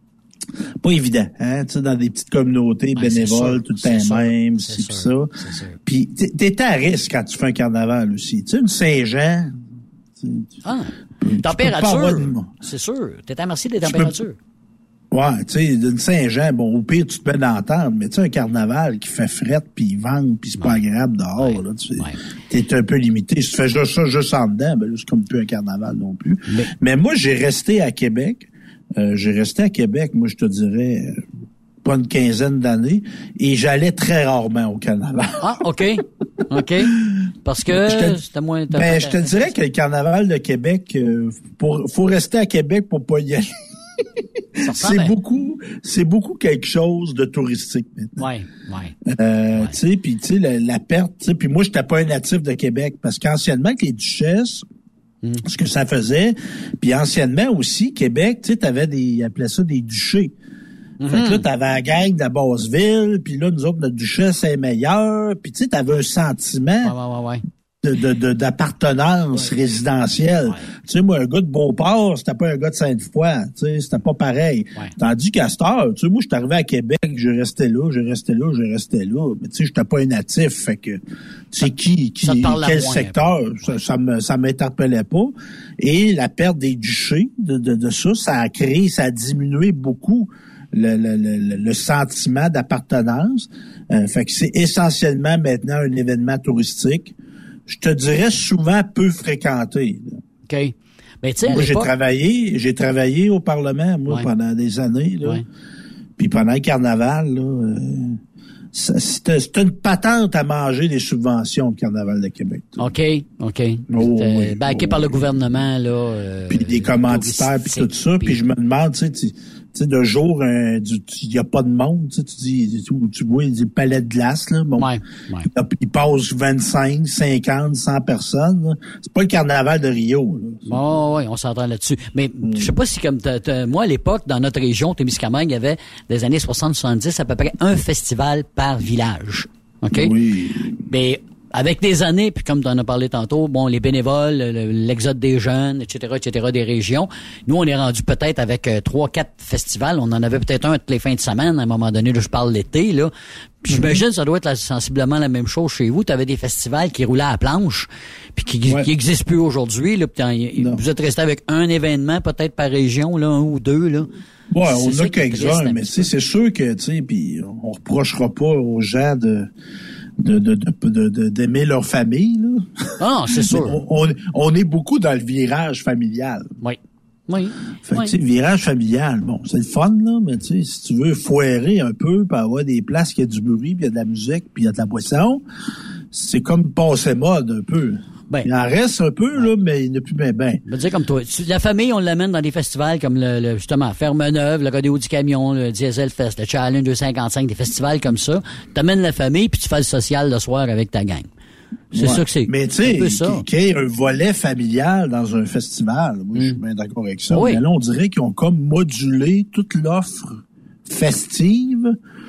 pas évident, hein, tu sais, dans des petites communautés Ouais, c'est bénévoles, sûr, tout le c'est sûr, temps même, c'est ci pis ça. sûr, c'est sûr. Puis, t'es- t'es à risque quand tu fais un carnaval aussi. Tu sais, une Saint-Jean, Ah, peux pas température. avoir de- C'est sûr. T'es à merci des Tu peux- températures. ouais, tu sais, d'une Saint-Jean, bon, au pire, tu te mets dans la tente, mais tu sais, un carnaval qui fait frette, puis il vente, puis c'est pas agréable dehors, là, tu sais, t'es un peu limité. Si tu fais juste ça juste en dedans, ben là, c'est comme plus un carnaval non plus. Mais, mais moi, j'ai resté à Québec. Euh, j'ai resté à Québec, moi, je te dirais, euh, pas une quinzaine d'années, et j'allais très rarement au carnaval. Ah, OK. OK. Parce que Je te- c'était moins... Ben, je te dirais que le carnaval de Québec, euh, pour, faut rester à Québec pour pas y aller. Ça ressemble c'est à- beaucoup, c'est beaucoup quelque chose de touristique maintenant. Ouais, ouais. Euh, tu sais, puis tu sais la, la perte, tu sais, puis moi j'étais pas un natif de Québec parce qu'anciennement avec les duchesses, ce que ça faisait, puis anciennement aussi Québec, tu sais, t'avais des, ils appelaient ça des duchés. Fait que là, t'avais la gang de la Basse-Ville, puis là, nous autres, notre duchesse est meilleure, puis tu sais, t'avais un sentiment Ouais, ouais, ouais. de, de, de- d'appartenance résidentielle. Tu sais, moi, un gars de Beauport, c'était pas un gars de Sainte-Foy, tu sais, c'était pas pareil. Ouais. Tandis qu'à cette heure, tu sais, moi, je suis arrivé à Québec, je restais là, je restais là, je restais là, mais tu sais, j'étais pas un natif, fait que, tu sais, qui, qui, ça te parle à quel moins, secteur, ça, ça me, ça m'interpellait pas. Et la perte des duchés, de, de, de ça, ça a créé, ça a diminué beaucoup le, le, le, le sentiment d'appartenance. Euh, fait que c'est essentiellement maintenant un événement touristique. Je te dirais souvent peu fréquenté. Là. OK. Mais tu sais, à Moi, j'ai l'époque- travaillé, j'ai travaillé au Parlement, moi, Ouais. pendant des années, là. Ouais. Puis pendant le carnaval, là, euh, ça- c'était, c'était une patente à manger des subventions, le Carnaval de Québec. OK, OK. Oh, C'était oui, backé oh, par le oui. gouvernement, là. euh, Puis des commanditaires, puis tout ça. Puis je me demande, tu sais, tu tu sais, de jour, il n'y a pas de monde, tu sais, tu dis, tu, tu vois des palais de glace, là. Bon, Ouais, ouais. il passe vingt-cinq, cinquante, cent personnes, là. C'est pas le carnaval de Rio, là. Oh, oui, on s'entend là-dessus. Mais Mm. je sais pas si comme t'as- t'as- moi à l'époque dans notre région Témiscamingue, il y avait des années soixante soixante-dix à peu près un festival par village. OK? Oui. Mais avec des années, puis comme tu en as parlé tantôt, bon, les bénévoles, le- l'exode des jeunes, et cetera, et cetera, des régions. Nous, on est rendu peut-être avec euh, trois, quatre festivals. On en avait peut-être un toutes les fins de semaine. À un moment donné, là, je parle l'été, là. Puis j'imagine que ça doit être la- sensiblement la même chose chez vous. Tu avais des festivals qui roulaient à la planche, puis qui, Ouais. qui existent plus aujourd'hui. Là. Puis t'en- Non. vous êtes resté avec un événement peut-être par région, là, un ou deux, là. Ouais, C'est on ça a qui est triste, quelques-uns, un mais petit tu sais, c'est sûr que, tu sais, puis on reprochera pas aux gens de de, de, de, de, d'aimer leur famille, là. Ah, c'est sûr. on, on, on est beaucoup dans le virage familial. Oui. Oui. Fait que, oui. tu sais, virage familial, bon, c'est le fun, là, mais tu sais, si tu veux foirer un peu, puis avoir des places qui a du bruit, puis il y a de la musique, puis il y a de la boisson, c'est comme passer mode un peu. Ben, il en reste un peu, là, mais il n'est plus bien bien. Je veux dire comme toi. La famille, on l'amène dans des festivals comme le, le justement Ferme-Neuve, le Rodéo du Camion, le Diesel Fest, le Challenge deux cent cinquante-cinq, des festivals comme ça. T'amènes la famille, puis tu fais le social le soir avec ta gang. C'est ouais. ça que c'est. Mais tu sais, qu'il y ait un volet familial dans un festival, moi, mm. je suis bien d'accord avec ça. Oui. Mais là, on dirait qu'ils ont comme modulé toute l'offre festive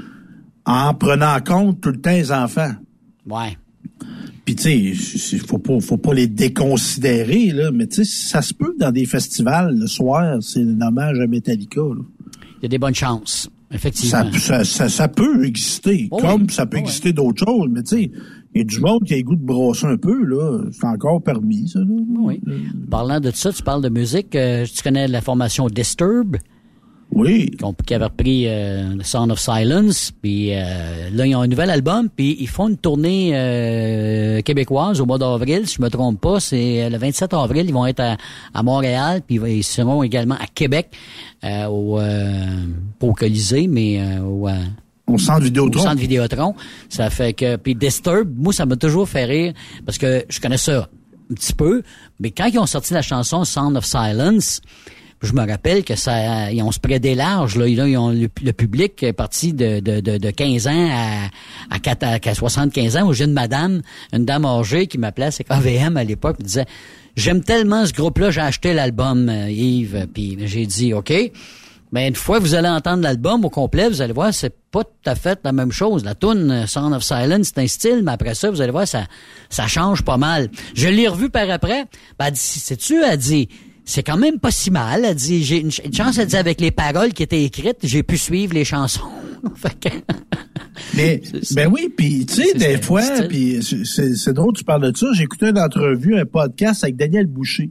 en prenant en compte tout le temps les enfants. Ouais. Puis tu sais, faut pas, faut pas les déconsidérer, là, mais tu sais, ça se peut dans des festivals, le soir, c'est un hommage à Metallica, là. Il y a des bonnes chances, effectivement. Ça, ça, ça, ça peut exister, oh comme oui. ça peut oh exister oui. d'autres choses, mais tu sais, il y a du monde qui a le goût de brosser un peu, là. C'est encore permis, ça, là. Oui. Euh... Parlant de ça, tu parles de musique. Euh, tu connais la formation Disturb? Oui. Qui avait repris euh, Sound of Silence. Puis euh, là, ils ont un nouvel album. Puis ils font une tournée euh, québécoise au mois d'avril, si je me trompe pas. C'est le vingt-sept avril. Ils vont être à, à Montréal. Puis ils seront également à Québec, euh, au, euh, pas au Colisée, mais euh, au... Euh, Au centre Vidéotron. Au centre Vidéotron. Ça fait que, puis Disturb, moi, ça m'a toujours fait rire, parce que je connais ça un petit peu, mais quand ils ont sorti la chanson Sound of Silence, je me rappelle que ça, ils ont se prédé large, là. Ils ont, le, le public est parti de, de, de, de quinze ans à, à, quatre, à soixante-quinze ans, où j'ai une madame, une dame âgée qui m'appelait, c'est A V M à l'époque, me disait, j'aime tellement ce groupe-là, j'ai acheté l'album, Yves, puis j'ai dit, OK. Mais une fois que vous allez entendre l'album au complet, vous allez voir, c'est pas tout à fait la même chose. La tune Sound of Silence, c'est un style, mais après ça, vous allez voir, ça, ça change pas mal. Je l'ai revu par après. Ben, elle dit, sais-tu, elle dit, c'est quand même pas si mal. Elle dit, j'ai une, une chance, elle dit, avec les paroles qui étaient écrites, j'ai pu suivre les chansons. Fait que... Mais, ben oui, puis tu sais, des fois, puis c'est, c'est drôle, tu parles de ça. J'ai écouté une entrevue, un podcast avec Daniel Boucher.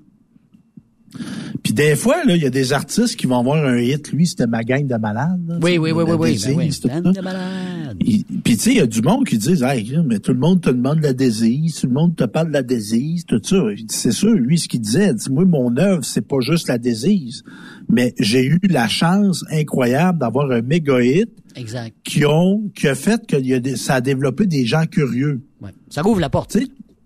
Puis des fois, là, il y a des artistes qui vont avoir un hit. Lui, c'était Ma gang de malades. Là, oui, oui, oui, oui, oui, Désise, oui. Tout de malades. Puis tu sais, il y a du monde qui dit, hey, mais tout le monde te demande la Désise, tout le monde te parle de la Désise, tout ça. C'est sûr, lui, ce qu'il disait, dit, moi, mon œuvre, c'est pas juste la Désise, mais j'ai eu la chance incroyable d'avoir un méga hit. Exact. Qui ont, qui a fait que y a des, ça a développé des gens curieux. Ouais. Ça rouvre la porte.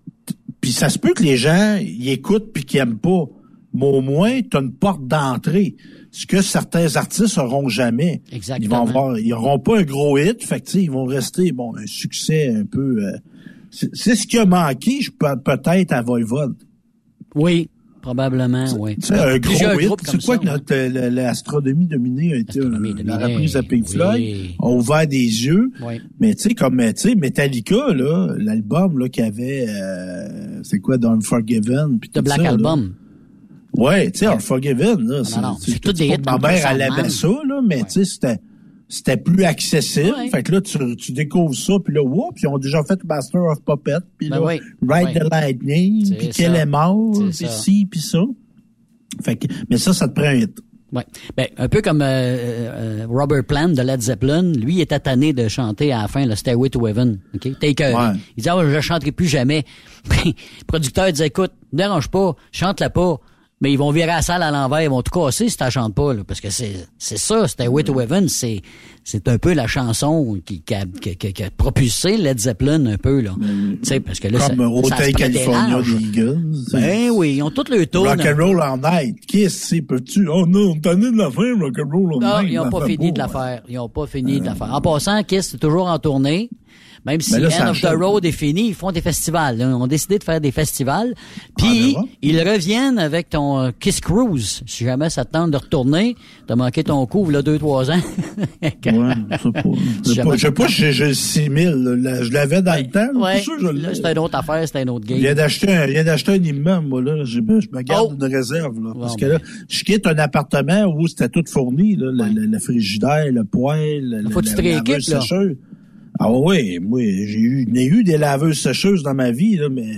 Puis ça se peut que les gens y écoutent puis qu'ils aiment pas. Mais au moins, tu as une porte d'entrée. Ce que certains artistes auront jamais. Exactement. Ils vont avoir, ils auront pas un gros hit. Fait que, ils vont rester, bon, un succès un peu, euh, c'est, c'est ce qui a manqué, je peux, peut-être à Voivode. Oui. Probablement, oui. Tu sais, un gros hit. C'est quoi ça, que notre, ouais. l'astronomie dominée a été, euh, la reprise à Pink Floyd, oui. a ouvert des yeux. Oui. Mais tu sais, comme, tu sais, Metallica, là, l'album, là, qui avait, euh, c'est quoi, The Unforgiven? The Black ça, Album. Là. Ouais, tu sais, Unforgiven, là. Non, non, c'est, c'est tout des hits. Ma mère, elle aimait ça, là, mais ouais. tu sais, c'était, c'était plus accessible. Ouais. Fait que là, tu, tu découvres ça, puis là, wow, puis ils ont déjà fait Master of Puppets, puis ben là, oui. Ride oui. the Lightning, puis qu'elle est morte, puis ci, puis ça. Fait que, mais ça, ça te prend un hit. Ouais. Ben, un peu comme euh, euh, Robert Plant de Led Zeppelin, lui, il était tanné de chanter à la fin le Stairway to Heaven. OK? Take a, ouais. Il disait, oh, je chanterai plus jamais. Le producteur disait, écoute, ne dérange pas, chante-la pas. Mais ils vont virer la salle à l'envers, ils vont tout casser si tu la chantes pas, là, parce que c'est c'est ça, Stairway to Heaven, c'est c'est un peu la chanson qui qui a, qui, qui, qui a propulsé Led Zeppelin un peu là, tu sais, parce que là comme Hotel California des Eagles. Ben oui, ils ont toutes le tour. Rock and Roll All Night, qu'est-ce que peux-tu? Oh non, on t'en est de la faire, Rock and Roll All non, Night. Ils ont pas fini de la faire, ils ont pas fini de la faire. En passant, Kiss est toujours en tournée. Même si là, End of the Road est fini, ils font des festivals. Là. Ils ont décidé de faire des festivals. Puis, ah, ils reviennent avec ton euh, Kiss Cruise. Si jamais ça te tente de retourner, t'as manqué ton coup, là, deux, trois ans. ouais, je sais pas. Si je sais pas, j'ai, j'ai six mille. Là, je l'avais dans ouais, le temps. Ouais, sûr, je là, c'était une autre affaire, c'était une autre game. Je viens d'acheter un, je viens d'acheter un immeuble, moi, là. Je, je me garde oh. une réserve, là. Parce wow, que là, je quitte un appartement où c'était tout fourni, là. Ouais. Le, le, le frigidaire, le poêle, le, faut que tu te rééquipes, là. Sécheuse. Ah oui, moi, j'ai eu, j'ai eu des laveuses sécheuses dans ma vie, là, mais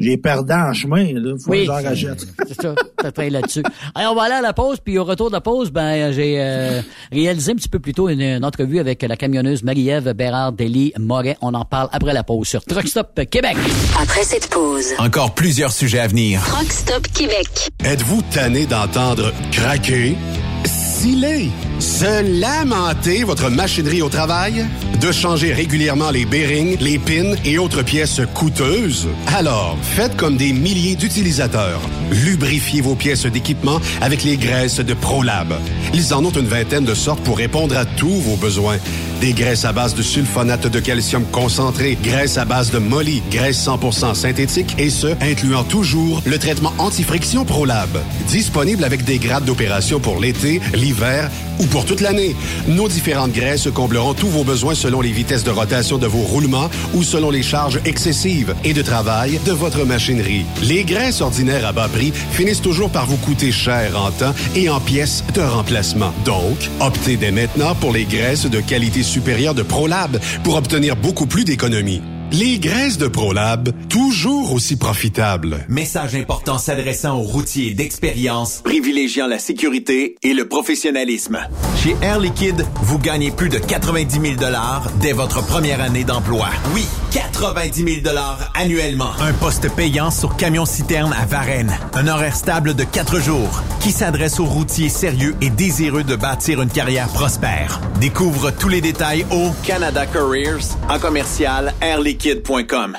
j'ai perdu en chemin, là. Faut oui, que j'en rachète. C'est ça, ça fait là-dessus. Alors, on va aller à la pause, puis au retour de la pause, ben, j'ai euh, réalisé un petit peu plus tôt une, une entrevue avec la camionneuse Marie-Ève Bérard-Dely-Moret. On en parle après la pause sur Truck Stop Québec. Après cette pause, Encore plusieurs sujets à venir. Truck Stop Québec. Êtes-vous tanné d'entendre craquer, sciller, se lamenter votre machinerie au travail? De changer régulièrement les bearings, les pins et autres pièces coûteuses? Alors, faites comme des milliers d'utilisateurs. Lubrifiez vos pièces d'équipement avec les graisses de ProLab. Ils en ont une vingtaine de sortes pour répondre à tous vos besoins. Des graisses à base de sulfonate de calcium concentré, graisses à base de molly, graisse cent pour cent synthétique et ce, incluant toujours le traitement anti-friction ProLab. Disponible avec des grades d'opération pour l'été, l'hiver ou pour toute l'année. Nos différentes graisses combleront tous vos besoins selon les vitesses de rotation de vos roulements ou selon les charges excessives et de travail de votre machinerie. Les graisses ordinaires à bas prix finissent toujours par vous coûter cher en temps et en pièces de remplacement. Donc, optez dès maintenant pour les graisses de qualité supérieure de ProLab pour obtenir beaucoup plus d'économies. Les graisses de ProLab, toujours aussi profitables. Message important s'adressant aux routiers d'expérience, privilégiant la sécurité et le professionnalisme. Chez Air Liquide, vous gagnez plus de quatre-vingt-dix mille dollars dès votre première année d'emploi. Oui, quatre-vingt-dix mille dollars annuellement. Un poste payant sur camion-citerne à Varennes. Un horaire stable de quatre jours qui s'adresse aux routiers sérieux et désireux de bâtir une carrière prospère. Découvre tous les détails au Canada Careers en commercial air liquide point com.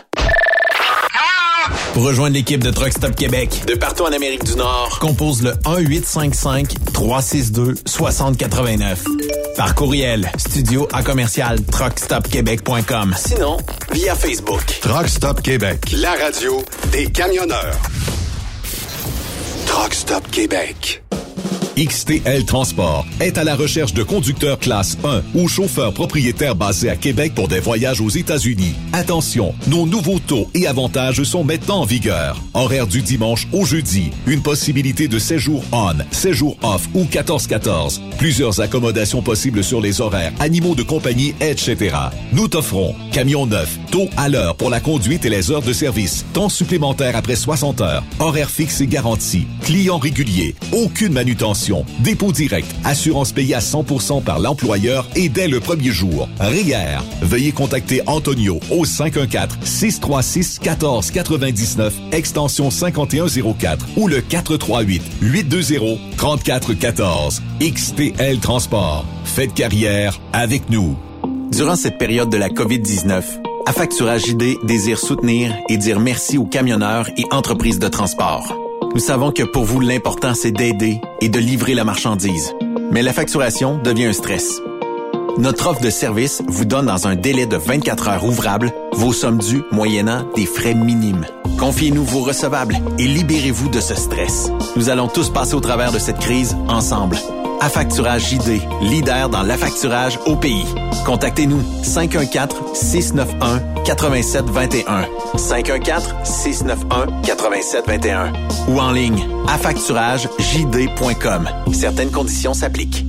Pour rejoindre l'équipe de Truck Stop Québec, de partout en Amérique du Nord, compose le un huit cinq cinq trois six deux six zéro huit neuf. Par courriel, studio à commercial truck stop québec point com. Sinon, via Facebook. Truck Stop Québec, la radio des camionneurs. Truck Stop Québec. X T L Transport est à la recherche de conducteurs classe un ou chauffeurs propriétaires basés à Québec pour des voyages aux États-Unis. Attention, nos nouveaux taux et avantages sont maintenant en vigueur. Horaire du dimanche au jeudi. Une possibilité de séjour on, séjour off ou quatorze quatorze. Plusieurs accommodations possibles sur les horaires, animaux de compagnie, et cetera. Nous t'offrons camion neuf, taux à l'heure pour la conduite et les heures de service, temps supplémentaire après soixante heures, horaire fixe et garanti, client régulier, aucune manutention, dépôt direct, assurance payée à cent pour cent par l'employeur et dès le premier jour. R I E R. Veuillez contacter Antonio au cinq un quatre six trois six un quatre neuf neuf, extension cinquante et un zéro quatre ou le quatre trois huit huit deux zéro trois quatre un quatre. X T L Transport. Faites carrière avec nous. Durant cette période de la covid dix-neuf, Affacturage I D désire soutenir et dire merci aux camionneurs et entreprises de transport. Nous savons que pour vous, l'important, c'est d'aider et de livrer la marchandise. Mais la facturation devient un stress. Notre offre de service vous donne dans un délai de vingt-quatre heures ouvrables vos sommes dues moyennant des frais minimes. Confiez-nous vos recevables et libérez-vous de ce stress. Nous allons tous passer au travers de cette crise ensemble. Affacturage J D, leader dans l'affacturage au pays. Contactez-nous cinq un quatre six neuf un quatre sept deux un, cinq un quatre six neuf un quatre sept deux un ou en ligne affacturage j d point com. Certaines conditions s'appliquent.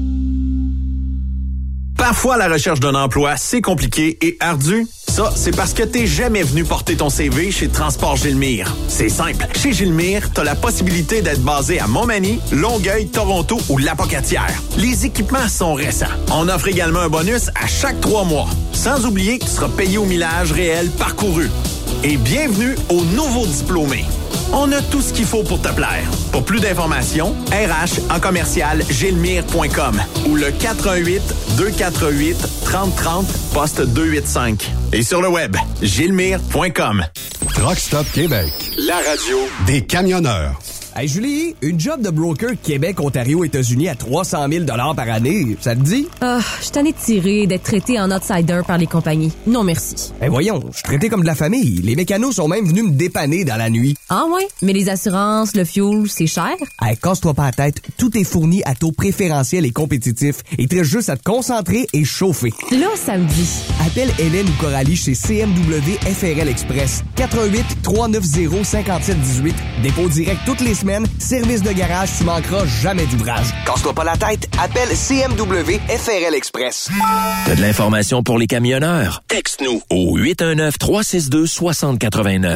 Parfois, la recherche d'un emploi, c'est compliqué et ardu. Ça, c'est parce que t'es jamais venu porter ton C V chez Transport Gilmire. C'est simple. Chez Gilmire, t'as la possibilité d'être basé à Montmagny, Longueuil, Toronto ou Lapocatière. Les équipements sont récents. On offre également un bonus à chaque trois mois. Sans oublier que tu seras payé au millage réel parcouru. Et bienvenue aux nouveaux diplômés. On a tout ce qu'il faut pour te plaire. Pour plus d'informations, R H en commercial gilmire point com ou le quatre un huit deux quatre huit trente trente poste deux huit cinq. Et sur le web, gilmire point com. Truck Stop Québec, la radio des camionneurs. Hey Julie, une job de broker Québec, Ontario, États-Unis à trois cent mille dollars par année, ça te dit? Ah, oh, je t'en ai tiré d'être traité en outsider par les compagnies. Non merci. Eh voyons, je suis traité comme de la famille. Les mécanos sont même venus me dépanner dans la nuit. Ah ouais? Mais les assurances, le fuel, c'est cher? Hey, casse-toi pas la tête, tout est fourni à taux préférentiel et compétitif. Il te reste juste à te concentrer et chauffer. Là, ça me dit. Appelle Hélène ou Coralie chez C M W F R L Express. quatre un huit trois neuf zéro cinq sept un huit. Dépôt direct toutes les semaines. Service de garage, tu manqueras jamais d'ouvrage. Casse-toi pas la tête, appelle C M W F R L Express. T'as de l'information pour les camionneurs? Texte-nous au huit un neuf trois six deux six zéro huit neuf.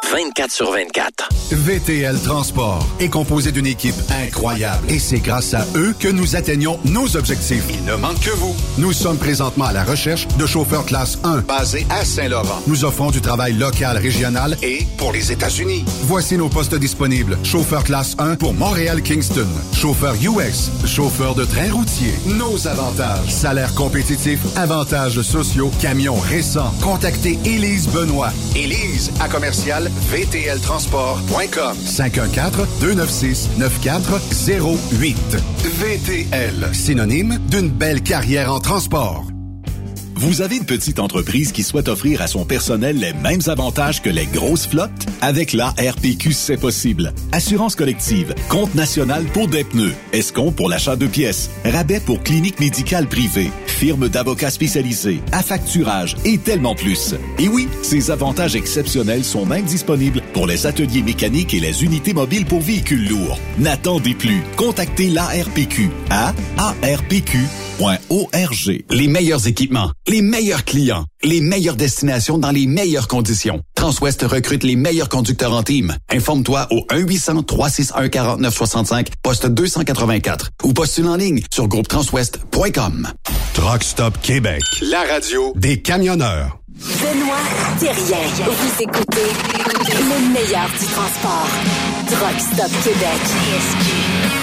vingt-quatre sur vingt-quatre. V T L Transport est composé d'une équipe incroyable et c'est grâce à eux que nous atteignons nos objectifs. Il ne manque que vous. Nous sommes présentement à la recherche de chauffeurs classe un basés à Saint-Laurent. Nous offrons du travail local, régional et pour les États-Unis. Voici nos postes disponibles. Chauffeur classe un pour Montréal-Kingston. Chauffeur U X. Chauffeur de train routier. Nos avantages. Salaire compétitif. Avantages sociaux. Camions récents. Contactez Élise Benoît. Élise à commercial v t l transport point com. cinq un quatre, deux neuf six, neuf quatre zéro huit. V T L, synonyme d'une belle carrière en transport. Vous avez une petite entreprise qui souhaite offrir à son personnel les mêmes avantages que les grosses flottes? Avec l'A R P Q, c'est possible. Assurance collective, compte national pour des pneus, escompte pour l'achat de pièces, rabais pour clinique médicale privée, firme d'avocats spécialisés, affacturage et tellement plus. Et oui, ces avantages exceptionnels sont même disponibles pour les ateliers mécaniques et les unités mobiles pour véhicules lourds. N'attendez plus. Contactez l'A R P Q à a r p q point org. Les meilleurs équipements, les meilleurs clients, les meilleures destinations dans les meilleures conditions. Transwest recrute les meilleurs conducteurs en team. Informe-toi au un huit cents, trois six un, quatre neuf six cinq, poste deux cent quatre-vingt-quatre ou postule en ligne sur groupe transwest point com. Truck Stop Québec, la radio des camionneurs. Benoît Thérien, vous écoutez le meilleur du transport. Truck Stop Québec.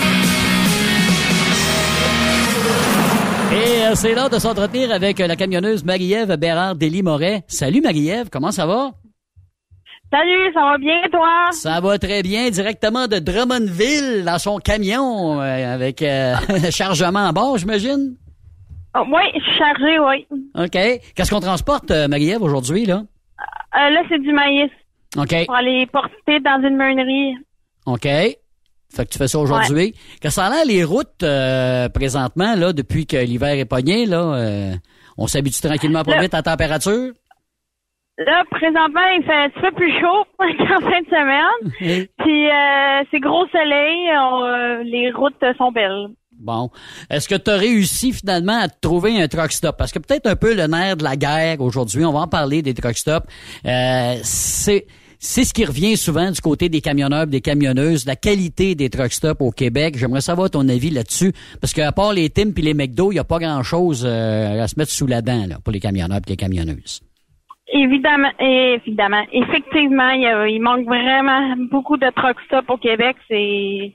Et euh, c'est l'heure de s'entretenir avec euh, la camionneuse Marie-Ève Bérard-Dély-Moret. Salut Marie-Ève, comment ça va? Salut, ça va bien toi? Ça va très bien, directement de Drummondville dans son camion euh, avec euh, chargement à bord, j'imagine? Oh, oui, je suis chargée, oui. OK. Qu'est-ce qu'on transporte, euh, Marie-Ève, aujourd'hui, là? Euh, là, c'est du maïs. OK. Pour aller porter dans une meunerie. OK. Fait que tu fais ça aujourd'hui. Ouais. Qu'est-ce que ça a l'air, les routes, euh, présentement, là, depuis que l'hiver est pogné, là, euh, on s'habitue tranquillement pas là, vite à la température? Là, présentement, il fait un petit peu plus chaud qu'en fin de semaine. Puis, euh, c'est gros soleil, on, euh, les routes sont belles. Bon. Est-ce que tu as réussi finalement à te trouver un truck stop? Parce que peut-être un peu le nerf de la guerre aujourd'hui, on va en parler des truck stops. Euh, c'est... C'est ce qui revient souvent du côté des camionneurs et des camionneuses, la qualité des truck stops au Québec. J'aimerais savoir ton avis là-dessus, parce qu'à part les Tim et les McDo, il n'y a pas grand-chose euh, à se mettre sous la dent là, pour les camionneurs et les camionneuses. Évidemment, évidemment. Effectivement, il, y a, il manque vraiment beaucoup de truck stops au Québec. C'est,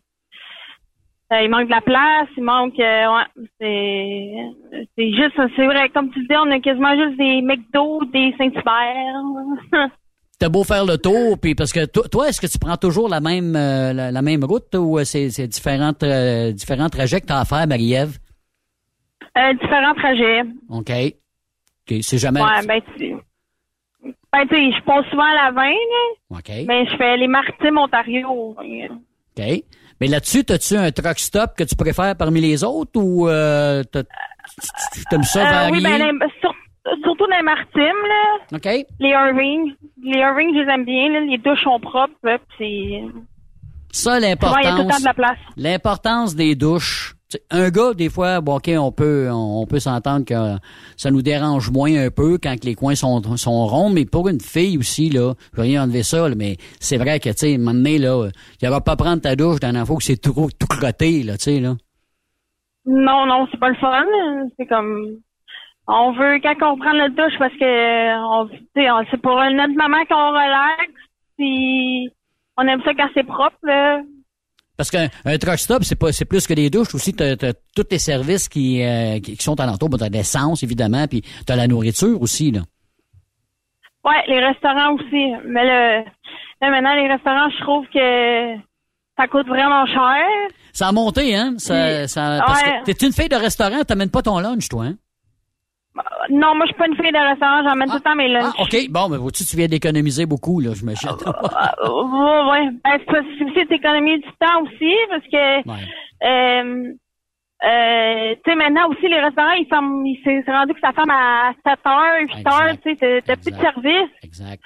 il manque de la place, il manque, euh, ouais, c'est, c'est juste, c'est vrai, comme tu dis, on a quasiment juste des McDo, des Saint-Hubert. T'as beau faire le tour, puis parce que toi, toi, est-ce que tu prends toujours la même euh, la, la même route ou c'est, c'est différentes euh, différents trajets que t'as à faire, Marie-Ève? Euh, différents trajets. OK. OK, c'est jamais... Ouais, ben, tu ben, tu sais, je passe souvent à la vingt, là. OK. Ben, je fais les Maritimes, Ontario. OK. Mais là-dessus, t'as-tu un truck stop que tu préfères parmi les autres ou euh, t'as, t'aimes ça euh, varier? Oui, ben, les, sur, surtout dans les Maritimes, là. OK. Les Irving. Les Irving, je les aime bien, là. Les douches sont propres, là, puis ça, l'importance. Il y a tout le temps de la place. L'importance des douches. T'sais, un gars, des fois, bon, OK, on peut, on peut s'entendre que ça nous dérange moins un peu quand les coins sont, sont ronds, mais pour une fille aussi, là, je veux rien enlever ça, là, mais c'est vrai que, tu sais, à un moment donné, là, il va pas prendre ta douche dans l'info que c'est tout, tout crotté, là, tu sais, là. Non, non, c'est pas le fun. C'est comme, on veut, quand on prend notre douche, parce que, on, tu sais, c'est pour notre maman qu'on relaxe, puis on aime ça quand c'est propre, là. Parce qu'un un truck stop, c'est pas, c'est plus que des douches aussi. T'as, t'as tous les services qui, euh, qui, qui sont alentour. Bon, t'as l'essence, évidemment, puis t'as la nourriture aussi, là. Ouais, les restaurants aussi. Mais le, là, maintenant, les restaurants, je trouve que ça coûte vraiment cher. Ça a monté, hein? Ça, oui. ça, parce ouais. que t'es une fille de restaurant, t'amènes pas ton lunch, toi, hein? Non, moi, je suis pas une fille de restaurant, j'emmène ah, tout le temps mes lunchs. Ah, OK. Bon, mais vois-tu, tu viens d'économiser beaucoup, là, je me jette. euh, euh, ouais, ben, c'est possible d'économiser du temps aussi, parce que, ouais. euh, euh, tu sais, maintenant aussi, les restaurants, ils ferment, ils, c'est rendu que ça ferme à sept heures, huit heures, tu sais, t'as plus de service. Exact.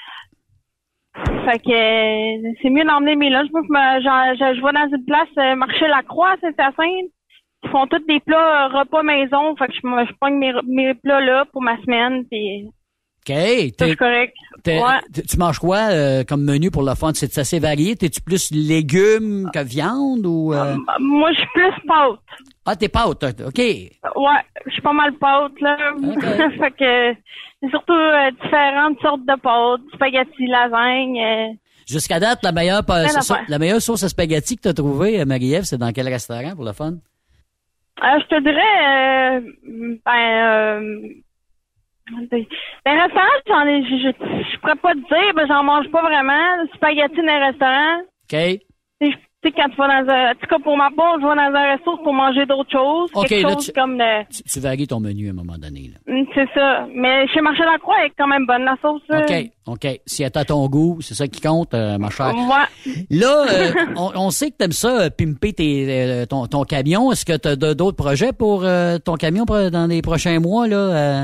Fait que, euh, c'est mieux d'emmener mes lunchs. Moi, je, je, je vais dans une place, euh, marché Lacroix, c'est ça simple. Ils font tous des plats euh, repas maison. Fait que je, je pogne mes, mes plats là pour ma semaine. Puis... C'est correct. T'es, ouais. t'es, tu manges quoi euh, comme menu pour le fun? C'est assez varié? T'es-tu plus légumes que viande ou... Euh... Moi, je suis plus pâte. Ah, t'es pâte, OK. Ouais, je suis pas mal pâte, là. Okay. Fait que c'est surtout euh, différentes sortes de pâtes, spaghetti, lasagne. Euh... Jusqu'à date, la meilleure, sauce, la meilleure sauce à spaghetti que t'as trouvée, Marie-Ève, c'est dans quel restaurant pour le fun? Euh, je te dirais, euh, ben... Euh... Les restaurants, j'en ai, je, je, je pourrais pas te dire, ben j'en mange pas vraiment. Spaghetti dans les restaurants. OK. Tu sais, quand tu vas dans un, en tout cas, pour ma part, je vais dans un resto pour manger d'autres choses. OK, quelque là, chose tu, comme le... tu, tu varies ton menu à un moment donné, là. C'est ça. Mais chez Marché Lacroix, elle est quand même bonne, la sauce. OK, OK. Si elle est à ton goût, c'est ça qui compte, euh, ma chère. Ouais. Là, euh, on, on sait que t'aimes ça, euh, pimper tes, euh, ton, ton camion. Est-ce que t'as d'autres projets pour euh, ton camion pour, dans les prochains mois, là? Euh...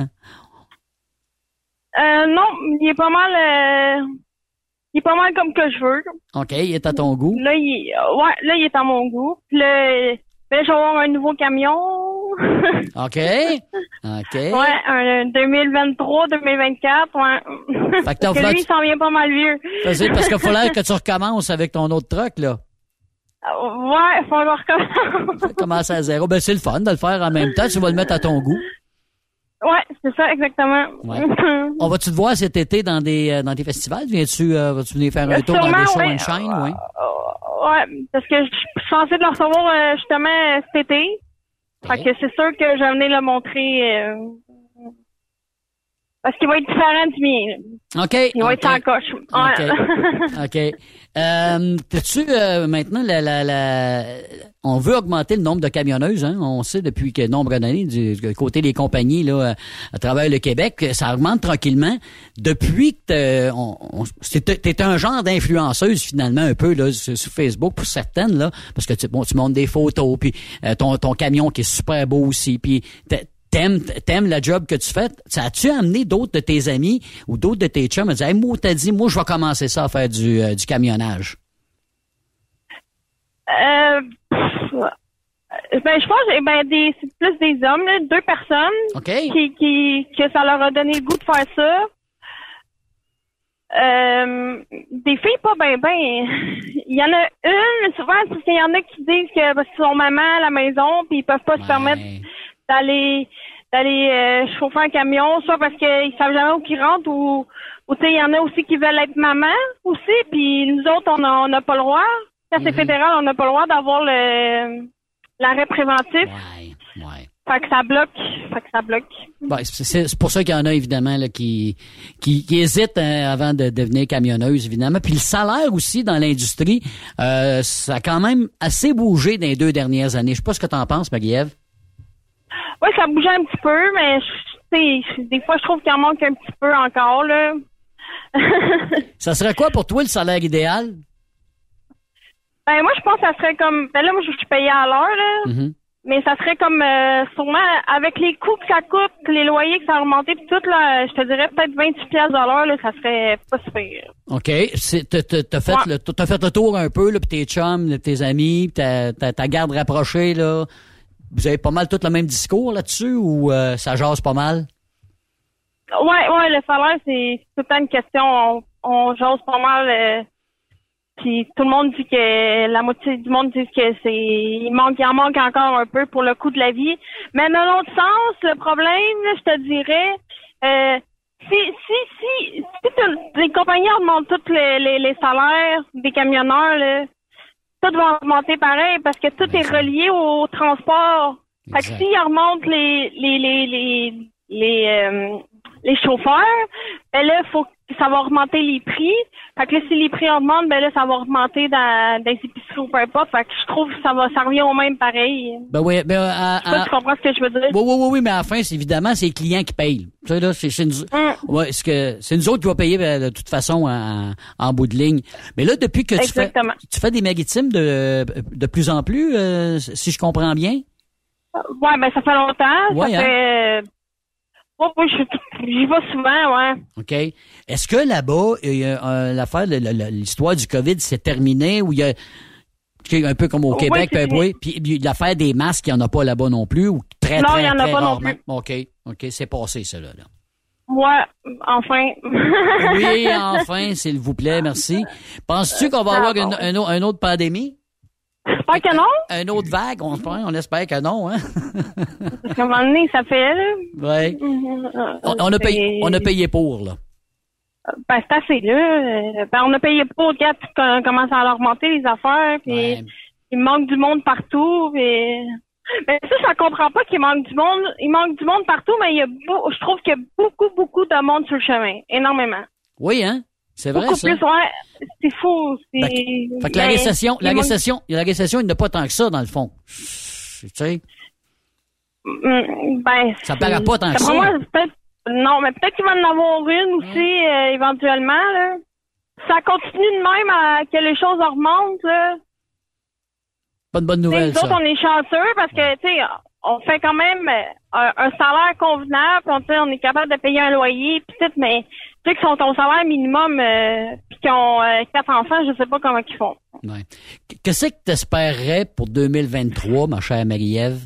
Euh, non, il est pas mal... Euh... Il est pas mal comme que je veux. OK, il est à ton goût. Là, il, ouais, là, il est à mon goût. Puis là, là, je vais avoir un nouveau camion. OK. OK. Ouais, un deux mille vingt-trois, deux mille vingt-quatre, ouais. Fait que, parce que lui, il s'en vient pas mal vieux. C'est parce qu'il faut l'air que tu recommences avec ton autre truck, là. Ouais, il faut que je recommence. Commence à zéro. Ben, c'est le fun de le faire en même temps. Tu vas le mettre à ton goût. Ouais, c'est ça, exactement. Ouais. On va-tu te voir cet été dans des dans des festivals? Viens-tu, euh, vas-tu venir faire un tour Sûrement, dans des shows ouais. and shine? Euh, oui. Euh, ouais, parce que je suis censée de le recevoir euh, justement cet été. Okay. Fait que c'est sûr que je vais venir le montrer. Euh, parce qu'il va être différent du mien. OK. Il va okay. être sans coche. Ouais. OK. OK. Euh, t'as-tu euh, maintenant la, la, la on veut augmenter le nombre de camionneuses, hein? On sait depuis que nombre d'années du, du côté des compagnies là à travers le Québec, ça augmente tranquillement. Depuis que on, on t'es, t'es un genre d'influenceuse finalement un peu là sur, sur Facebook pour certaines là, parce que tu bon tu montres des photos puis euh, ton ton camion qui est super beau aussi puis T'aimes, t'aimes le job que tu fais. Ça as-tu amené d'autres de tes amis ou d'autres de tes chums à dire, hey, moi, t'as dit, moi, je vais commencer ça à faire du, euh, du camionnage? Euh, ben, je pense, ben, des, c'est plus des hommes, là, deux personnes. Okay. Qui, qui, que ça leur a donné le goût de faire ça. Euh, des filles, pas ben, ben. Il y en a une, souvent, parce qu'il y en a qui disent que parce qu'ils sont maman à la maison, puis ils peuvent pas ouais. se permettre d'aller d'aller euh, chauffer un camion, soit parce qu'ils savent jamais où qu'ils rentrent, ou, ou tu sais, il y en a aussi qui veulent être maman aussi, puis nous autres, on n'a on a pas le droit. Quand mm-hmm. c'est fédéral, on n'a pas le droit d'avoir le l'arrêt préventif. Ouais, ouais. Fait que ça bloque. Fait que ça bloque. Bon, c'est, c'est pour ça qu'il y en a, évidemment, là, qui, qui, qui hésitent hein, avant de devenir camionneuse, évidemment. Puis le salaire aussi dans l'industrie, euh, ça a quand même assez bougé dans les deux dernières années. Je sais pas ce que t'en penses, Marie-Ève. Oui, ça bougeait un petit peu, mais je, des fois, je trouve qu'il en manque un petit peu encore, là. Ça serait quoi pour toi le salaire idéal? Ben, moi, je pense que ça serait comme... Ben là, moi, je suis payée à l'heure, là. Mm-hmm. Mais ça serait comme, euh, sûrement, avec les coûts que ça coûte, les loyers que ça a remonté, puis tout, là, je te dirais peut-être vingt-huit piastres de l'heure, là, ça serait pas super. OK. C'est, t'as, t'as, fait ouais. le, t'as fait le tour un peu, là, puis tes chums, tes amis, puis ta, ta, ta garde rapprochée, là. Vous avez pas mal tout le même discours là-dessus ou euh, ça jase pas mal? Ouais, ouais, le salaire, c'est tout le temps une question. On, on jase pas mal. Euh, puis tout le monde dit que la moitié du monde dit que c'est il manque, il en manque encore un peu pour le coût de la vie. Mais dans l'autre sens, le problème, là, je te dirais, euh, si si si si les compagnies augmentent tous les, les, les salaires des camionneurs, là, tout va augmenter pareil parce que tout exact. Est relié au transport. Exact. Fait que s'ils remontent les les les les les, euh, les chauffeurs, ben là, faut ça va augmenter les prix. Fait que là, si les prix augmentent, ben là, ça va augmenter dans, dans les épiceries ou peu importe. Fait que je trouve que ça va, ça revient au même pareil. Ben oui, ben, euh, je sais pas si tu comprends ce que je veux dire. Oui, oui, oui, oui, mais à la fin, c'est évidemment, c'est les clients qui payent. Tu sais, là, c'est, c'est nous, mm. ouais, c'est que, c'est nous autres qui va payer, ben, de toute façon, en, en bout de ligne. Mais là, depuis que tu fais, tu fais des maritimes de, de plus en plus, euh, si je comprends bien. Ouais, ben, ça fait longtemps. Ouais, ça hein? fait, Oh, oui, j'y vais souvent, ouais. OK. Est-ce que là-bas, il y a, euh, l'affaire, le, le, l'histoire du COVID s'est terminée ou il y a un peu comme au Québec, oui, puis, oui, puis l'affaire des masques, il n'y en a pas là-bas non plus ou très, non, très, il y en a très pas rarement. Non plus. OK, OK, c'est passé, ça, là. là. Ouais, enfin. Oui, enfin, s'il vous plaît, merci. Penses-tu qu'on va avoir une, une, une autre pandémie? J'espère que non. Une autre vague, on, on espère que non, hein? Parce qu'à un moment donné, ça fait, là. Oui. On, on, a payé, on a payé pour, là. Ben, c'est assez, là. Ben, on a payé pour, regarde, qu'on commence à leur augmenter les affaires, puis ouais. Il manque du monde partout, puis... Ben, ça, je ne comprends pas qu'il manque du monde. Il manque du monde partout, mais il y a beau, je trouve qu'il y a beaucoup, beaucoup de monde sur le chemin. Énormément. Oui, hein? C'est vrai, beaucoup ça. Plus, ouais. C'est fou. C'est... Fait que, fait que la récession, la récession, manque... la récession, il n'y a pas tant que ça, dans le fond. Tu sais? Ben, ça paraît pas tant que ça. Moi, peut-être, non, mais peut-être qu'il va en avoir une aussi, mmh. euh, éventuellement, là. Ça continue de même à que les choses remontent, là. Pas de bonne nouvelle, nous autres, ça. on est chanceux parce que, tu sais, on fait quand même un, un salaire convenable, on, on est capable de payer un loyer, pis tout, mais tu sais, qui sont au salaire minimum, euh, pis qui ont euh, quatre enfants, je sais pas comment ils font. Ouais. Qu'est-ce que t'espérerais pour deux mille vingt-trois, ma chère Marie-Ève?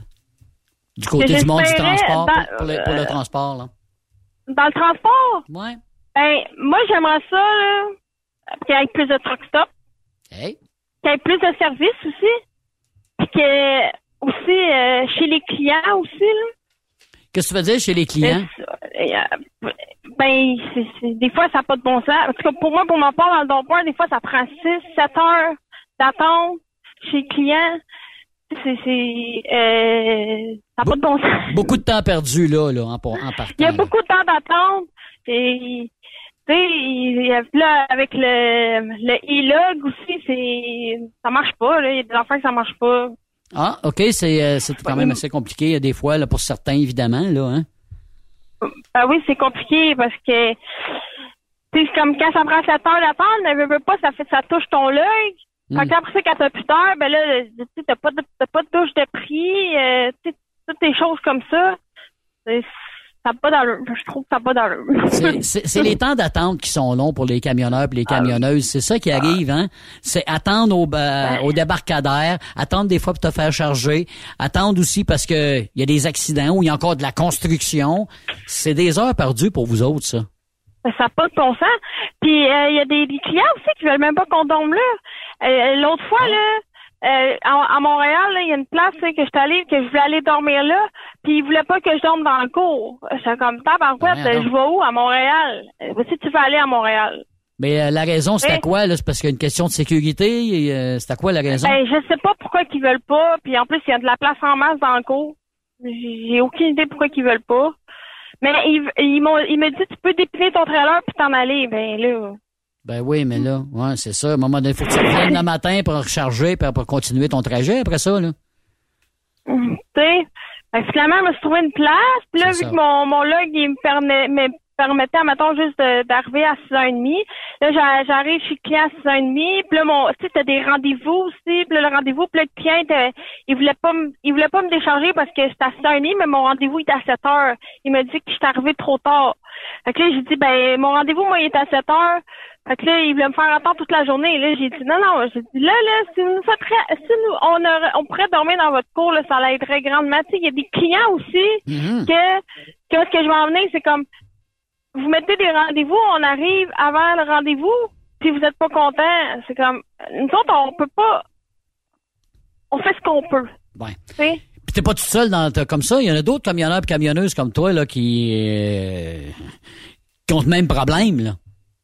Du côté du monde du transport, dans, pour, pour, le, pour le transport, là. Dans le transport? Ouais. Ben, moi, j'aimerais ça, là, qu'il y ait plus de truck stop. Hey. Qu'il y ait plus de services aussi. Puis que, aussi, euh, chez les clients aussi, là. Qu'est-ce que tu veux dire chez les clients? Euh, ben, c'est, c'est, des fois, ça n'a pas de bon sens. Parce que pour moi, pour ma part, dans le don-point, des fois, ça prend six, sept heures d'attente chez les clients. C'est, c'est, euh, ça n'a Be- pas de bon sens. Beaucoup de temps perdu, là, là, en, en partant. Il y a beaucoup de temps d'attente. Et, tu sais, là, avec le, le e-log aussi, c'est, ça marche pas, là. Il y a des affaires que ça marche pas. Ah, OK, c'est, euh, c'est quand même assez compliqué, des fois, là, pour certains, évidemment, là, hein. Ah oui, c'est compliqué parce que, tu sais, comme quand ça prend sept heures d'attente, ne veut, veut pas, ça fait, ça touche ton log. Fait que après ça, quand t'as plus d'heures, ben là, tu sais, t'as pas de, t'as pas de touche de prix, euh, tu sais, toutes des choses comme ça. C'est, ça n'a pas d'allure. Je trouve que ça n'a pas d'allure. C'est, c'est, c'est les temps d'attente qui sont longs pour les camionneurs et les camionneuses. C'est ça qui arrive, hein. C'est attendre au, euh, au débarcadère, attendre des fois pour te faire charger, attendre aussi parce que il y a des accidents ou il y a encore de la construction. C'est des heures perdues pour vous autres, ça. Ça n'a pas de bon sens. Puis il euh, y a des, des clients aussi qui veulent même pas qu'on dorme là. Euh, l'autre fois, là, euh, à, à Montréal, il y a une place là, que je suis allée, que je voulais aller dormir là, puis ils voulaient pas que je dorme dans le cours. J'étais comme, tabarouette, ouais, je vais où à Montréal? Euh, si tu veux aller à Montréal. Mais euh, la raison, c'était quoi, là? C'est parce qu'il y a une question de sécurité? Et, euh, c'était quoi la raison? Ben, je sais pas pourquoi qu'ils veulent pas, puis en plus, il y a de la place en masse dans le cours. J'ai aucune idée pourquoi qu'ils veulent pas. Mais ils, ils m'ont, ils me disent, tu peux dépiler ton trailer puis t'en aller. Ben, là. Ben oui, mais là, ouais, c'est ça. À un moment donné, il faut que tu reviennes le matin pour recharger puis pour continuer ton trajet après ça, là. Tu sais, ben, finalement, je me suis trouvé une place. Puis là, c'est vu ça. que mon, mon log, il me permet, me permettait, mettons, juste de, d'arriver à six heures trente. Là, j'arrive chez le client à six heures trente. Puis là, mon, tu sais, t'as des rendez-vous aussi. Puis là, le rendez-vous, puis là, le client, il voulait pas me, il voulait pas me décharger parce que c'était à six heures trente, mais mon rendez-vous, il était à sept heures. Il m'a dit que j'étais arrivé trop tard. Fait que là, j'ai dit, ben, mon rendez-vous, moi, il est à sept heures. Fait que là, il voulait me faire attendre toute la journée. Et là, j'ai dit, non, non, j'ai dit, là, là, si nous faites, si nous, on aurait, on pourrait dormir dans votre cour, là, ça l'aiderait grandement. Tu sais, il y a des clients aussi, mm-hmm. que, que ce que je vais en venir, c'est comme, vous mettez des rendez-vous, on arrive avant le rendez-vous, puis vous êtes pas content. C'est comme, nous autres, on peut pas, on fait ce qu'on peut. Ouais. T'sais? Puis t'es pas tout seul dans, comme ça. Il y en a d'autres camionneurs et camionneuses comme toi, là, qui, euh, qui ont le même problème, là.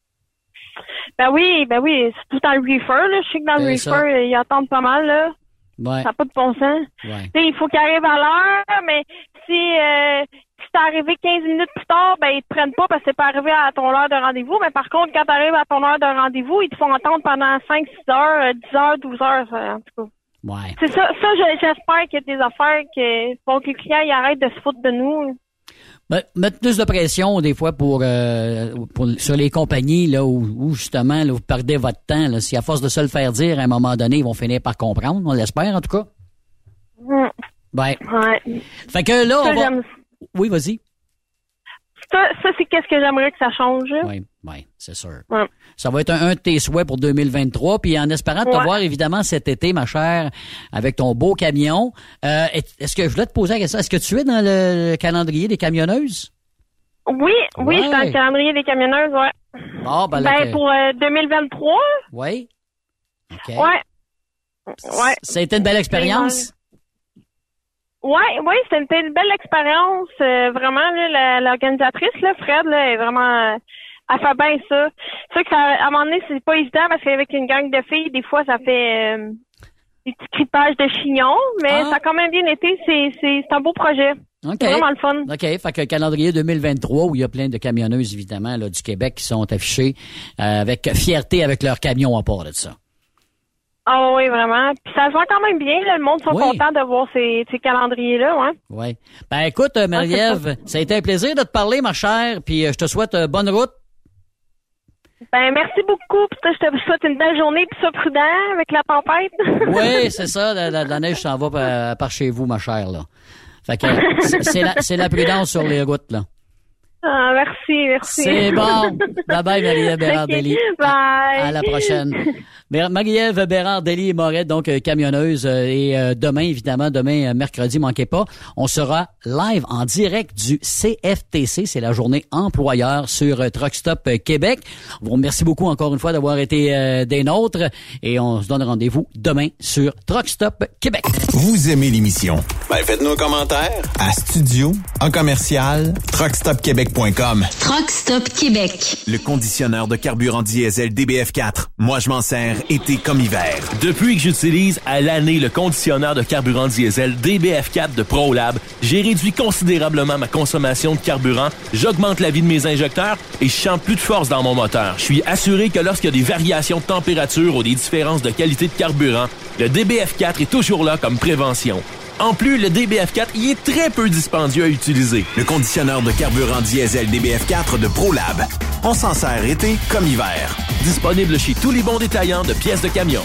Ben oui, ben oui, c'est tout dans le reefer, là. Je sais que dans le c'est reefer, ça. Ils attendent pas mal, là. Ouais. Ça n'a pas de bon sens. Ouais. Tu sais, il faut qu'ils arrivent à l'heure, mais si, euh, si t'es arrivé quinze minutes plus tard, ben, ils te prennent pas parce que c'est pas arrivé à ton heure de rendez-vous. Mais par contre, quand t'arrives à ton heure de rendez-vous, ils te font attendre pendant cinq, six heures, dix heures, douze heures, ça, en tout cas. Ouais. C'est ça, ça, j'espère qu'il y a des affaires que, pour que les clients, ils arrêtent de se foutre de nous. Ben, mettre plus de pression des fois pour, euh, pour sur les compagnies là où, où justement là, vous perdez votre temps. Là, si à force de se le faire dire, à un moment donné, ils vont finir par comprendre. On l'espère en tout cas. Mmh. Ben. Ouais. Fait que là, ça, on va... Oui, vas-y. Ça, ça c'est qu'est-ce que j'aimerais que ça change. Oui, oui, c'est sûr. Ouais. Ça va être un, un de tes souhaits pour deux mille vingt-trois, puis en espérant te ouais. voir évidemment cet été, ma chère, avec ton beau camion. Euh, est-ce que je voulais te poser la question, est-ce que tu es dans le calendrier des camionneuses? Oui, oui, Ouais. je suis dans le calendrier des camionneuses, ouais. Bon, ben, là, Ben, que- pour euh, deux mille vingt-trois. Oui. OK. Ouais. Ouais. Ça a été une belle expérience? Ouais, ouais, c'était une belle expérience. Euh, vraiment, là, la- l'organisatrice, là, Fred, là, est vraiment... euh, elle fait bien ça. C'est sûr que ça, à un moment donné, c'est pas évident parce qu'avec une gang de filles, des fois, ça fait euh, des petits cripages de chignons, mais Ah. ça a quand même bien été. C'est, c'est, c'est un beau projet. OK. C'est vraiment le fun. OK. Fait que calendrier deux mille vingt-trois, où il y a plein de camionneuses, évidemment, là, du Québec qui sont affichées euh, avec fierté avec leurs camions à part de ça. Ah oui, vraiment. Puis ça se voit quand même bien. Là, le monde sont Oui. contents de voir ces, ces calendriers-là, ouais. Oui. Ben, écoute, euh, Marie-Ève, ça a été un plaisir de te parler, ma chère, puis euh, je te souhaite euh, bonne route. Ben, merci beaucoup. Puis je te souhaite une belle journée, puis sois prudent avec la tempête. Oui, c'est ça. La, la- la neige s'en va par, par chez vous, ma chère, là. Fait que c'est- c'est la, c'est la prudence sur les routes, là. Ah, merci, merci. C'est bon. Bye-bye, Marie-Ève Bérard-Dely. Bye. À la prochaine. Bé- Marie-Ève Bérard-Dely et Moret, donc euh, camionneuse. euh, et euh, demain, évidemment, demain, euh, mercredi, manquez pas, on sera live en direct du C F T C. C'est la journée employeur sur euh, Truck Stop euh, Québec. On vous remercie beaucoup encore une fois d'avoir été euh, des nôtres. Et on se donne rendez-vous demain sur Truck Stop Québec. Vous aimez l'émission? Ben, faites-nous un commentaire à studio en commercial truck stop québec point com. Truck Stop Québec. Le conditionneur de carburant diesel D B F quatre. Moi, je m'en sers été comme hiver. Depuis que j'utilise à l'année le conditionneur de carburant diesel D B F quatre de ProLab, j'ai réduit considérablement ma consommation de carburant, j'augmente la vie de mes injecteurs et je sens plus de force dans mon moteur. Je suis assuré que lorsqu'il y a des variations de température ou des différences de qualité de carburant, le D B F quatre est toujours là comme prévention. En plus, le D B F quatre y est très peu dispendieux à utiliser. Le conditionneur de carburant diesel D B F quatre de ProLab. On s'en sert été comme hiver. Disponible chez tous les bons détaillants de pièces de camion.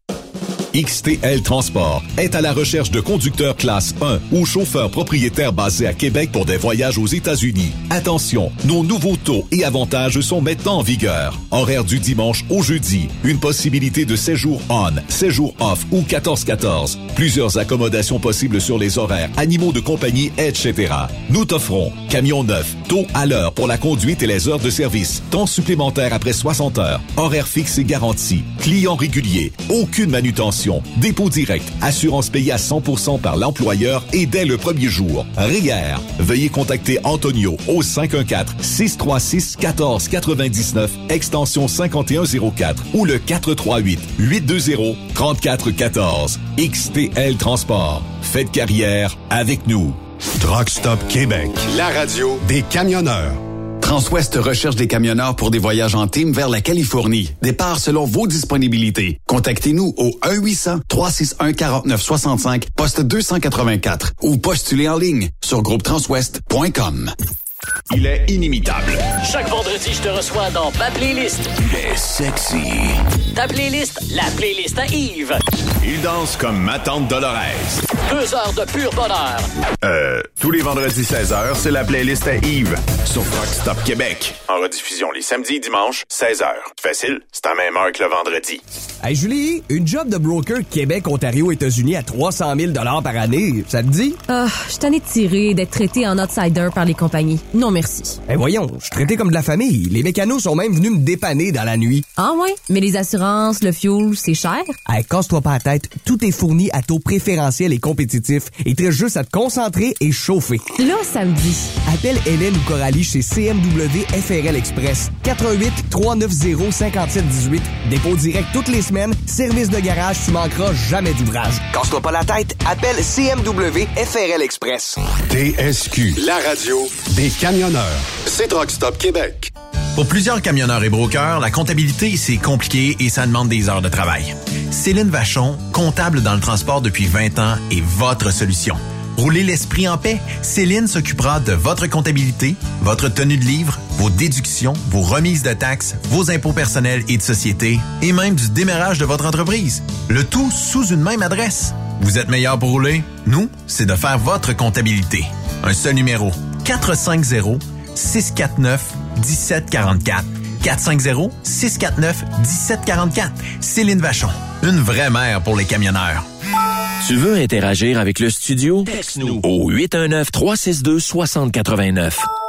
X T L Transport est à la recherche de conducteurs classe un ou chauffeurs propriétaires basés à Québec pour des voyages aux États-Unis. Attention, nos nouveaux taux et avantages sont maintenant en vigueur. Horaire du dimanche au jeudi. Une possibilité de séjour on, séjour off ou quatorze quatorze. Plusieurs accommodations possibles sur les horaires, animaux de compagnie, et cetera. Nous t'offrons camion neuf, taux à l'heure pour la conduite et les heures de service, temps supplémentaire après soixante heures, horaire fixe et garanti, client régulier, aucune manutention, dépôt direct, assurance payée à cent pour cent par l'employeur et dès le premier jour. R I E R. Veuillez contacter Antonio au cinq un quatre, six trois six, un quatre neuf neuf, extension cinquante et un zéro quatre ou le quatre trois huit, huit deux zéro, trois quatre un quatre. X T L Transport. Faites carrière avec nous. Truck Stop Québec, la radio des camionneurs. Transwest recherche des camionneurs pour des voyages en team vers la Californie. Départ selon vos disponibilités. Contactez-nous au un huit cents, trois six un, quatre neuf six cinq, poste deux cent quatre-vingt-quatre ou postulez en ligne sur groupe transwest point com. Il est inimitable. Chaque vendredi, je te reçois dans ma playlist. Il est sexy. Ta playlist, la playlist à Yves. Il danse comme ma tante Dolores. Deux heures de pur bonheur. Euh, tous les vendredis seize heures, c'est la playlist à Yves sur Rock Stop Québec. En rediffusion les samedis et dimanches, seize heures. Facile, c'est à même heure que le vendredi. Hey Julie, une job de broker Québec, Ontario, États-Unis à trois cent mille dollars par année, ça te dit? Ah, je suis tannée de tirer et d'être traité en outsider par les compagnies. Non merci. Eh voyons, je suis traité comme de la famille. Les mécanos sont même venus me dépanner dans la nuit. Ah ouais? Mais les assurances, le fuel, c'est cher? Hey, casse-toi pas la tête, tout est fourni à taux préférentiel et compétitif. Il te reste juste à te concentrer et chauffer. Là, ça me dit. Appelle Hélène ou Coralie chez C M W F R L Express. quatre un huit, trois neuf zéro, cinq sept un huit. Dépôt direct toutes les semaines. Service de garage, tu manqueras jamais d'ouvrage. Casse-toi pas la tête, appelle C M W F R L Express. T S Q, la radio des camionneurs. C'est Truck Stop Québec. Pour plusieurs camionneurs et brokers, la comptabilité, c'est compliqué et ça demande des heures de travail. Céline Vachon, comptable dans le transport depuis vingt ans, est votre solution. Roulez l'esprit en paix. Céline s'occupera de votre comptabilité, votre tenue de livre, vos déductions, vos remises de taxes, vos impôts personnels et de société, et même du démarrage de votre entreprise. Le tout sous une même adresse. Vous êtes meilleur pour rouler? Nous, c'est de faire votre comptabilité. Un seul numéro. quatre cinq zéro, six quatre neuf, un sept quatre quatre. quatre cinq zéro, six quatre neuf, un sept quatre quatre. Céline Vachon. Une vraie mère pour les camionneurs. Tu veux interagir avec le studio? Texte-nous au huit un neuf, trois six deux, six zéro huit neuf.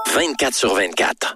vingt-quatre sur vingt-quatre.